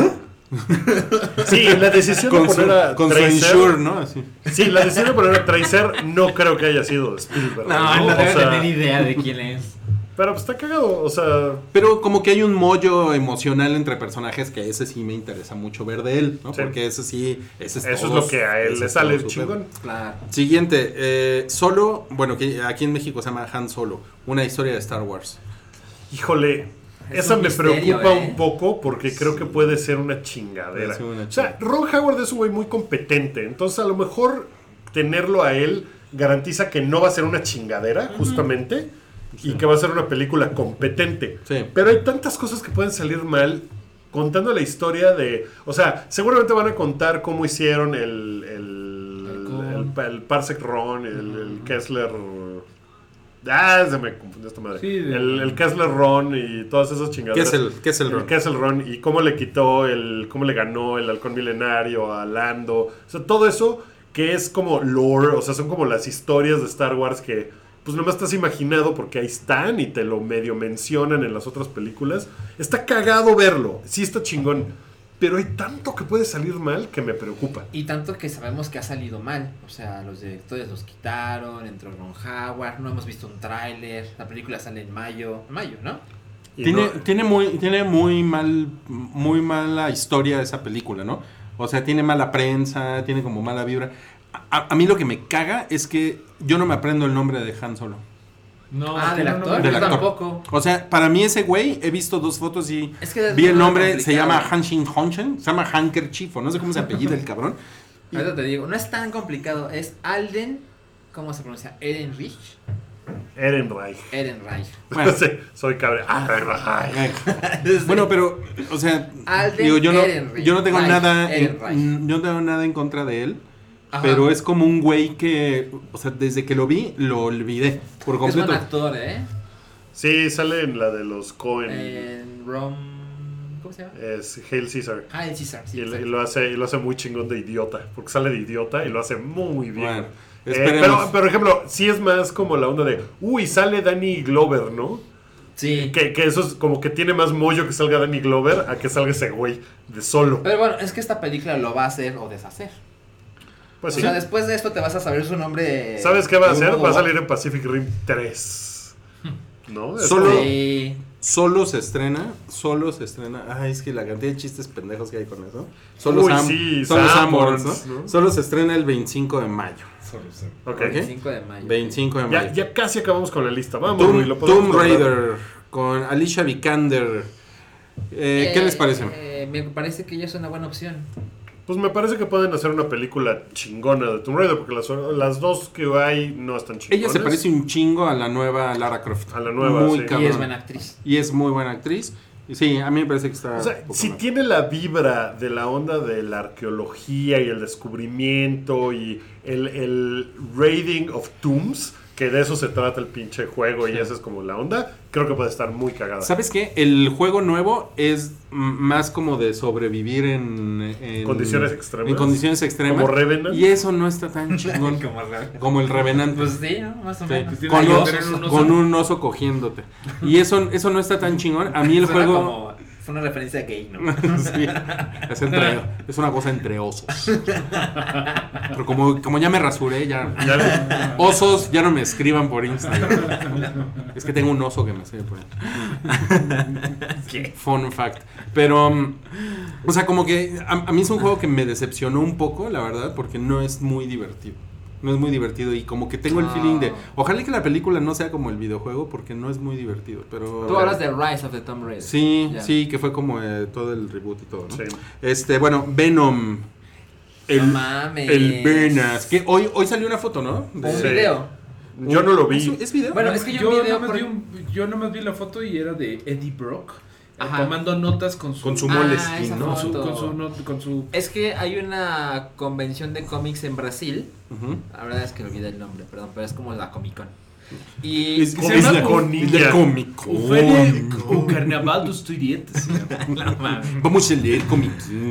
Sí, la decisión con de su, poner a con su Tracer... Ensure, ¿no? Así. Sí, la decisión de poner a Tracer no creo que haya sido de Spielberg. No, no O debe sea, tener idea de quién es. Pero pues está cagado, o sea... Pero como que hay un mollo emocional entre personajes que ese sí me interesa mucho ver de él, ¿no? Sí. Porque ese sí, ese es Eso es todo- lo que a él ese le es sale todo su chingón. pedo. Claro. Siguiente, eh, Solo, bueno, que aquí en México se llama Han Solo, una historia de Star Wars. Híjole, Es esa un me misterio, preocupa ¿eh? un poco porque creo Sí. que puede ser una chingadera. Puede ser una O sea, chingadera. Ron Howard es un güey muy competente, entonces a lo mejor tenerlo a él garantiza que no va a ser una chingadera, justamente, y que va a ser una película competente. Sí. Pero hay tantas cosas que pueden salir mal contando la historia de... O sea, seguramente van a contar cómo hicieron el... El, el, el Parsec Ron, el, el Kessler... Ah, se me confundió esta madre. Sí, de- el, el Kessler Ron y todas esas chingaderas. ¿Qué es el, qué es el El Ron? Kessel Run y cómo le quitó, el cómo le ganó el halcón milenario a Lando. O sea, todo eso que es como lore, o sea, son como las historias de Star Wars que pues nomás estás imaginado porque ahí están y te lo medio mencionan en las otras películas. Está cagado verlo, sí está chingón. pero hay tanto que puede salir mal que me preocupa. Y tanto que sabemos que ha salido mal. O sea, los directores los quitaron, entró Ron Howard, no hemos visto un tráiler. La película sale en mayo. Mayo, ¿no? Y Tiene, no- tiene muy, tiene muy mal, muy mala historia esa película, ¿no? O sea, tiene mala prensa, tiene como mala vibra. A, a mí lo que me caga es que yo no me aprendo el nombre de Han Solo. No, Ah, del no, no, actor. no, Del Yo actor. tampoco. O sea, para mí ese güey, he visto dos fotos y Es que es vi el muy nombre, se complicado. llama Hanshin Honchen, se llama Handkerchief, o no sé cómo se apellida el cabrón. Y- Ahorita te digo, no es tan complicado. Es Alden, ¿cómo se pronuncia? Ehrenreich. Ehrenreich. Ehrenreich. Bueno. Sí, soy cabrón. Ehrenreich. Bueno, pero, o sea, Alden digo, yo no, Ehrenreich. yo no tengo Reich, nada, en, Ehrenreich. mm, yo no tengo nada en contra de él, Ajá. pero es como un güey que, o sea, desde que lo vi, lo olvidé por Es buen completo. actor, ¿eh? Sí, sale en la de los Coen. En Rome... ¿Cómo se llama? Es Hail Caesar. Ah, el César, sí. Y, él- exacto. y lo hace, y lo hace muy chingón de idiota. Porque sale de idiota y lo hace muy bien. Bueno, Eh, esperemos. pero, pero, por ejemplo, sí es más como la onda de, uy, sale Danny Glover, ¿no? Sí. Que, que eso es como que tiene más mollo que salga Danny Glover a que salga ese güey de solo. Pero bueno, es que esta película lo va a hacer o deshacer. Pues O sí. sea, después de esto te vas a saber su nombre. ¿Sabes qué va a de un hacer? modo Va a u salir otro. en Pacific Rim tres. ¿No? Es Solo- como- Sí. Solo se estrena, solo se estrena. Ay, es que la cantidad de chistes pendejos que hay con eso. Solo Uy, Sam- sí, solo Sanborns, Sanborns, ¿no? ¿no? Solo se estrena el veinticinco de mayo. Solo, solo. Ok. Ok. veinticinco de mayo. veinticinco de Ya, mayo. ya casi acabamos con la lista. Vamos, Tomb, Rui, lo podemos Tomb lograr. Raider con Alicia Vikander. Eh, ¿Qué Eh, les parece? eh, me parece que ella es una buena opción. Pues me parece que pueden hacer una película chingona de Tomb Raider, porque las, las dos que hay no están chingonas. Ella se parece un chingo a la nueva Lara Croft. A la nueva, Muy sí. Y cabrón. es buena actriz. Y es muy buena actriz. Y sí, a mí me parece que está... O sea, poca si madre. tiene la vibra de la onda de la arqueología y el descubrimiento y el, el raiding of tombs, que de eso se trata el pinche juego y esa es como la onda, creo que puede estar muy cagada. ¿Sabes qué? El juego nuevo es m- más como de sobrevivir en... en- Condiciones extremas. En condiciones extremas. Como Revenant. Y eso no está tan chingón Como raro. como el Revenant. Pues sí, ¿no? Más o Sí, menos. tiene con, que un, tener un oso. con un oso cogiéndote. Y eso, eso no está tan chingón. A mí el Suena juego... como- fue una referencia gay, ¿no? Sí, es, entre- es una cosa entre osos. Pero como, como ya me rasuré, ya... Ya- Osos, ya no me escriban por Instagram. Es que tengo un oso que me escribe por ahí. Fun fact. Pero, um, o sea, como que a, a mí es un juego que me decepcionó un poco, la verdad, porque no es muy divertido. No es muy divertido y como que tengo el Ah. feeling de... Ojalá que la película no sea como el videojuego porque no es muy divertido, pero... Tú hablas de Rise of the Tomb Raider. Sí, Ya. sí, que fue como eh, todo el reboot y todo, ¿no? Sí. Este, bueno, Venom. El, No mames. el Venas. Que hoy, hoy salió una foto, ¿no? De- Un Sí. video. Yo no lo vi. ¿Es, es video? Bueno, es que yo yo, un video nomás por- vi un- yo nomás vi la foto y era de Eddie Brock eh, Ajá. tomando notas con su Con su Ah, moleskin, esa ¿no? con su, foto. con su, not- con su Es que hay una convención de cómics en Brasil. Ujú. La verdad es que olvidé el nombre, perdón, pero es como la Comic Con. Y Es, se es llama la, con es la ninja. Comic Con. o Feria o Carnaval dos Estudiantes. Vamos a leer Comic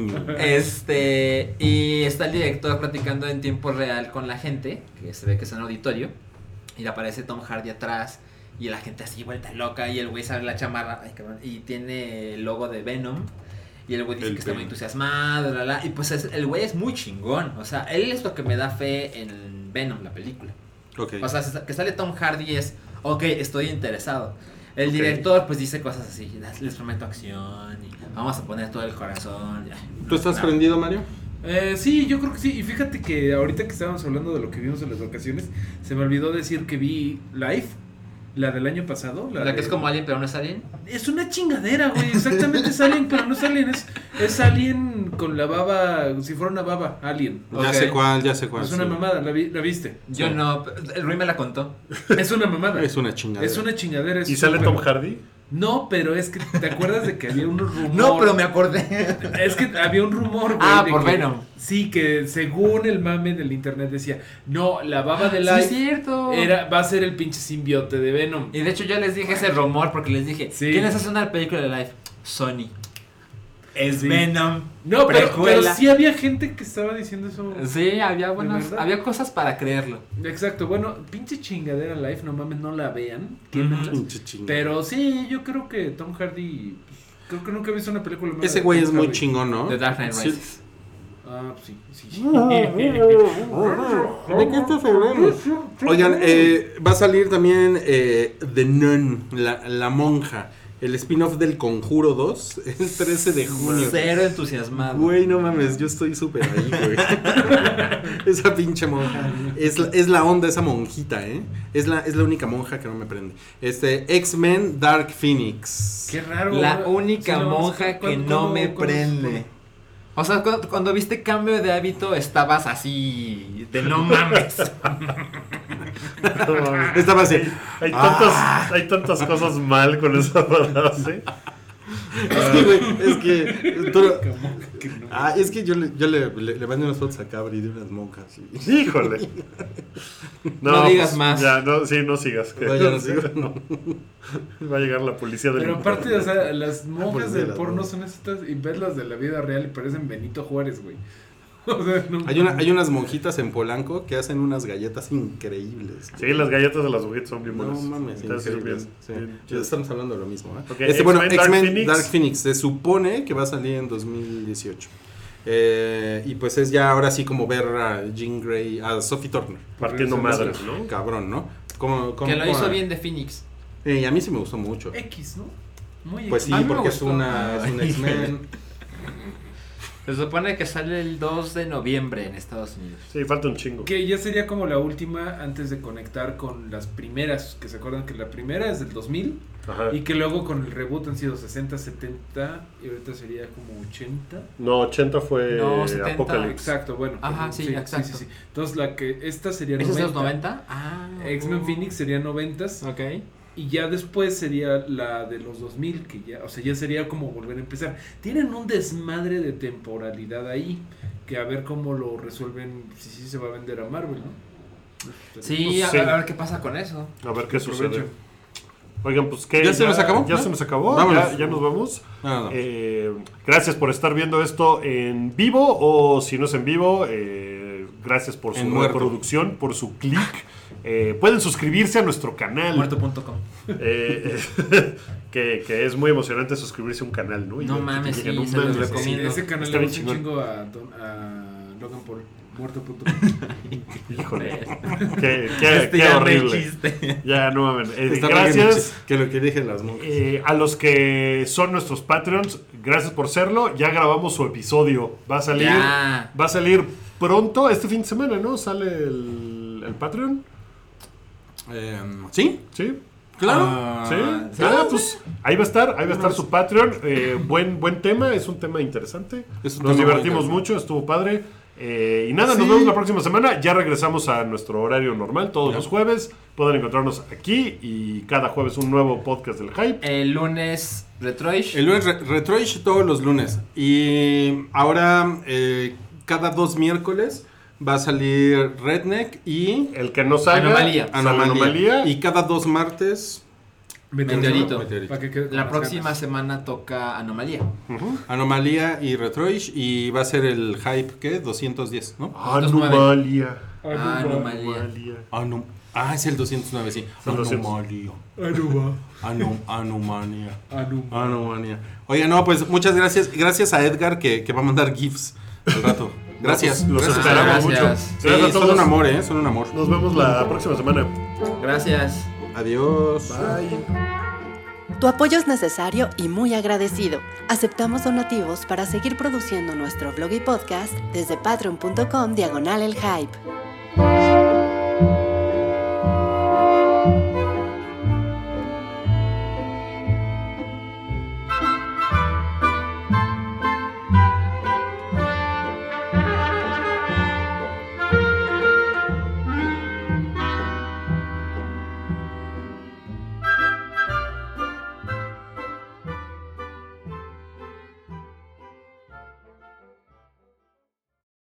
Este, y está el director platicando en tiempo real con la gente, que se ve que es un auditorio, y le aparece Tom Hardy atrás, y la gente así vuelta loca, y el güey sale la chamarra, ay, cabrón, y tiene el logo de Venom, y el güey dice El que está muy Venom. entusiasmado, la, la, y pues es- el güey es muy chingón, o sea, él es lo que me da fe en Venom, la película. Ok. O sea, que sale Tom Hardy es, ok, estoy interesado. El Ok. director pues dice cosas así, les- les prometo acción, y vamos a poner todo el corazón. ya. ¿Tú estás No. prendido, Mario? Eh, sí, yo creo que sí. Y fíjate que ahorita que estábamos hablando de lo que vimos en las vacaciones, se me olvidó decir que vi Live, la del año pasado. La de- que es como Alien, pero no es Alien. Es una chingadera, güey. Exactamente es Alien, pero no es Alien. Es, es Alien con la baba, si fuera una baba, Alien. Ya Ok. sé cuál, ya sé cuál. Es una sí. mamada, ¿la, vi- la viste? Yo no, el Rui me la contó. Es una mamada. Es una chingada. Es una chingadera. es ¿Y sale súper- Tom Hardy? No, pero es que, ¿te acuerdas de que había un rumor? No, pero me acordé. Es que había un rumor, güey. Ah, de por que- Venom. Sí, que según el mame del internet decía, no, la baba de Sí, Live es cierto. era, va a ser el pinche simbiote de Venom. Y de hecho yo les dije ese rumor porque les dije, Sí. ¿quiénes hacen una película de Life? Sony. Es Sí. Venom. No, pero, pero Precuela. sí había gente que estaba diciendo eso. Sí, había buenas, verdad? había cosas para creerlo. Exacto, bueno, pinche chingadera Live, no mames, no la vean. quémenla. Pinche chingada. Pero sí, yo creo que Tom Hardy. Creo que nunca he visto una película mala Ese de güey Tom es muy Hardy. chingón, ¿no? The Dark Knight Sí. Rises. Ah, sí, sí. ¿De qué estás hablando? Oigan, eh, va a salir también eh, The Nun, la, la monja, el spin-off del Conjuro dos, el trece de junio. Cero entusiasmado. Güey, no mames, yo estoy súper ahí, güey. Esa pinche monja. Es la, es la onda esa monjita, ¿eh? Es la, es la única monja que no me prende. Este, X-Men Dark Phoenix. Qué raro. La güey. única Sí, no, monja que ¿cuándo- no cómo- me cómo- prende. O sea, cuando, cuando viste cambio de hábito, estabas así, de no mames. Estaba así. Hay tantas, hay tantas cosas mal con esa frase. Es que, güey, es que. tú lo- ah, es que yo le, yo le, le, le mandé unas fotos a Cabri de unas monjas. y- Híjole. No digas pues, más. Ya, no, sí, no sigas. que- No, ya no sigo. no. Va a llegar la policía del Pero aparte, o sea, las monjas pues, del las porno monjas. son estas y ves las de la vida real y parecen Benito Juárez, güey. O sea, no. Hay, una, hay unas monjitas en Polanco que hacen unas galletas increíbles. Sí, las galletas de las mujeres son bien No buenas. mames, Entonces, sí, increíbles. bien, Sí. bien Ya chidas. estamos hablando de lo mismo, ¿eh? Ok, este, bueno, X-Men Dark X-Men Phoenix. Dark Phoenix se supone que va a salir en dos mil dieciocho. Eh, y pues es ya ahora sí como ver a Jean Grey, a Sophie Turner. Partiendo madres, ¿no? Cabrón, ¿no? Como, como, Que lo como- hizo bien de Phoenix. Eh, y a mí sí me gustó mucho. X, ¿no? Muy Pues X. sí, A mí me porque es gustó. una, es un X-Men. Se supone que sale el dos de noviembre en Estados Unidos. Sí, falta un chingo. Que ya sería como la última antes de conectar con las primeras. Que se acuerdan que la primera es del dos mil. Ajá. Y que luego con el reboot han sido sesenta, setenta. Y ahorita sería como ochenta. No, ochenta fue No, setenta. Apocalypse. Exacto, bueno. Ajá, perdón, sí, exacto. Entonces la que esta sería ¿Ese es de los noventa. noventa? Ah. X-Men oh. Phoenix sería noventas. Ok. Y ya después sería la de los dos mil, que ya, o sea, ya sería como volver a empezar. Tienen un desmadre de temporalidad ahí, que a ver cómo lo resuelven, si sí se va a vender a Marvel, ¿no? Sí, a, Sí. a ver qué pasa con eso. A ver qué sucede. Aprovecho. Oigan, pues ¿qué? ¿Ya se nos acabó? Ya ¿No? se nos acabó. Vámonos. Ya, ya nos vamos. No, no. Eh, gracias por estar viendo esto en vivo o si no es en vivo, eh, gracias por su En muerto. reproducción, por su clic. Eh, pueden suscribirse a nuestro canal. Muerto punto com. Eh, que, que es muy emocionante suscribirse a un canal, ¿no? Y No ver que te mames, llegan, sí, no se los mames, recomiendo. Ese canal Está le bien gusta un chingón. chingo a, Don- a Logan Paul, muerto punto com. Híjole, qué, qué, Este qué ya no horrible. existe. Ya, no mames. Eh, Está gracias. bien, que lo que dije las monjas. Eh, a los que son nuestros Patreons, gracias por serlo. Ya grabamos su episodio. Va a salir. Ya. Va a salir pronto, este fin de semana, ¿no? Sale el, el Patreon. Eh, ¿Sí? ¿Sí? Claro. Ah, ¿Sí? sí. Ah, pues ahí va a estar, ahí va a estar su Patreon. Eh, buen, buen tema, es un tema interesante. Es un Nos tema muy divertimos interesante. mucho, estuvo padre. Eh, y nada, Sí. nos vemos la próxima semana. Ya regresamos a nuestro horario normal todos Ya. los jueves. Pueden encontrarnos aquí y cada jueves un nuevo podcast del Hype. El lunes, Retroish. El lunes, re- Retroish todos los lunes. Y ahora, eh, cada dos miércoles va a salir Redneck y El que no salga, Anomalía. sale Anomalía. Anomalía. Y cada dos martes, Meteorito. Para que quede con La las próxima ganas. semana toca Anomalía. Ujú. Anomalía y Retroish. Y va a ser el Hype, ¿qué? doscientos diez, ¿no? Anomalía. Ah, Anomalía. Anomalía. Anum- ah, es el doscientos nueve, sí. Son doscientos. Anomalía. Anuba, Anum- Anomalía. Anuba. Anomalía. Oiga, no, pues muchas gracias. Gracias a Edgar que, que va a mandar GIFs al rato. Gracias. Los gracias. esperamos Gracias. mucho. Sí, Gracias a son todos. un amor, ¿eh? Son un amor. Nos vemos la próxima semana. Gracias. Adiós. Bye. Tu apoyo es necesario y muy agradecido. Aceptamos donativos para seguir produciendo nuestro blog y podcast desde patreon punto com diagonal el hype.